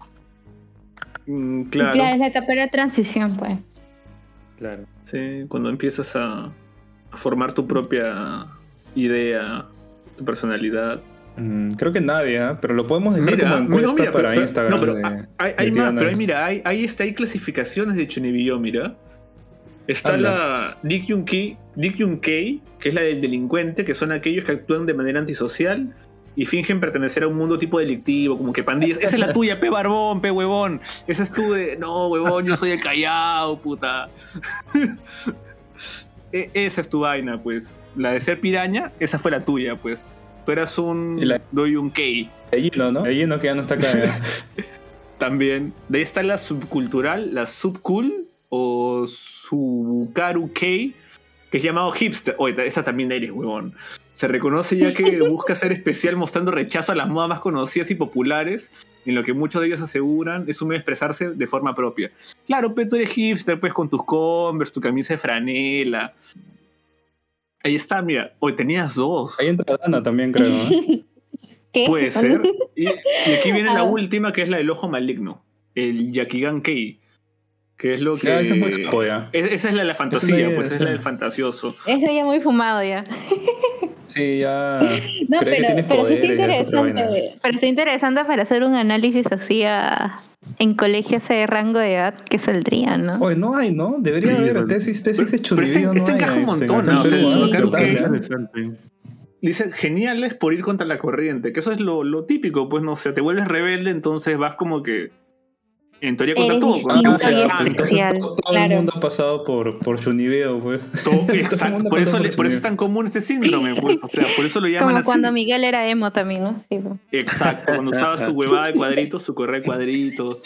Speaker 4: Mm, claro.
Speaker 5: Claro, es la etapa de la transición, pues.
Speaker 3: Claro.
Speaker 4: Sí, cuando empiezas a, a formar tu propia idea, tu personalidad.
Speaker 2: Mm, creo que nadie, ¿ah? Pero lo podemos dejar
Speaker 4: Mira,
Speaker 2: como
Speaker 4: no,
Speaker 2: encuesta
Speaker 4: mira,
Speaker 2: para
Speaker 4: pero- pero-
Speaker 2: Instagram.
Speaker 4: No, pero
Speaker 2: de-
Speaker 4: hay, hay
Speaker 2: de
Speaker 4: más,
Speaker 2: Diana.
Speaker 4: pero hay, mira, hay, hay, este, hay clasificaciones de Chunibiyo, mira. Está
Speaker 2: Anda.
Speaker 4: la Dikyun-kei, Dikyun-kei, que es la del delincuente, que son aquellos que actúan de manera antisocial y fingen pertenecer a un mundo tipo delictivo, como que pandillas. Esa es la tuya, pe barbón, pe huevón. Esa es tú de, no, huevón, yo soy el Callao, puta. E- esa es tu vaina, pues. La de ser piraña, esa fue la tuya, pues. Tú eras un
Speaker 2: Y la-
Speaker 4: Doyun-kei.
Speaker 2: Gallino, ¿no? Gallino que ya no está acá. ¿eh?
Speaker 4: También. De ahí está la subcultural, la subcool o Subukaru-kei, que es llamado hipster. Oye, esta también eres, huevón. Se reconoce ya que busca ser especial mostrando rechazo a las modas más conocidas y populares, en lo que muchos de ellos aseguran es un medio de expresarse de forma propia. Claro, pero tú eres hipster, pues con tus Converse, tu camisa de franela. Ahí está, mira. Hoy tenías dos.
Speaker 2: Ahí entra Dana también, creo, ¿no?
Speaker 5: ¿Qué?
Speaker 4: Puede ser. Y, y aquí viene la
Speaker 5: Ah.
Speaker 4: última, que es la del ojo maligno. El Yakigan-kei. Que es lo que...
Speaker 2: Ya, esa es muy joya.
Speaker 4: Es- esa es la de la fantasía,
Speaker 2: Esa es la-
Speaker 4: pues es la del
Speaker 2: esa-
Speaker 4: fantasioso.
Speaker 5: Eso ya muy fumado ya.
Speaker 2: Sí, ya.
Speaker 5: No,
Speaker 2: cree que
Speaker 5: pero,
Speaker 2: tienes
Speaker 5: pero sí está
Speaker 2: poderes, ya es otra vaina.
Speaker 5: interesante. Pero está interesante para hacer un análisis así a- en colegios de rango de edad que saldría, ¿no?
Speaker 2: Oye, no hay, ¿no? Debería
Speaker 3: Sí,
Speaker 2: haber
Speaker 3: pero-
Speaker 2: tesis, tesis de
Speaker 4: pero este-
Speaker 2: Chunibyo, no
Speaker 4: este
Speaker 2: hay,
Speaker 4: encaja un
Speaker 2: este,
Speaker 4: montón,
Speaker 2: acá en
Speaker 4: ¿no? O sea,
Speaker 2: Perú,
Speaker 5: sí,
Speaker 2: ¿ah?
Speaker 5: claro
Speaker 2: ¿Qué tal,
Speaker 5: que-
Speaker 2: ah?
Speaker 3: Interesante.
Speaker 4: Dice, geniales por ir contra la corriente. Que eso es lo, lo típico, pues no sé, te vuelves rebelde, entonces vas como que... En teoría contra
Speaker 5: Eres
Speaker 4: todo. Contra
Speaker 5: distinto
Speaker 2: Ah,
Speaker 4: lo que
Speaker 5: y
Speaker 2: ya,
Speaker 4: sea.
Speaker 2: pues, entonces
Speaker 5: especial,
Speaker 2: todo, todo
Speaker 5: claro.
Speaker 2: el mundo ha pasado por, por Chunibyo, pues.
Speaker 4: Todo-
Speaker 2: Todo el
Speaker 4: exacto,
Speaker 2: mundo ha
Speaker 4: por eso,
Speaker 2: pasado
Speaker 4: le- por eso es
Speaker 2: Chunibyo.
Speaker 4: tan común este síndrome, pues. O sea, por eso lo llaman
Speaker 5: Como
Speaker 4: así.
Speaker 5: cuando Miguel era emo también, ¿no? Sí, pues.
Speaker 4: Exacto, cuando usabas tu huevada de cuadritos, su correa de cuadritos.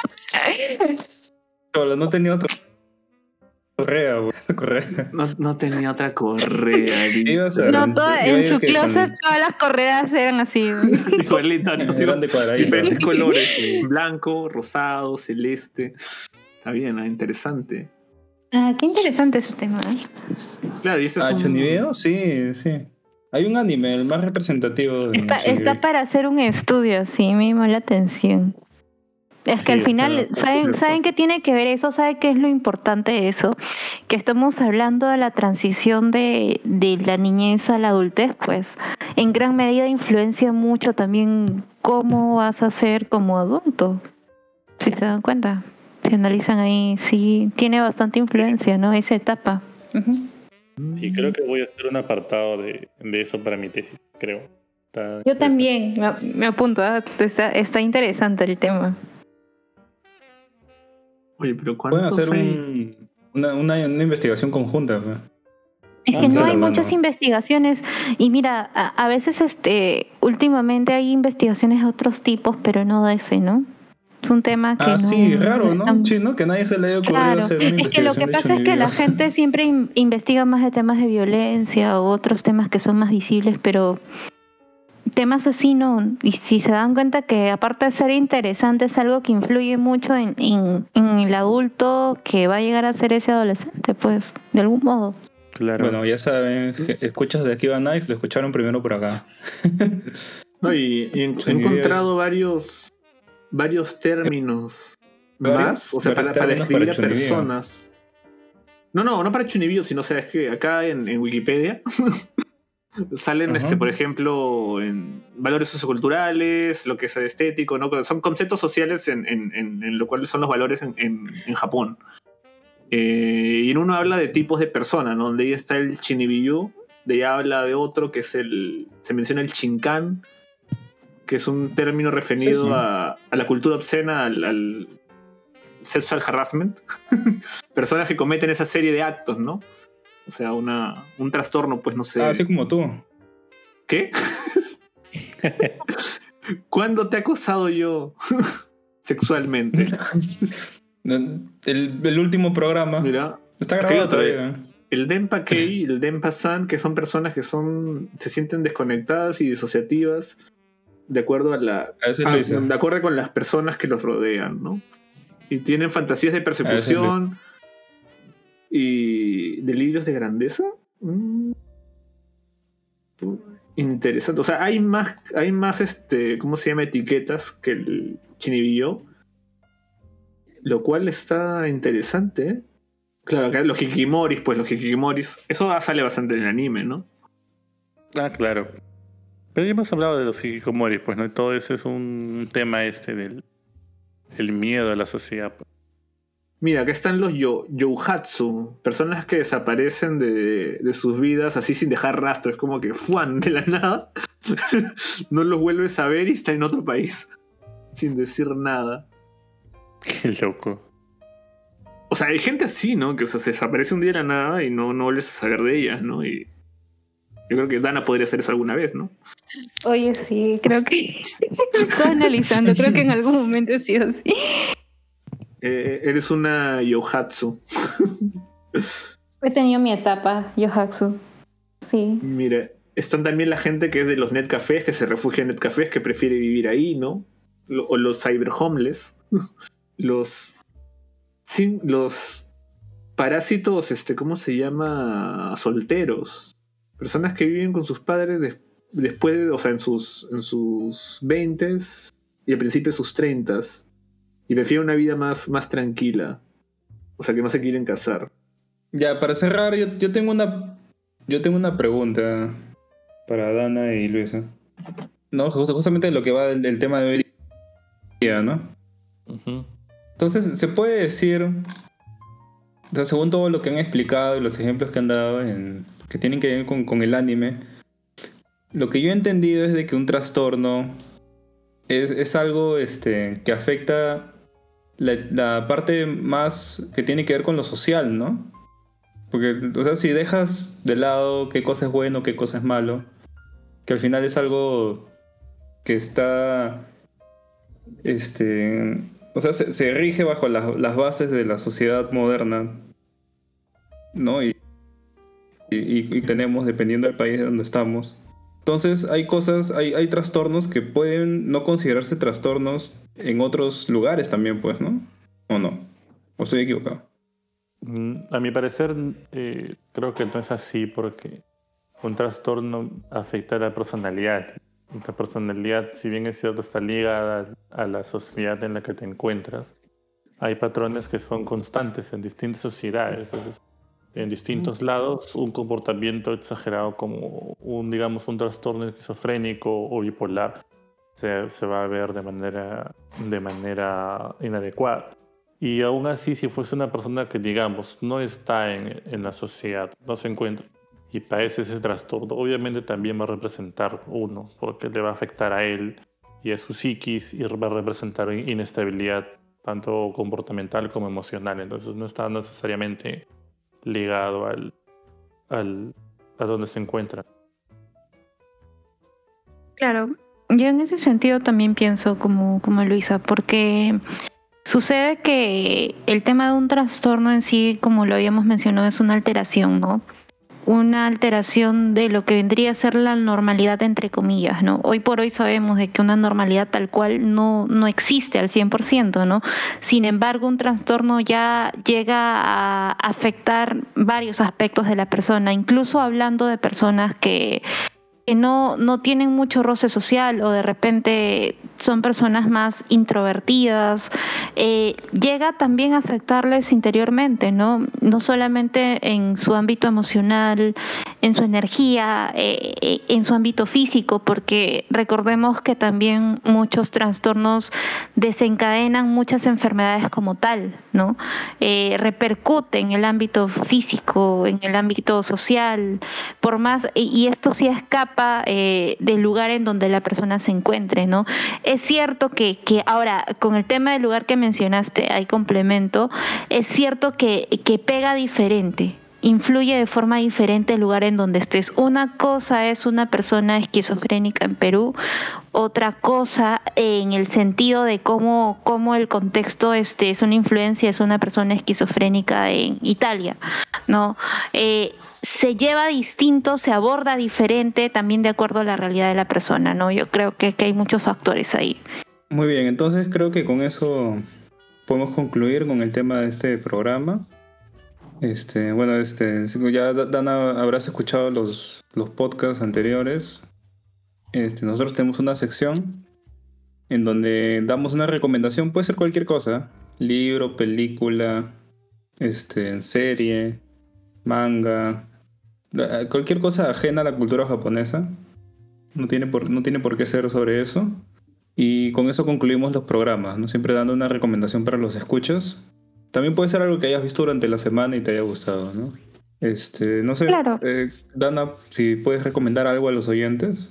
Speaker 2: Cholo, no tenía otra correa, güey. Esa correa.
Speaker 4: No, no tenía otra correa.
Speaker 2: Ibas a-
Speaker 4: listo.
Speaker 5: No, toda-
Speaker 2: Iba a
Speaker 5: en
Speaker 2: ir
Speaker 5: su
Speaker 2: que con-
Speaker 5: closet todas las correas eran así.
Speaker 4: Igualita, ¿no? Sí,
Speaker 2: Eran de cuadradito.
Speaker 4: diferentes colores. Blanco, rosado, celeste. Está bien, ah, interesante.
Speaker 5: Ah, qué interesante ese tema. ¿eh?
Speaker 4: Claro, y este es
Speaker 2: Ah,
Speaker 4: un...
Speaker 2: Chunibyo, sí, sí. Hay un anime, el más representativo de
Speaker 5: Está,
Speaker 2: Chunibyo.
Speaker 5: está para hacer un estudio, sí, me llamó la atención. Es que
Speaker 3: Sí,
Speaker 5: al final,
Speaker 3: está
Speaker 5: ¿saben,
Speaker 3: curioso.
Speaker 5: ¿saben qué tiene que ver eso? ¿Saben qué es lo importante de eso? Que estamos hablando de la transición de, de la niñez a la adultez, pues en gran medida influencia mucho también cómo vas a ser como adulto. Si se dan cuenta, si analizan ahí, sí, tiene bastante influencia, ¿no? Esa etapa. Ujú.
Speaker 3: Y creo que voy a hacer un apartado de, de eso para mi tesis, creo. Está
Speaker 5: Yo
Speaker 3: interesante.
Speaker 5: también, me, me apunto, ¿ah? está, está interesante el tema.
Speaker 4: Oye, pero
Speaker 2: Pueden
Speaker 4: ¿cuántos
Speaker 2: hacer
Speaker 4: hay?
Speaker 2: un, una, una, una investigación conjunta, pues.
Speaker 5: Es
Speaker 3: Ah,
Speaker 5: que no
Speaker 2: claro,
Speaker 5: hay
Speaker 2: no,
Speaker 5: muchas
Speaker 2: no.
Speaker 5: investigaciones y mira, a, a veces este últimamente hay investigaciones de otros tipos, pero no de ese, ¿no? Es un tema que
Speaker 2: Ah,
Speaker 5: no...
Speaker 2: sí, raro, ¿no?
Speaker 5: no-
Speaker 2: Sí, ¿no? Que nadie se le haya ocurrido
Speaker 5: Claro,
Speaker 2: hacer una
Speaker 5: es que lo
Speaker 2: investigación
Speaker 5: que
Speaker 2: de
Speaker 5: pasa es que la
Speaker 2: Chunivideo.
Speaker 5: gente siempre in- investiga más de temas de violencia o otros temas que son más visibles, pero temas así no. Y si se dan cuenta que aparte de ser interesante es algo que influye mucho en, en, en el adulto que va a llegar a ser ese adolescente, pues, de algún modo.
Speaker 3: Claro.
Speaker 2: Bueno, ya saben, je- escuchas de Akiva Knives, lo escucharon primero por acá.
Speaker 4: No, y, y en- he
Speaker 2: Chunivideo
Speaker 4: encontrado
Speaker 2: es-
Speaker 4: varios, varios términos
Speaker 2: ¿Varios?
Speaker 4: más, o sea,
Speaker 2: Varios
Speaker 4: para, para
Speaker 2: términos
Speaker 4: describir
Speaker 2: para
Speaker 4: a
Speaker 2: Chunivideo.
Speaker 4: personas. No, no, no para Chunivideo, sino, o sea, es que acá en, en Wikipedia salen,
Speaker 2: Ajá.
Speaker 4: este, por ejemplo, en valores socioculturales, lo que es estético, ¿no? Son conceptos sociales en, en, en, en lo cual son los valores en, en, en Japón. Eh, y en uno habla de tipos de personas, ¿no? Donde ahí está el Chinibiyu, de ahí habla de otro que es el. Se menciona el Shinkan, que es un término referido
Speaker 2: Sí, sí.
Speaker 4: a, a la cultura obscena, al, al sexual harassment. Personas que cometen esa serie de actos, ¿no? O sea, una, un trastorno, pues no sé.
Speaker 2: Ah, así como tú.
Speaker 4: ¿Qué? ¿Cuándo te he acosado yo sexualmente?
Speaker 2: El, el último programa.
Speaker 4: Mira,
Speaker 2: Está
Speaker 4: acá hay
Speaker 2: grabado
Speaker 4: otro, eh.
Speaker 2: todavía.
Speaker 4: El Denpa-kei y el Denpa-san, que son personas que son se sienten desconectadas y disociativas de acuerdo a la
Speaker 2: A ese
Speaker 4: ah,
Speaker 2: lo hice.
Speaker 4: de acuerdo con las personas que los rodean, ¿no? Y tienen fantasías de persecución y delirios de grandeza. Mm. Interesante. O sea, hay más, hay más este, ¿cómo se llama? Etiquetas que el Chinibiyo. Lo cual está interesante, ¿eh? Claro, acá los hikikomoris, pues los hikikomoris. Eso sale bastante en el anime, ¿no?
Speaker 3: Ah, claro. Pero ya hemos hablado de los hikikomoris, pues, ¿no? Y todo ese es un tema este del el miedo a la sociedad. Pues.
Speaker 4: Mira, acá están los yo, youhatsu, personas que desaparecen de, de sus vidas así sin dejar rastro. Es como que fuan de la nada. No los vuelves a ver y está en otro país. Sin decir nada.
Speaker 3: Qué loco.
Speaker 4: O sea, hay gente así, ¿no? Que o sea, se desaparece un día de la nada y no, no vuelves a saber de ellas, ¿no? Y yo creo que Dana podría hacer eso alguna vez, ¿no?
Speaker 5: Oye, sí, creo que estoy analizando, creo que en algún momento ha sido así.
Speaker 4: Eh, eres una yohatsu.
Speaker 5: He tenido mi etapa, Yohatsu. Sí.
Speaker 4: Mira, están también la gente que es de los netcafés, que se refugia en netcafés, que prefiere vivir ahí, ¿no? Lo- o los cyber homeless. Los... Sin, los parásitos, este, ¿cómo se llama? Solteros. Personas que viven con sus padres des- después, de, o sea, en sus en sus veintes y al principio de sus treintas. Y prefieren una vida más, más tranquila. O sea, que no se quieren casar.
Speaker 2: Ya, para cerrar, yo, yo tengo una. Yo tengo una pregunta para Dana y Luisa. No, Just- justamente lo que va del, del tema de hoy día, ¿no?
Speaker 3: Ujú.
Speaker 2: Entonces, se puede decir, o sea, según todo lo que han explicado y los ejemplos que han dado en, que tienen que ver con, con el anime, lo que yo he entendido es de que un trastorno es, es algo este, que afecta la, la parte más que tiene que ver con lo social, ¿no? Porque, o sea, si dejas de lado qué cosa es bueno, qué cosa es malo, que al final es algo que está, este, o sea, se, se rige bajo las, las bases de la sociedad moderna, ¿no? Y, y, y tenemos, dependiendo del país donde estamos. Entonces, hay cosas, hay, hay trastornos que pueden no considerarse trastornos en otros lugares también, pues, ¿no? ¿O no? ¿O estoy equivocado?
Speaker 3: Mm, A mi parecer, eh, creo que no es así porque un trastorno afecta a la personalidad. La personalidad, si bien es cierto, está ligada a la sociedad en la que te encuentras. Hay patrones que son constantes en distintas sociedades. Entonces, en distintos lados, un comportamiento exagerado como un, digamos, un trastorno esquizofrénico o bipolar se, se va a ver de manera, de manera inadecuada. Y aún así, si fuese una persona que, digamos, no está en, en la sociedad, no se encuentra y padece ese trastorno, obviamente también va a representar uno, porque le va a afectar a él y a su psiquis y va a representar inestabilidad, tanto comportamental como emocional. Entonces no está necesariamente ligado al, al, a donde se encuentra.
Speaker 5: Claro, Yo en ese sentido también pienso como, como Luisa, porque sucede que el tema de un trastorno en sí, como lo habíamos mencionado, es una alteración, ¿no? Una alteración de lo que vendría a ser la normalidad, entre comillas, ¿no? Hoy por hoy sabemos de que una normalidad tal cual no, no existe al cien por ciento, ¿no? Sin embargo, un trastorno ya llega a afectar varios aspectos de la persona, incluso hablando de personas que que no, no tienen mucho roce social o de repente son personas más introvertidas, eh, llega también a afectarles interiormente, ¿no? No solamente en su ámbito emocional, en su energía, eh, en su ámbito físico, porque recordemos que también muchos trastornos desencadenan muchas enfermedades como tal, ¿no? Eh, repercute en el ámbito físico, en el ámbito social, por más, y esto sí escapa Eh, del lugar en donde la persona se encuentre, ¿no? Es cierto que, que ahora, con el tema del lugar que mencionaste, hay complemento, es cierto que, que pega diferente, influye de forma diferente el lugar en donde estés. Una cosa es una persona esquizofrénica en Perú, otra cosa en el sentido de cómo, cómo el contexto este, es una influencia, es una persona esquizofrénica en Italia, ¿no? Eh, se lleva distinto, se aborda diferente, también de acuerdo a la realidad de la persona, ¿no? Yo creo que, que hay muchos factores ahí.
Speaker 2: Muy bien, entonces creo que con eso podemos concluir con el tema de este programa. Este, bueno, este, ya Dana habrás escuchado los, los podcasts anteriores. Este, nosotros tenemos una sección en donde damos una recomendación, puede ser cualquier cosa, libro, película, este, serie, manga, cualquier cosa ajena a la cultura japonesa. No tiene por, no tiene por qué ser sobre eso. Y con eso concluimos los programas, ¿no? Siempre dando una recomendación para los escuchas. También puede ser algo que hayas visto durante la semana y te haya gustado, ¿no? Este, no sé,
Speaker 5: claro.
Speaker 2: eh, Dana, si puedes recomendar algo a los oyentes.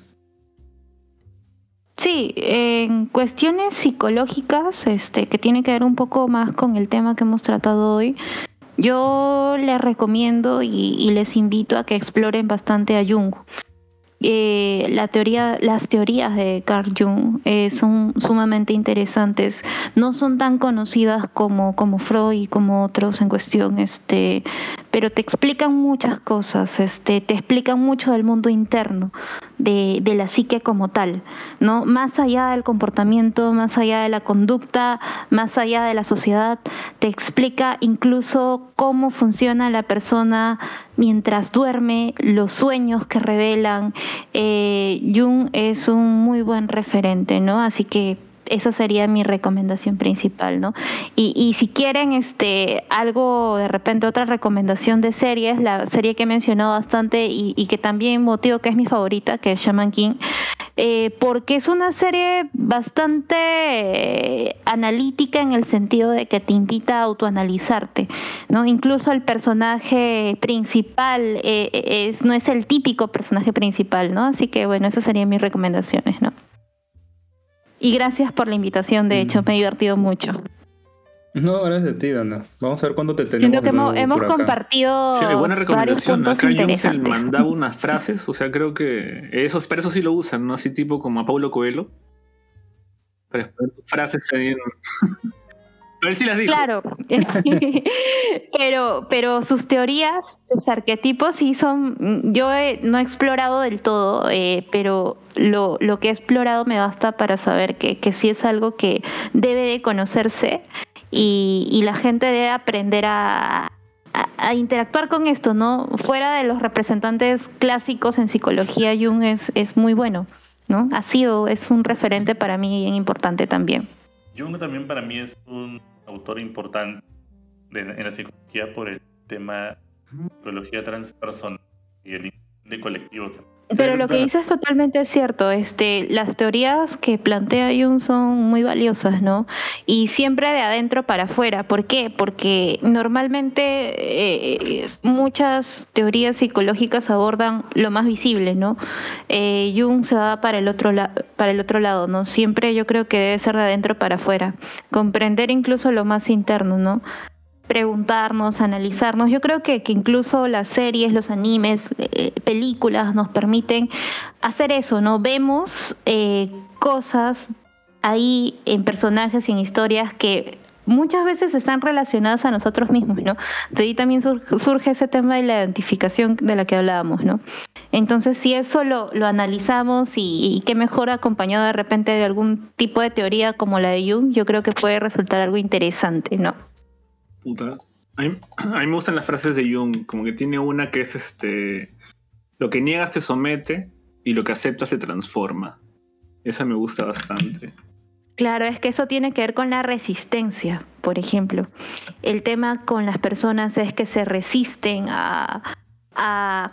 Speaker 5: Sí, en cuestiones psicológicas, este, que tiene que ver un poco más con el tema que hemos tratado hoy, yo les recomiendo y, y les invito a que exploren bastante a Jung. Eh, la teoría, las teorías de Carl Jung eh, son sumamente interesantes, no son tan conocidas como, como Freud y como otros en cuestión, este, pero te explican muchas cosas, este, te explican mucho del mundo interno de, de la psique como tal, ¿no? Más allá del comportamiento, más allá de la conducta, más allá de la sociedad, te explica incluso cómo funciona la persona mientras duerme, los sueños que revelan. Eh, Jung es un muy buen referente, ¿no? Así que esa sería mi recomendación principal, ¿no? Y, y si quieren este algo, de repente otra recomendación de series, la serie que he mencionado bastante y, y que también motivo que es mi favorita, que es Shaman King, eh, porque es una serie bastante eh, analítica en el sentido de que te invita a autoanalizarte, ¿no? Incluso el personaje principal eh, es, no es el típico personaje principal, ¿no? Así que bueno, esas serían mis recomendaciones, ¿no? Y gracias por la invitación, de hecho, me he divertido mucho.
Speaker 2: No, gracias a ti, Dana. Vamos a ver cuándo te tenemos.
Speaker 5: Siento que hemos, hemos compartido.
Speaker 4: Sí, buena recomendación.
Speaker 5: Varios
Speaker 4: Acá
Speaker 5: puntos
Speaker 4: Jung se
Speaker 5: interesantes.
Speaker 4: mandaba unas frases, o sea, creo que esos, pero eso sí lo usan, ¿no? Así tipo como a Paulo Coelho. Para exponer sus frases ahí en... Pero él sí las dijo.
Speaker 5: Claro, pero, pero sus teorías, sus arquetipos sí son, yo he, no he explorado del todo, eh, pero lo, lo que he explorado me basta para saber que, que sí es algo que debe de conocerse y, y la gente debe aprender a, a, a interactuar con esto, ¿no? Fuera de los representantes clásicos en psicología, Jung es, es muy bueno, ¿no? Ha sido, es un referente para mí bien importante también.
Speaker 3: Jung también para mí es un autor importante de, en la psicología por el tema de psicología transpersonal y el de colectivo.
Speaker 5: Pero lo que dices es totalmente cierto. Este, las teorías que plantea Jung son muy valiosas, ¿no? Y siempre de adentro para afuera. ¿Por qué? Porque normalmente eh, muchas teorías psicológicas abordan lo más visible, ¿no? Eh, Jung se va para el otro la- para el otro lado, ¿no? Siempre yo creo que debe ser de adentro para afuera. Comprender incluso lo más interno, ¿no? preguntarnos, analizarnos. Yo creo que, que incluso las series, los animes, eh, películas nos permiten hacer eso, ¿no? Vemos eh, cosas ahí en personajes y en historias que muchas veces están relacionadas a nosotros mismos, ¿no? De ahí también sur- surge ese tema de la identificación de la que hablábamos, ¿no? Entonces, si eso lo, lo analizamos y, y qué mejor acompañado de repente de algún tipo de teoría como la de Jung, yo creo que puede resultar algo interesante, ¿no?
Speaker 4: Puta. A mí, a mí me gustan las frases de Jung, como que tiene una que es este: lo que niegas te somete y lo que aceptas te transforma. Esa me gusta bastante.
Speaker 5: Claro, es que eso tiene que ver con la resistencia, por ejemplo. El tema con las personas es que se resisten a, a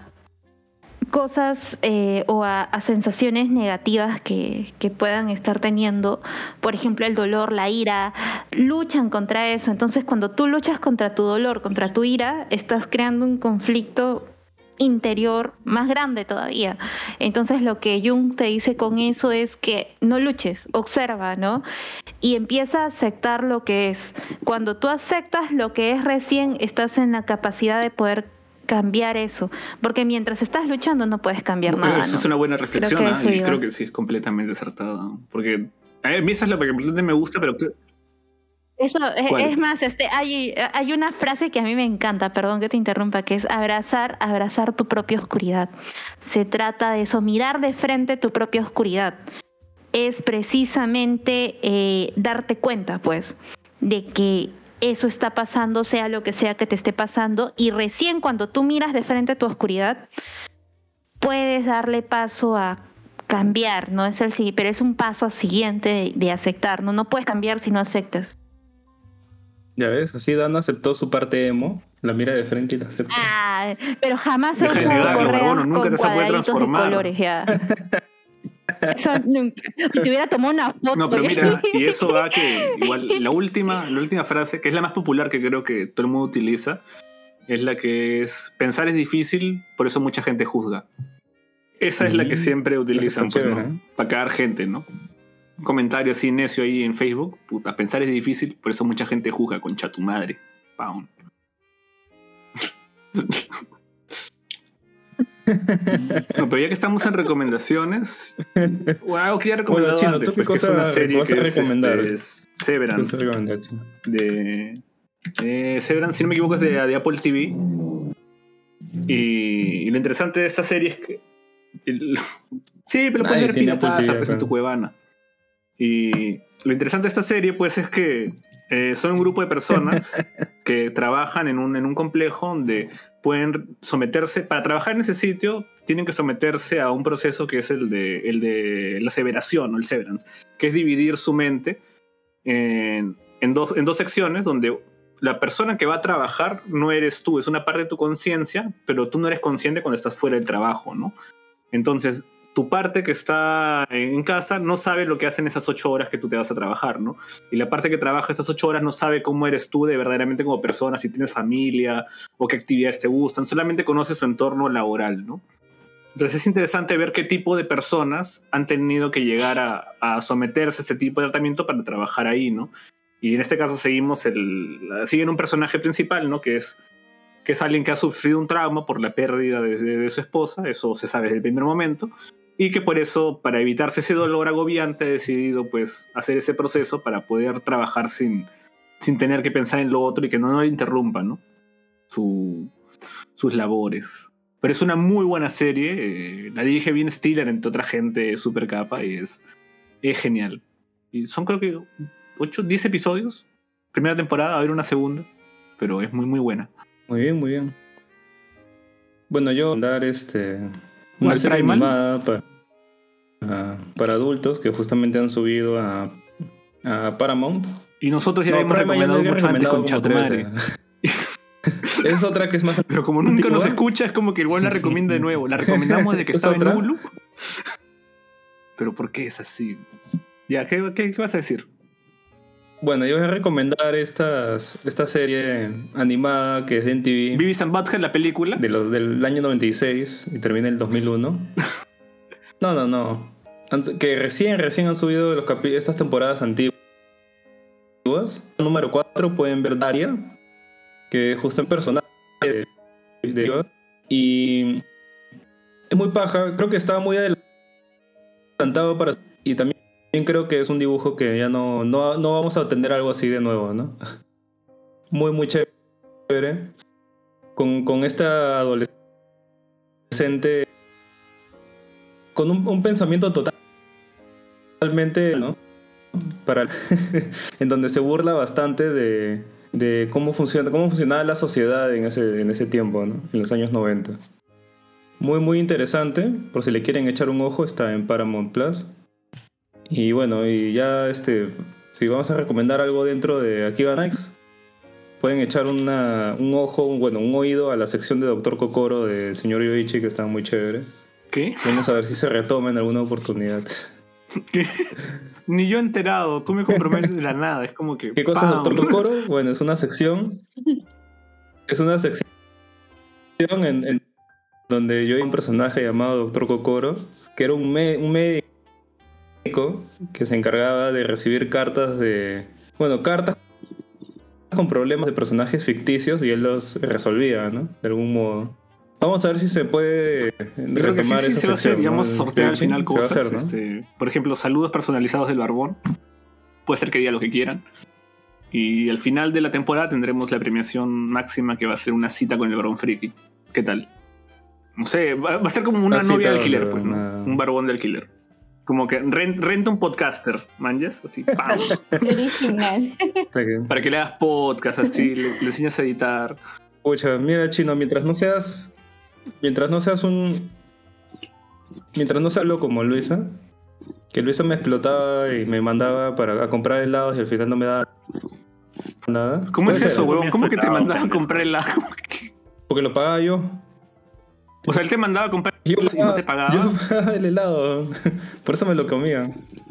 Speaker 5: cosas eh, o a, a sensaciones negativas que, que puedan estar teniendo, por ejemplo el dolor, la ira, luchan contra eso. Entonces cuando tú luchas contra tu dolor, contra tu ira, estás creando un conflicto interior más grande todavía. Entonces lo que Jung te dice con eso es que no luches, observa, ¿no? Y empieza a aceptar lo que es. Cuando tú aceptas lo que es, recién estás en la capacidad de poder cambiar eso, porque mientras estás luchando no puedes cambiar
Speaker 4: Bueno,
Speaker 5: nada.
Speaker 4: Eso
Speaker 5: ¿no?
Speaker 4: es una buena reflexión,
Speaker 5: Creo que
Speaker 4: ¿eh?
Speaker 5: eso
Speaker 4: Y
Speaker 5: iba.
Speaker 4: creo que sí es completamente acertada. Porque a mí esa es la que completamente me gusta, pero creo-
Speaker 5: Eso es,
Speaker 4: ¿Cuál?
Speaker 5: es más, este, hay, hay una frase que a mí me encanta, perdón que te interrumpa, que es abrazar, abrazar tu propia oscuridad. Se trata de eso, mirar de frente tu propia oscuridad. Es precisamente eh, darte cuenta, pues, de que eso está pasando, sea lo que sea que te esté pasando, y recién cuando tú miras de frente tu oscuridad, puedes darle paso a cambiar, no es el sí, pero es un paso siguiente de, de aceptar, ¿no? No puedes cambiar si no aceptas.
Speaker 2: Ya ves, así Dan aceptó su parte emo, la mira de frente y la acepta.
Speaker 5: Ah, pero jamás he
Speaker 4: Deja de
Speaker 5: usado
Speaker 4: negarlo,
Speaker 5: correas
Speaker 4: Barbono, nunca
Speaker 5: con
Speaker 4: te vas a poder
Speaker 5: cuadraditos de
Speaker 4: transformar.
Speaker 5: colores, ya. Eso nunca. Si te hubiera tomado una foto.
Speaker 4: No, pero
Speaker 5: ya.
Speaker 4: mira, y eso va que igual la última, la última frase, que es la más popular que creo que todo el mundo utiliza, es la que es: pensar es difícil, por eso mucha gente juzga. Esa es la que
Speaker 2: Mm,
Speaker 4: siempre utilizan,
Speaker 2: está
Speaker 4: pues,
Speaker 2: chévere,
Speaker 4: ¿no?
Speaker 2: ¿eh?
Speaker 4: Para cagar gente, ¿no? Un comentario así necio ahí en Facebook: puta, pensar es difícil, por eso mucha gente juzga, concha tu madre. Paun. No, pero ya que estamos en recomendaciones, o algo que ya he recomendado
Speaker 2: Bueno, Chino,
Speaker 4: antes,
Speaker 2: ¿tú qué
Speaker 4: pues, que es
Speaker 2: cosa
Speaker 4: una serie
Speaker 2: vas
Speaker 4: que
Speaker 2: a
Speaker 4: es
Speaker 2: recomendar?
Speaker 4: este,
Speaker 2: ¿Qué
Speaker 4: Severance.
Speaker 2: vas a recomendar, Chino?
Speaker 4: De eh, Severance, si no me equivoco, es de, de Apple T V. Y, y lo interesante de esta serie es que el- sí, pero lo puedes
Speaker 2: Nadie
Speaker 4: ver
Speaker 2: tiene Apple
Speaker 4: pirataza,
Speaker 2: T V
Speaker 4: pues, en
Speaker 2: acá.
Speaker 4: tu cuevana. Y lo interesante de esta serie, pues, es que eh, son un grupo de personas que trabajan en un, en un complejo donde pueden someterse, para trabajar en ese sitio, tienen que someterse a un proceso que es el de, el de la aseveración o el severance, que es dividir su mente en, en, dos, en dos secciones donde la persona que va a trabajar no eres tú, es una parte de tu conciencia, pero tú no eres consciente cuando estás fuera del trabajo, ¿no? Entonces, tu parte que está en casa no sabe lo que hacen esas ocho horas que tú te vas a trabajar, ¿no? Y la parte que trabaja esas ocho horas no sabe cómo eres tú de verdaderamente como persona, si tienes familia o qué actividades te gustan, solamente conoce su entorno laboral, ¿no? Entonces es interesante ver qué tipo de personas han tenido que llegar a, a someterse a ese tipo de tratamiento para trabajar ahí, ¿no? Y en este caso seguimos el, siguen un personaje principal, ¿no? Que es, que es alguien que ha sufrido un trauma por la pérdida de, de, de su esposa, eso se sabe desde el primer momento, y que por eso, para evitarse ese dolor agobiante, ha decidido pues hacer ese proceso para poder trabajar sin, sin tener que pensar en lo otro y que no, no le interrumpa, ¿no? Su, sus labores. Pero es una muy buena serie, eh, la dirige Ben Stiller, entre otra gente super capa, y es, es genial. Y son creo que ocho, diez episodios, primera temporada, va a haber una segunda, pero es muy muy buena.
Speaker 2: Muy bien, muy bien. Bueno, yo voy a dar este, una
Speaker 4: ¿Cuál,
Speaker 2: serie
Speaker 4: Primal?
Speaker 2: animada para, ah, para adultos que justamente han subido a, a Paramount.
Speaker 4: Y nosotros ya la
Speaker 2: No,
Speaker 4: hemos
Speaker 2: Primal ya
Speaker 4: recomendado
Speaker 2: la había
Speaker 4: mucho antes
Speaker 2: recomendado
Speaker 4: con
Speaker 2: como
Speaker 4: Chatumare.
Speaker 2: tres veces. Es otra que es más
Speaker 4: Pero como nunca nos
Speaker 2: antigua.
Speaker 4: escucha, es como que igual la recomienda de nuevo. La recomendamos desde que
Speaker 2: ¿Es
Speaker 4: estaba
Speaker 2: otra?
Speaker 4: en Hulu. Pero ¿por qué es así? Ya, ¿qué, qué, qué vas a decir?
Speaker 2: Bueno, yo voy a recomendar estas, esta serie animada que es de M T V,
Speaker 4: Beavis and Butthead, la película.
Speaker 2: de los, del año noventa y seis y termina en el dos mil uno. No, no, no. Han- Que recién, recién han subido los capi- estas temporadas antiguas. Número cuatro pueden ver Daria. que es justo en personaje de, de y es muy paja, creo que estaba muy adelantado para, y también creo que es un dibujo que ya no, no, no vamos a obtener algo así de nuevo, ¿no? Muy muy chévere con, con esta adolescente con un, un pensamiento totalmente, ¿no? Para en donde se burla bastante de, de cómo funciona, cómo funcionaba la sociedad en ese, en ese tiempo, ¿no? En los años noventa. Muy muy interesante, por si le quieren echar un ojo, está en Paramount Plus. Y bueno, y ya este, si vamos a recomendar algo dentro de Akiba Nights, pueden echar una, un ojo, un, bueno, un oído a la sección de Doctor Kokoro del señor Yoichi, que está muy chévere.
Speaker 4: ¿Qué?
Speaker 2: Vamos a ver si se retoma en alguna oportunidad.
Speaker 4: ¿Qué? Ni yo he enterado, tú me comprometes de la nada, es como que...
Speaker 2: ¿Qué cosa es
Speaker 4: ¡pam!
Speaker 2: Doctor Kokoro? Bueno, es una sección. Es una sección en, en donde yo hay un personaje llamado Doctor Kokoro, que era un, me, un médico que se encargaba de recibir cartas de... Bueno, cartas con problemas de personajes ficticios y él los resolvía, ¿no? De algún modo. Vamos a ver si se puede
Speaker 4: Creo que sí,
Speaker 2: retomar
Speaker 4: sí,
Speaker 2: esa
Speaker 4: se va a hacer,
Speaker 2: sección, ¿no?
Speaker 4: digamos, sortear al
Speaker 2: Sí,
Speaker 4: final
Speaker 2: se va a
Speaker 4: cosas.
Speaker 2: hacer, ¿no?
Speaker 4: este, por ejemplo, saludos personalizados del Barbón. Puede ser que diga lo que quieran. Y al final de la temporada tendremos la premiación máxima, que va a ser una cita con el Barbón Friki. ¿Qué tal? No sé, va, va a ser como una
Speaker 2: Una
Speaker 4: novia
Speaker 2: cita
Speaker 4: de alquiler,
Speaker 2: donde
Speaker 4: pues, ¿no?
Speaker 2: una-
Speaker 4: Un Barbón de alquiler. Como que rent- renta un podcaster, manjas, así, ¡pam!
Speaker 5: Original.
Speaker 2: Hasta que-
Speaker 4: Para que le hagas podcast, así, le, le enseñas a editar.
Speaker 2: Pucha, mira, Chino, mientras no seas... Mientras no seas un... Mientras no seas loco como Luisa, que Luisa me explotaba y me mandaba para a comprar helados y al final no me daba nada.
Speaker 4: ¿Cómo
Speaker 2: Puede
Speaker 4: es
Speaker 2: ser,
Speaker 4: eso,
Speaker 2: ¿no?
Speaker 4: weón? ¿Cómo que te
Speaker 3: Comías
Speaker 4: mandaban a
Speaker 3: helado,
Speaker 4: comprar helado?
Speaker 2: Porque lo pagaba yo.
Speaker 4: O sea, él te mandaba a comprar
Speaker 2: Yo
Speaker 4: y no te pagaba.
Speaker 2: Yo pagaba el helado. Por eso me lo comía.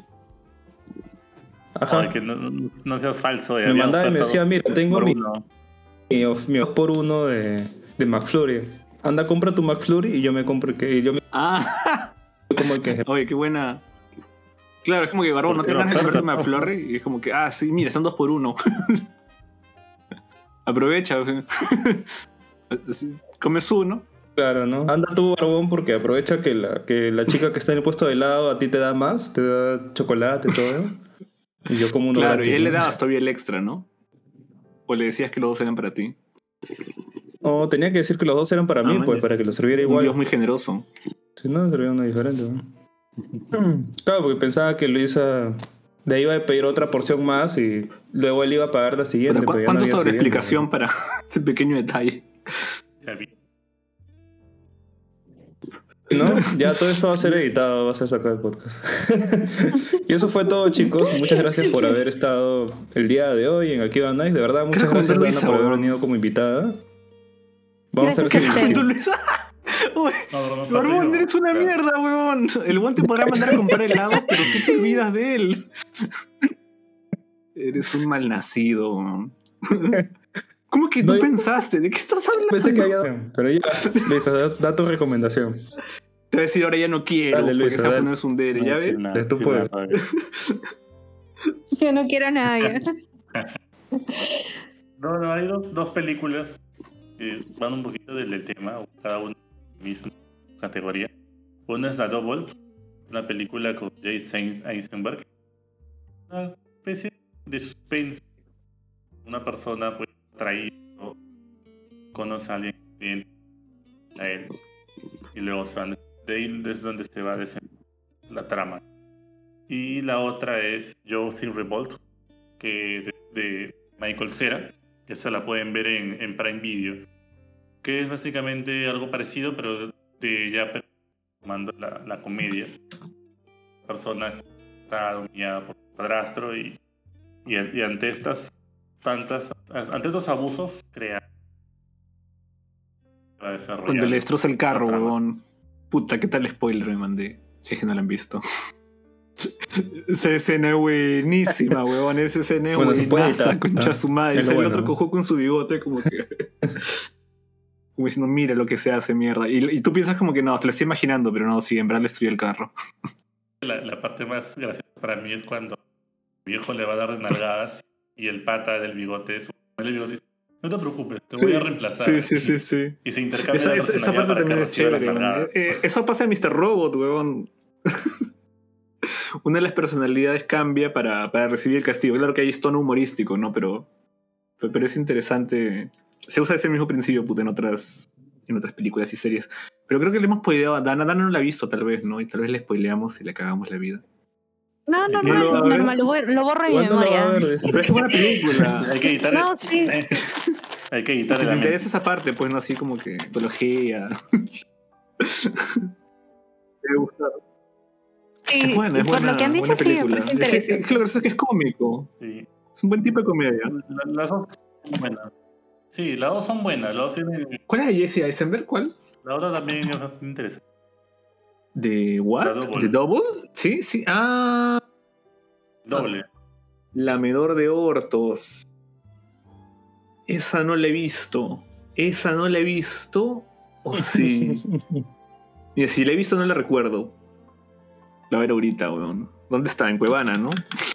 Speaker 2: Ajá.
Speaker 3: Ay, que no, no, no seas falso. eh,
Speaker 2: Me
Speaker 3: había
Speaker 2: mandaba y me
Speaker 3: oferta
Speaker 2: decía, mira, tengo
Speaker 3: por
Speaker 2: mi,
Speaker 3: uno.
Speaker 2: mi, mi dos por uno de, de McFlurry. Anda, compra tu McFlurry y yo me compro que y yo me
Speaker 4: Ah,
Speaker 2: como el que...
Speaker 4: oye, qué buena. Claro, es como que, Barbón, no te
Speaker 3: Porque
Speaker 4: ganas de
Speaker 3: oferta,
Speaker 4: comprarte una
Speaker 3: ¿no?
Speaker 4: flor y es como que, ah, sí, mira, son dos por uno. Aprovecha. o sea. Así, comes uno.
Speaker 2: Claro, ¿no? Anda tú, Barbón, porque aprovecha que la, que la chica que está en el puesto de helado a ti te da más, te da chocolate y todo. Y yo como uno
Speaker 4: Claro,
Speaker 2: gratis,
Speaker 4: y él le
Speaker 2: ¿no?
Speaker 4: dabas todavía el extra, ¿no? O le decías que los dos eran para ti.
Speaker 2: No, tenía que decir que los dos eran para
Speaker 4: Ah,
Speaker 2: mí,
Speaker 4: man,
Speaker 2: pues,
Speaker 4: ya.
Speaker 2: para que lo sirviera
Speaker 4: Un
Speaker 2: igual.
Speaker 4: Dios muy generoso.
Speaker 2: Si no, sería uno diferente, ¿no? Claro, porque pensaba que Luisa de ahí iba a pedir otra porción más y luego él iba a pagar la siguiente.
Speaker 4: Puta, ¿cu-
Speaker 2: pero ya no
Speaker 4: ¿Cuánto
Speaker 2: había
Speaker 4: sobre
Speaker 2: siguiente,
Speaker 4: explicación para ese pequeño detalle?
Speaker 3: Ya vi.
Speaker 2: ¿no? Ya todo esto va a ser editado, va a ser sacado del podcast. Y eso fue todo, chicos. Muchas gracias por haber estado el día de hoy en Akiba Nights. De verdad, muchas
Speaker 4: Creo que
Speaker 2: gracias,
Speaker 4: comentó
Speaker 2: Dana,
Speaker 4: Luisa,
Speaker 2: por haber
Speaker 4: weón.
Speaker 2: venido como invitada. Vamos a ver
Speaker 5: Gracias
Speaker 2: si...
Speaker 5: a
Speaker 2: si-
Speaker 4: ¿Cuánto Luisa? Uy,
Speaker 3: No, no, no, falta
Speaker 4: Barbón,
Speaker 3: yo.
Speaker 4: eres una
Speaker 3: Claro.
Speaker 4: mierda, weón. El weón te podrá mandar a comprar helados, pero tú te olvidas de él. Eres un malnacido, weón. ¿Cómo que tú
Speaker 2: No, yo-
Speaker 4: pensaste? ¿De qué estás hablando?
Speaker 2: Pensé que había... Pero ya, Luisa, da, da tu recomendación.
Speaker 4: Te voy a decir ahora ya no quiero,
Speaker 2: Dale,
Speaker 4: porque
Speaker 2: Luisa,
Speaker 4: se va a
Speaker 2: dale.
Speaker 4: poner su dere, ¿ya
Speaker 3: No,
Speaker 4: ves?
Speaker 3: nada,
Speaker 2: Tú
Speaker 3: sí,
Speaker 2: puedes.
Speaker 3: nada,
Speaker 5: Yo no quiero nada ya.
Speaker 3: No, no, hay dos, dos películas que van un poquito del, del tema, cada una en la misma categoría. Una es The Double, una película con Jason Eisenberg. Una especie de suspense. Una persona pues atraída, conoce a alguien bien a él, y luego se van de ahí es donde se va a desenvolver la trama. Y la otra es Josie Revolt, que es de, de Michael Cera, que esa la pueden ver en, en Prime Video, que es básicamente algo parecido, pero de ya tomando la, la comedia. Persona que está dominada por su padrastro y, y, y ante estas tantas, ante estos abusos crea va a desarrollar
Speaker 4: Cuando le destroza el carro,
Speaker 3: la trama.
Speaker 4: huevón. Puta, ¿qué tal spoiler me mandé? Si es que no la han visto. Esa escena es buenísima, huevón. Esa escena es
Speaker 2: Bueno, se puede
Speaker 4: buenaza,
Speaker 2: editar.
Speaker 4: concha
Speaker 2: Ah,
Speaker 4: su madre.
Speaker 2: es lo
Speaker 4: Sale el
Speaker 2: bueno,
Speaker 4: otro
Speaker 2: ¿no?
Speaker 4: cojo con su bigote, como que. Como diciendo, mira lo que se hace, mierda. Y, y tú piensas como que no, te lo estoy imaginando, pero no, sí, en verdad le destruyó el carro.
Speaker 3: La, la parte más graciosa para mí es cuando el viejo le va a dar de nalgadas y el pata del bigote, su, el bigote dice, No te preocupes, te
Speaker 4: Sí,
Speaker 3: voy a reemplazar.
Speaker 4: Sí, sí, sí, sí.
Speaker 3: Y se intercambia
Speaker 4: Esa,
Speaker 3: la
Speaker 4: esa, esa
Speaker 3: personalidad
Speaker 4: parte
Speaker 3: para que
Speaker 4: también es
Speaker 3: reciba las
Speaker 4: chévere.
Speaker 3: nalgadas.
Speaker 4: Eh, eh, eso pasa en mister Robot, weón. Una de las personalidades cambia para, para recibir el castigo. Claro que hay tono humorístico, ¿no? Pero, pero es interesante. Se usa ese mismo principio, puta, en otras, en otras películas y series. Pero creo que le hemos spoileado a Dana. Dana no la ha visto, tal vez, ¿no? Y tal vez le spoileamos y le cagamos la vida.
Speaker 5: No,
Speaker 3: Sí,
Speaker 5: normal,
Speaker 4: no lo va a ver.
Speaker 5: normal, lo, borro, lo borro de mi
Speaker 2: Igual no lo va a
Speaker 5: memoria.
Speaker 2: ver. de-
Speaker 4: Pero es buena película.
Speaker 3: Hay que editar.
Speaker 5: No, sí.
Speaker 3: Hay que
Speaker 4: Y
Speaker 3: editar
Speaker 4: si
Speaker 3: de
Speaker 4: te
Speaker 3: la mente.
Speaker 4: interesa esa parte, pues no así como que apología. Me gusta.
Speaker 5: Sí,
Speaker 4: Es buena, es
Speaker 5: por
Speaker 4: buena,
Speaker 5: lo que han dicho,
Speaker 4: buena
Speaker 5: sí, me
Speaker 4: película.
Speaker 5: parece
Speaker 4: Es que,
Speaker 5: interesante.
Speaker 4: es que lo gracioso es que es cómico.
Speaker 3: Sí.
Speaker 4: Es un buen tipo de comedia.
Speaker 3: La- Las dos son buenas. Sí, las dos son buenas. Las dos tienen.
Speaker 4: ¿Cuál es de Jesse Eisenberg? ¿Cuál?
Speaker 3: La otra también es bastante interesante.
Speaker 4: ¿De what?
Speaker 3: The Double.
Speaker 4: ¿De Double? Sí, sí. Ah,
Speaker 3: Doble.
Speaker 4: Lamedor de Hortos. Esa no la he visto. Esa no la he visto. ¿O sí? Mira, si la he visto no la recuerdo. La voy a ver ahorita, weón. ¿Dónde está? En Cuevana, ¿no?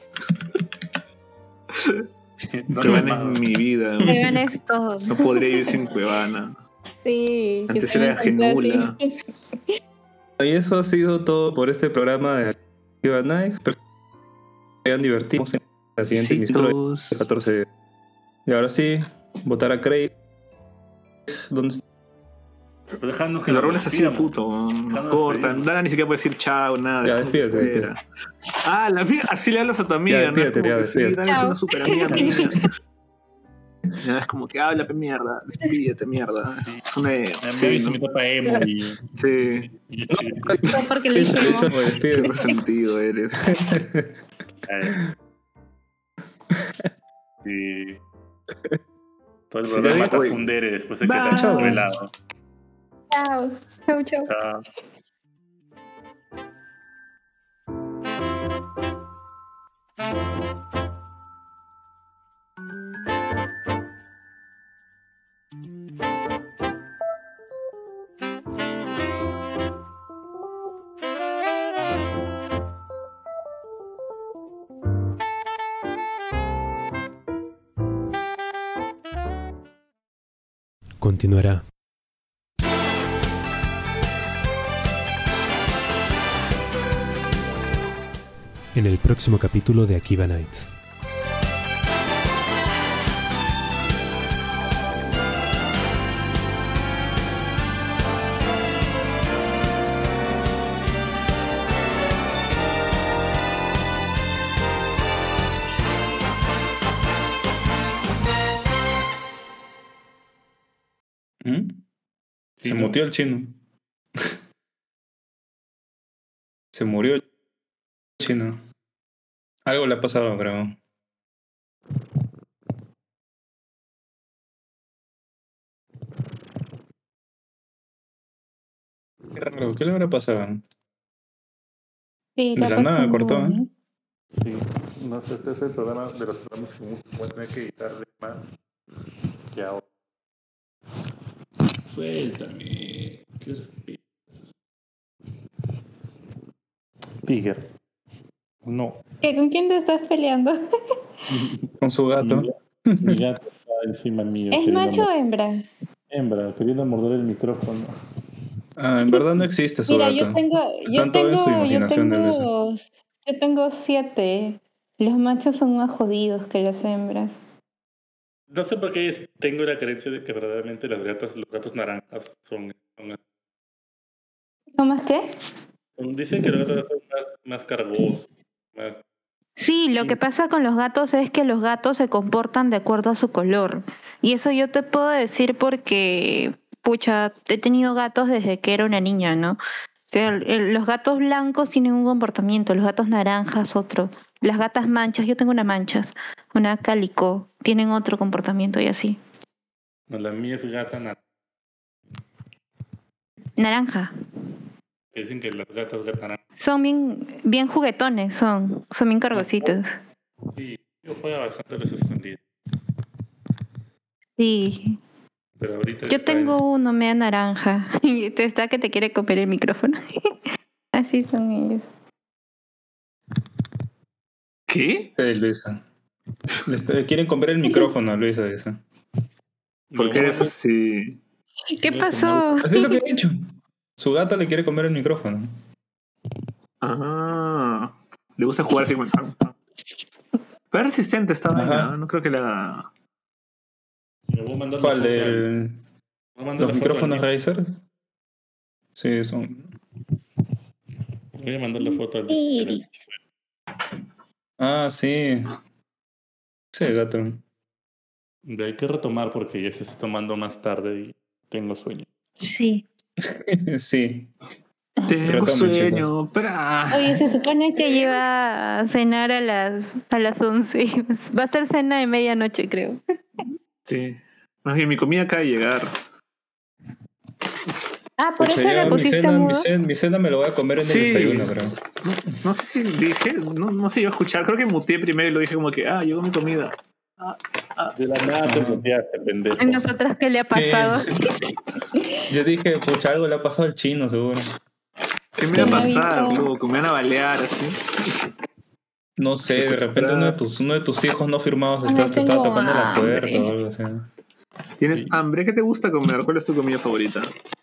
Speaker 3: No,
Speaker 4: Cuevana
Speaker 3: no,
Speaker 4: es mi vida.
Speaker 5: Me ganes todo.
Speaker 4: No podría vivir sin Cuevana.
Speaker 5: Sí. yo
Speaker 4: Antes
Speaker 5: también
Speaker 4: era
Speaker 5: pensé así.
Speaker 4: Genula.
Speaker 2: Y eso ha sido todo por este programa de Akiba Nights. Espero que se hayan divertido en la siguiente emisión de
Speaker 4: Besitos.
Speaker 2: catorce. Y ahora sí, votar a Craig. ¿Dónde está?
Speaker 3: Pero dejadnos que
Speaker 4: Que lo
Speaker 3: nos
Speaker 4: roles así de
Speaker 3: despidamos.
Speaker 4: puto. Nos
Speaker 3: Déjanos
Speaker 4: cortan.
Speaker 3: despedirnos.
Speaker 4: Dana ni siquiera puede decir chao, nada.
Speaker 2: Ya,
Speaker 4: dejamos
Speaker 2: despídete,
Speaker 4: fuera. Ah, la amiga, así le hablas a tu amiga,
Speaker 2: Ya,
Speaker 4: ¿no? Es
Speaker 2: despídete,
Speaker 4: como
Speaker 2: ya,
Speaker 4: que sí,
Speaker 2: despídete.
Speaker 4: Dana es
Speaker 5: Chao.
Speaker 4: una super amiga mía. Ya, es como que habla, pe mierda. Despídete, mierda. Es una.
Speaker 3: Me
Speaker 4: Sí,
Speaker 3: he visto
Speaker 4: ¿no?
Speaker 3: mi etapa emo y.
Speaker 4: Sí,
Speaker 3: y- y-
Speaker 5: Todo porque le
Speaker 2: De hecho, de
Speaker 5: dijimos.
Speaker 2: hecho, me
Speaker 4: qué
Speaker 2: despido.
Speaker 4: resentido eres.
Speaker 3: Ay. Sí. Todo el
Speaker 2: Sí,
Speaker 3: programa
Speaker 2: ya
Speaker 3: está
Speaker 2: digo,
Speaker 3: fundere después de que
Speaker 4: Bye.
Speaker 3: te han
Speaker 2: Chao.
Speaker 3: revelado.
Speaker 5: Chao. Chau, chau.
Speaker 3: Chao.
Speaker 1: Continuará. En el próximo capítulo de Akiba Nights.
Speaker 2: ¿Mm?
Speaker 3: Sí,
Speaker 2: Se
Speaker 3: ¿no?
Speaker 2: mutió el chino. Se murió el chino. Algo le ha pasado, creo. Qué raro, ¿qué le habrá pasado?
Speaker 5: Sí,
Speaker 2: De
Speaker 5: la
Speaker 2: la nada
Speaker 5: pasó
Speaker 2: cortó,
Speaker 5: muy
Speaker 2: ¿eh?
Speaker 5: bien.
Speaker 3: Sí, no sé, este es el programa de los programas que voy a tener que editarle más que ahora. Suéltame. ¿Qué respeto? Tiger. No.
Speaker 5: ¿Qué, ¿Con quién te estás peleando?
Speaker 2: Con su gato.
Speaker 3: Mi, ga- mi gato está encima mío.
Speaker 5: ¿Es
Speaker 3: queriendo
Speaker 5: macho o
Speaker 3: mor-
Speaker 5: hembra?
Speaker 3: Hembra, queriendo morder el micrófono.
Speaker 2: Ah, en verdad no existe su
Speaker 5: Mira,
Speaker 2: gato.
Speaker 5: yo tengo, yo
Speaker 2: Están todo en su
Speaker 5: tengo, yo
Speaker 2: imaginación de Luisa.
Speaker 5: tengo, yo tengo siete. Los machos son más jodidos que las hembras.
Speaker 3: No sé por qué es- tengo la creencia de que verdaderamente las gatas, los gatos naranjas son, son-
Speaker 5: ¿No más qué?
Speaker 3: son- dicen que los gatos son más, más cargosos, más.
Speaker 5: Sí, lo
Speaker 3: Sí.
Speaker 5: que pasa con los gatos es que los gatos se comportan de acuerdo a su color. Y eso yo te puedo decir porque, pucha, he tenido gatos desde que era una niña, ¿no? O sea, el- el- los gatos blancos tienen un comportamiento, los gatos naranjas otro. Las gatas manchas, yo tengo una manchas, una cálico, tienen otro comportamiento y así.
Speaker 3: No, la mía es gata naranja.
Speaker 5: Naranja.
Speaker 3: Dicen que las gatas gata naranja.
Speaker 5: Son bien, bien juguetones, son, son bien cargositos.
Speaker 3: Sí, yo juego bastante a los escondidos.
Speaker 5: Sí.
Speaker 3: Pero ahorita
Speaker 5: Yo
Speaker 3: está
Speaker 5: tengo
Speaker 3: en-
Speaker 5: uno media naranja y te está que te quiere comer el micrófono. Así son ellos.
Speaker 4: ¿Qué?
Speaker 2: Eh, Luisa. Le está- quieren comprar el micrófono a Luisa, esa.
Speaker 4: ¿Por qué eres así?
Speaker 5: ¿Qué pasó?
Speaker 2: Así es lo que he dicho. Su gata le quiere comer el micrófono.
Speaker 4: Ah, le gusta jugar así como... Pero es resistente esta vaina, ¿no? No creo que la...
Speaker 3: Me voy a mandar la
Speaker 2: ¿Cuál?
Speaker 3: foto al-
Speaker 2: El...
Speaker 3: voy a mandar
Speaker 2: ¿Los
Speaker 3: la foto al
Speaker 2: micrófonos
Speaker 3: mío.
Speaker 2: Razer? Sí, son...
Speaker 3: Voy a mandar la foto al
Speaker 5: Sí.
Speaker 2: Ah, sí. Sí, gato.
Speaker 3: Hay que retomar porque ya se está tomando más tarde y tengo sueño.
Speaker 5: Sí.
Speaker 2: Sí.
Speaker 4: Tengo
Speaker 2: Retomen,
Speaker 4: sueño, pero...
Speaker 5: Oye, se supone que iba a cenar a las a las once. Va a estar cena de medianoche, creo.
Speaker 4: Sí. Más bien, mi comida acaba de llegar.
Speaker 5: Ah, por
Speaker 2: Pucha,
Speaker 5: eso
Speaker 2: yo
Speaker 5: la
Speaker 2: mi
Speaker 5: pusiste
Speaker 2: cena, mi,
Speaker 5: mudo.
Speaker 2: cena, mi cena me lo voy a comer en
Speaker 4: Sí.
Speaker 2: el desayuno, creo.
Speaker 4: No, no sé si dije, no, no sé yo escuchar, creo que muteé primero y lo dije como que, ah, llegó mi comida. Ah, ah.
Speaker 3: De la nada te muteaste, pendejo.
Speaker 5: ¿A nosotras qué le ha pasado?
Speaker 2: Yo dije, pucha, algo le ha pasado al chino, seguro.
Speaker 4: ¿Qué me va a
Speaker 5: Sí,
Speaker 4: pasar,
Speaker 5: amigo.
Speaker 4: loco? Me van a balear así.
Speaker 2: No sé, de repente uno de tus, uno de tus hijos no firmados
Speaker 5: Ay,
Speaker 2: está, te estaba
Speaker 5: tengo
Speaker 2: tocando la
Speaker 5: hambre.
Speaker 2: puerta o algo así.
Speaker 4: ¿Tienes
Speaker 3: Sí.
Speaker 4: hambre? ¿Qué te gusta comer? ¿Cuál es tu comida favorita?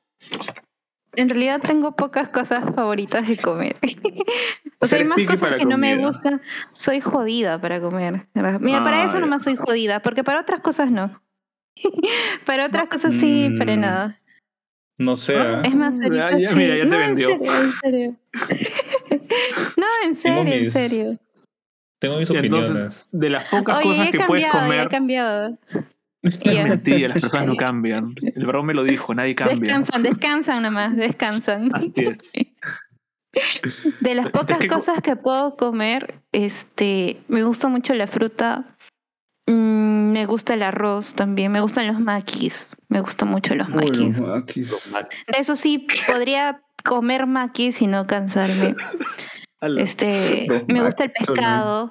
Speaker 5: En realidad tengo pocas cosas favoritas de comer.
Speaker 4: O
Speaker 5: O
Speaker 4: sea,
Speaker 5: sea, hay
Speaker 4: eres
Speaker 5: más
Speaker 4: picky
Speaker 5: cosas
Speaker 4: para
Speaker 5: que no me
Speaker 4: comida.
Speaker 5: gustan. Soy jodida para comer. Mira, para
Speaker 4: Ah,
Speaker 5: eso
Speaker 4: ya.
Speaker 5: nomás soy jodida, porque para otras cosas no. Para otras cosas sí, para
Speaker 2: Mm,
Speaker 5: nada.
Speaker 2: No sé,
Speaker 4: Ah,
Speaker 2: ¿eh?
Speaker 5: Es más,
Speaker 4: ya,
Speaker 5: ahorita
Speaker 4: ya,
Speaker 5: sí.
Speaker 4: mira, ya te
Speaker 5: No, en
Speaker 4: vendió.
Speaker 5: serio, en serio. No, en
Speaker 2: Tengo
Speaker 5: serio, en
Speaker 2: mis,
Speaker 5: serio.
Speaker 2: tengo mis
Speaker 4: Y entonces,
Speaker 2: opiniones.
Speaker 4: de las pocas
Speaker 5: Oye,
Speaker 4: cosas
Speaker 5: ya he
Speaker 4: que puedes
Speaker 5: cambiado, ya he
Speaker 4: comer,
Speaker 5: cambiado.
Speaker 4: es
Speaker 5: Ya.
Speaker 4: mentira, las personas no cambian. El varón me lo dijo, nadie cambia.
Speaker 5: Descansan, descansan nomás, descansan.
Speaker 4: Así es.
Speaker 5: De las
Speaker 4: Entonces,
Speaker 5: pocas
Speaker 4: ¿qué co-
Speaker 5: cosas que puedo comer, este, me gusta mucho la fruta. Mm, me gusta el arroz también. Me gustan los maquis. Me gustan mucho los maquis.
Speaker 2: Bueno, aquí.
Speaker 3: Los Mac.
Speaker 5: De eso sí, podría comer maquis y no cansarme.
Speaker 4: Ala,
Speaker 5: Este,
Speaker 2: Los
Speaker 5: me gusta el
Speaker 2: maquis, cholo.
Speaker 5: pescado.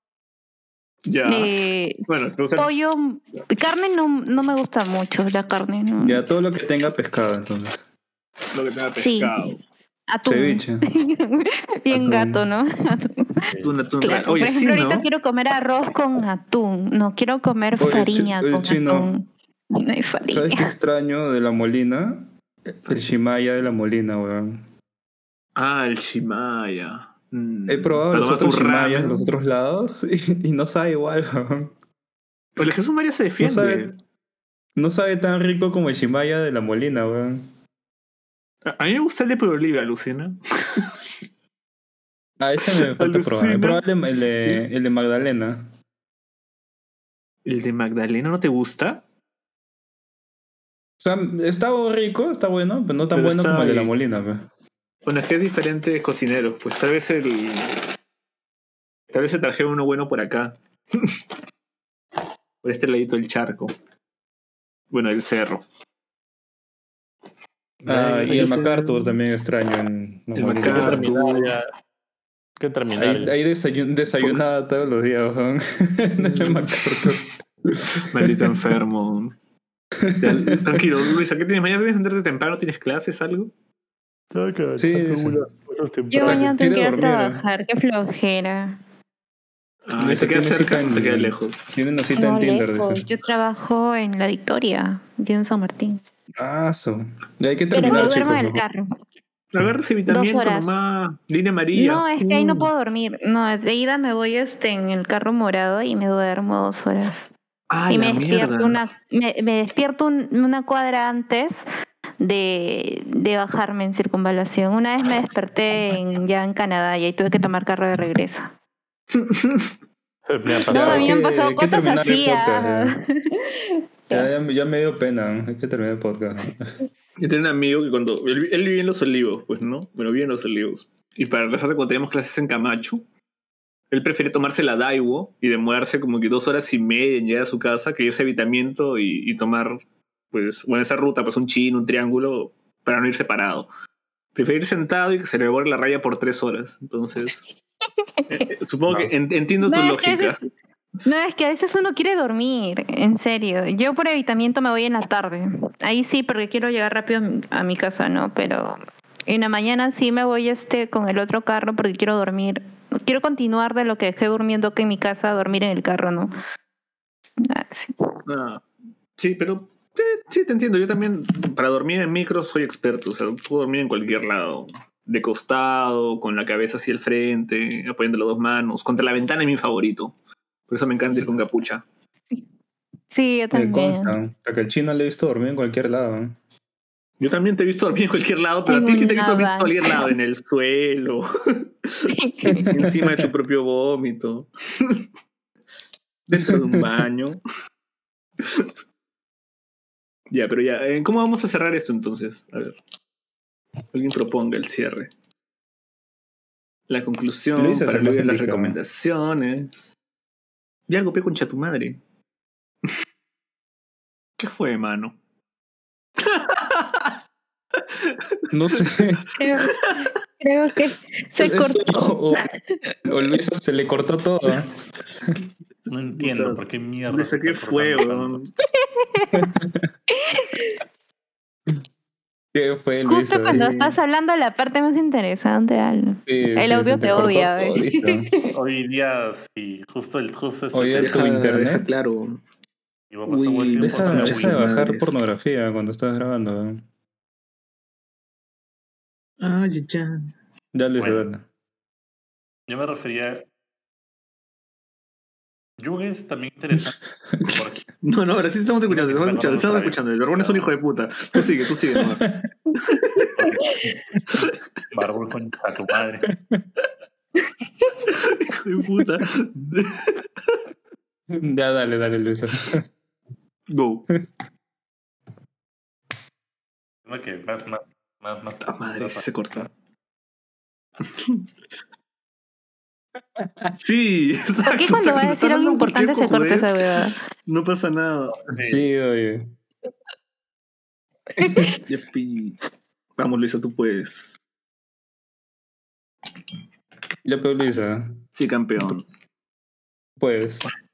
Speaker 4: ya.
Speaker 5: Eh,
Speaker 4: Bueno, te gusta-
Speaker 5: pollo, carne no, no me gusta mucho la carne. No.
Speaker 2: Ya todo lo que tenga pescado, entonces.
Speaker 4: lo que tenga
Speaker 5: Sí.
Speaker 4: pescado.
Speaker 5: Atún.
Speaker 2: Ceviche.
Speaker 5: Bien
Speaker 2: Atún.
Speaker 5: gato, ¿no? Atún.
Speaker 4: Atún, atún
Speaker 5: Claro.
Speaker 4: real. Oye,
Speaker 5: Por ejemplo,
Speaker 4: sí,
Speaker 5: ahorita
Speaker 4: ¿no?
Speaker 5: quiero comer arroz con atún. No quiero comer
Speaker 2: Oye,
Speaker 5: fariña
Speaker 2: chi- oye,
Speaker 5: con
Speaker 2: chino,
Speaker 5: atún. Ay, no hay
Speaker 2: ¿sabes
Speaker 5: fariña.
Speaker 2: qué extraño de la Molina? El Shimaya de la Molina, weón.
Speaker 4: Ah, el chimaya. Mm,
Speaker 2: He probado
Speaker 4: para
Speaker 2: los
Speaker 4: tomar tu
Speaker 2: otros Shimayas de
Speaker 4: ramen.
Speaker 2: los otros lados y, y no sabe igual, weón.
Speaker 4: Pues el Jesús María se
Speaker 2: No
Speaker 4: defiende.
Speaker 2: sabe, no sabe tan rico como el Shimaya de la Molina, weón.
Speaker 4: A a mí me gusta el de Oliva, Lucina.
Speaker 2: Ah, ese me falta probar. He
Speaker 4: Alucina.
Speaker 2: probado el de, el de, el de Magdalena.
Speaker 4: ¿El de Magdalena no te gusta?
Speaker 2: O sea, está rico, está bueno, pero no tan
Speaker 4: Pero
Speaker 2: bueno
Speaker 4: está
Speaker 2: como el de la
Speaker 4: ahí.
Speaker 2: Molina, pues.
Speaker 4: Bueno, es que es diferentes cocineros. Pues tal vez el. Tal vez se trajeron uno bueno por acá. Por este ladito del charco. Bueno, el cerro.
Speaker 2: Ah, y
Speaker 4: Ahí
Speaker 2: el
Speaker 4: se-
Speaker 2: MacArthur también extraño en la
Speaker 4: El
Speaker 2: Molina.
Speaker 3: Hay que
Speaker 4: MacArthur.
Speaker 3: terminar ya. Hay que terminar
Speaker 2: Ahí,
Speaker 3: ya.
Speaker 2: ahí desayun- desayunaba todos los días, weón. En el MacArthur.
Speaker 4: Maldito enfermo. Ya, tranquilo, Luisa, ¿qué tienes? ¿Mañana tienes que entrarte temprano? ¿Tienes clases, algo?
Speaker 2: Sí, dice.
Speaker 5: Yo
Speaker 2: Puta,
Speaker 5: mañana tengo
Speaker 2: quiere
Speaker 5: que ir a
Speaker 2: dormir, ¿eh?
Speaker 5: trabajar. Qué flojera.
Speaker 4: Ah,
Speaker 2: Luisa
Speaker 4: ¿te queda
Speaker 2: tiene
Speaker 4: cerca
Speaker 2: cita
Speaker 4: o te
Speaker 2: en-
Speaker 4: queda lejos?
Speaker 2: Tiene una cita
Speaker 5: No,
Speaker 2: en Tinder,
Speaker 5: lejos.
Speaker 2: dice.
Speaker 5: Yo trabajo en La Victoria, aquí en San Martín.
Speaker 2: Ah, so. Ya hay que
Speaker 5: Pero me
Speaker 2: terminar,
Speaker 5: duermo
Speaker 2: chicos.
Speaker 5: en el
Speaker 2: mejor.
Speaker 5: carro.
Speaker 4: Agarra ese evitamiento
Speaker 5: Dos horas.
Speaker 4: nomás. Línea amarilla.
Speaker 5: No, es que ahí no
Speaker 4: Uh.
Speaker 5: puedo dormir. No, de ida me voy este en el carro morado y me duermo dos horas.
Speaker 4: Ah,
Speaker 5: y
Speaker 4: la
Speaker 5: me despierto
Speaker 4: mierda.
Speaker 5: una me, me despierto un- una cuadra antes de, de bajarme en circunvalación. Una vez me desperté en, ya en Canadá y ahí tuve que tomar carro de regreso.
Speaker 3: Me ha
Speaker 5: No,
Speaker 3: pasado.
Speaker 5: a mí me han
Speaker 2: que-
Speaker 5: pasado
Speaker 2: hay que
Speaker 5: cosas
Speaker 2: terminar el
Speaker 5: así.
Speaker 2: podcast,
Speaker 5: ah.
Speaker 2: Ya, ya, ya me dio pena. Hay que terminar el podcast.
Speaker 4: Yo tenía un amigo que cuando. Él, él vivía en Los Olivos, pues, ¿no? Bueno, vivía en Los Olivos. Y para regresar cuando teníamos clases en Camacho, él prefería tomarse la Daiwo y demorarse como que dos horas y media en llegar a su casa que irse a evitamiento y, y tomar, pues, bueno, esa ruta, pues un chin, un triángulo, para no ir separado. Prefería ir sentado y que se le borre la raya por tres horas. Entonces, eh, supongo que en- entiendo tu
Speaker 5: No, es que a
Speaker 4: lógica.
Speaker 5: veces- no, es que a veces uno quiere dormir, en serio. Yo por evitamiento me voy en la tarde. Ahí sí, porque quiero llegar rápido a mi- a mi casa, ¿no? Pero en la mañana sí me voy este con el otro carro porque quiero dormir. Quiero continuar de lo que dejé durmiendo aquí en mi casa, dormir en el carro, ¿no? Ah, sí.
Speaker 4: Ah, sí, pero Sí, sí, te entiendo. Yo también, para dormir en micro, soy experto. O sea, puedo dormir en cualquier lado. De costado, con la cabeza hacia el frente, apoyando las dos manos. Contra la ventana es mi favorito. Por eso me encanta ir con capucha.
Speaker 5: Sí, yo
Speaker 2: Me
Speaker 5: también.
Speaker 2: consta, porque al chino le he visto dormir en cualquier lado.
Speaker 4: Yo también te he visto dormir en cualquier lado, pero
Speaker 5: En
Speaker 4: a ti sí te he
Speaker 5: una
Speaker 4: visto dormir en cualquier
Speaker 5: banca.
Speaker 4: lado. En el suelo, encima de tu propio vómito, dentro de un baño. Ya, pero ya, eh, ¿cómo vamos a cerrar esto entonces? A ver. Alguien proponga el cierre. La conclusión,
Speaker 2: Luis es
Speaker 4: para
Speaker 2: el más
Speaker 4: luego las
Speaker 2: indicado.
Speaker 4: recomendaciones. Y algo pe concha tu madre. ¿Qué fue, mano?
Speaker 2: No sé.
Speaker 5: Creo, creo que se
Speaker 2: Eso,
Speaker 5: cortó.
Speaker 2: o, o Luis se le cortó todo.
Speaker 3: No entiendo
Speaker 4: Puta,
Speaker 3: por qué mierda.
Speaker 4: Luisa,
Speaker 3: se
Speaker 4: ¿qué
Speaker 3: está
Speaker 4: fue,
Speaker 3: cortando
Speaker 4: weón?
Speaker 2: ¿Qué fue,
Speaker 5: Justo
Speaker 2: Luisa?
Speaker 5: cuando
Speaker 4: Sí.
Speaker 5: estás hablando la parte más interesante, Aldo.
Speaker 2: Sí,
Speaker 5: El
Speaker 2: sí,
Speaker 5: audio
Speaker 2: se te
Speaker 5: te
Speaker 2: cortó
Speaker 5: odia,
Speaker 2: todo,
Speaker 5: ¿ves?
Speaker 2: listo.
Speaker 3: tanto. Hoy día, sí, justo el justo es
Speaker 2: Oye,
Speaker 3: el
Speaker 2: tu
Speaker 4: Deja,
Speaker 2: internet.
Speaker 4: deja claro.
Speaker 3: Y va a pasar
Speaker 4: Uy,
Speaker 3: siempre
Speaker 2: Deja,
Speaker 3: por la
Speaker 4: concha
Speaker 2: deja de
Speaker 4: su
Speaker 3: Wii.
Speaker 2: bajar
Speaker 4: madres.
Speaker 2: pornografía cuando estás grabando. ¿eh?
Speaker 4: Ah, ya, ya.
Speaker 2: Ya, Luisa,
Speaker 3: Bueno.
Speaker 2: dale.
Speaker 3: Yo me refería. Yugi es también interesante porque
Speaker 4: No, no, ahora sí estamos
Speaker 3: Creo
Speaker 4: escuchando,
Speaker 3: que
Speaker 4: estamos
Speaker 3: se está
Speaker 4: escuchando, estamos
Speaker 3: acordando
Speaker 4: escuchando.
Speaker 3: otra
Speaker 4: El
Speaker 3: vez.
Speaker 4: Barbón es un hijo de puta. Tú sigue, tú sigue nomás.
Speaker 3: Barbón con a tu madre.
Speaker 4: Hijo de puta.
Speaker 2: Ya, dale, dale, Luisa.
Speaker 4: Go.
Speaker 3: No, que más, más, más, más.
Speaker 4: Ah, madre,
Speaker 3: más-
Speaker 4: sí se cortó. Sí, exacto.
Speaker 5: ¿Por qué
Speaker 4: o sea,
Speaker 5: cuando va a
Speaker 4: está
Speaker 5: decir algo
Speaker 4: hablando cualquier
Speaker 5: importante se corta
Speaker 4: cojudez,
Speaker 5: esa huevada?
Speaker 4: no pasa nada.
Speaker 2: Sí, oye.
Speaker 4: Yepi. Vamos, Luisa, tú puedes.
Speaker 2: Ya, pero Luisa,
Speaker 4: Sí, campeón.
Speaker 2: pues.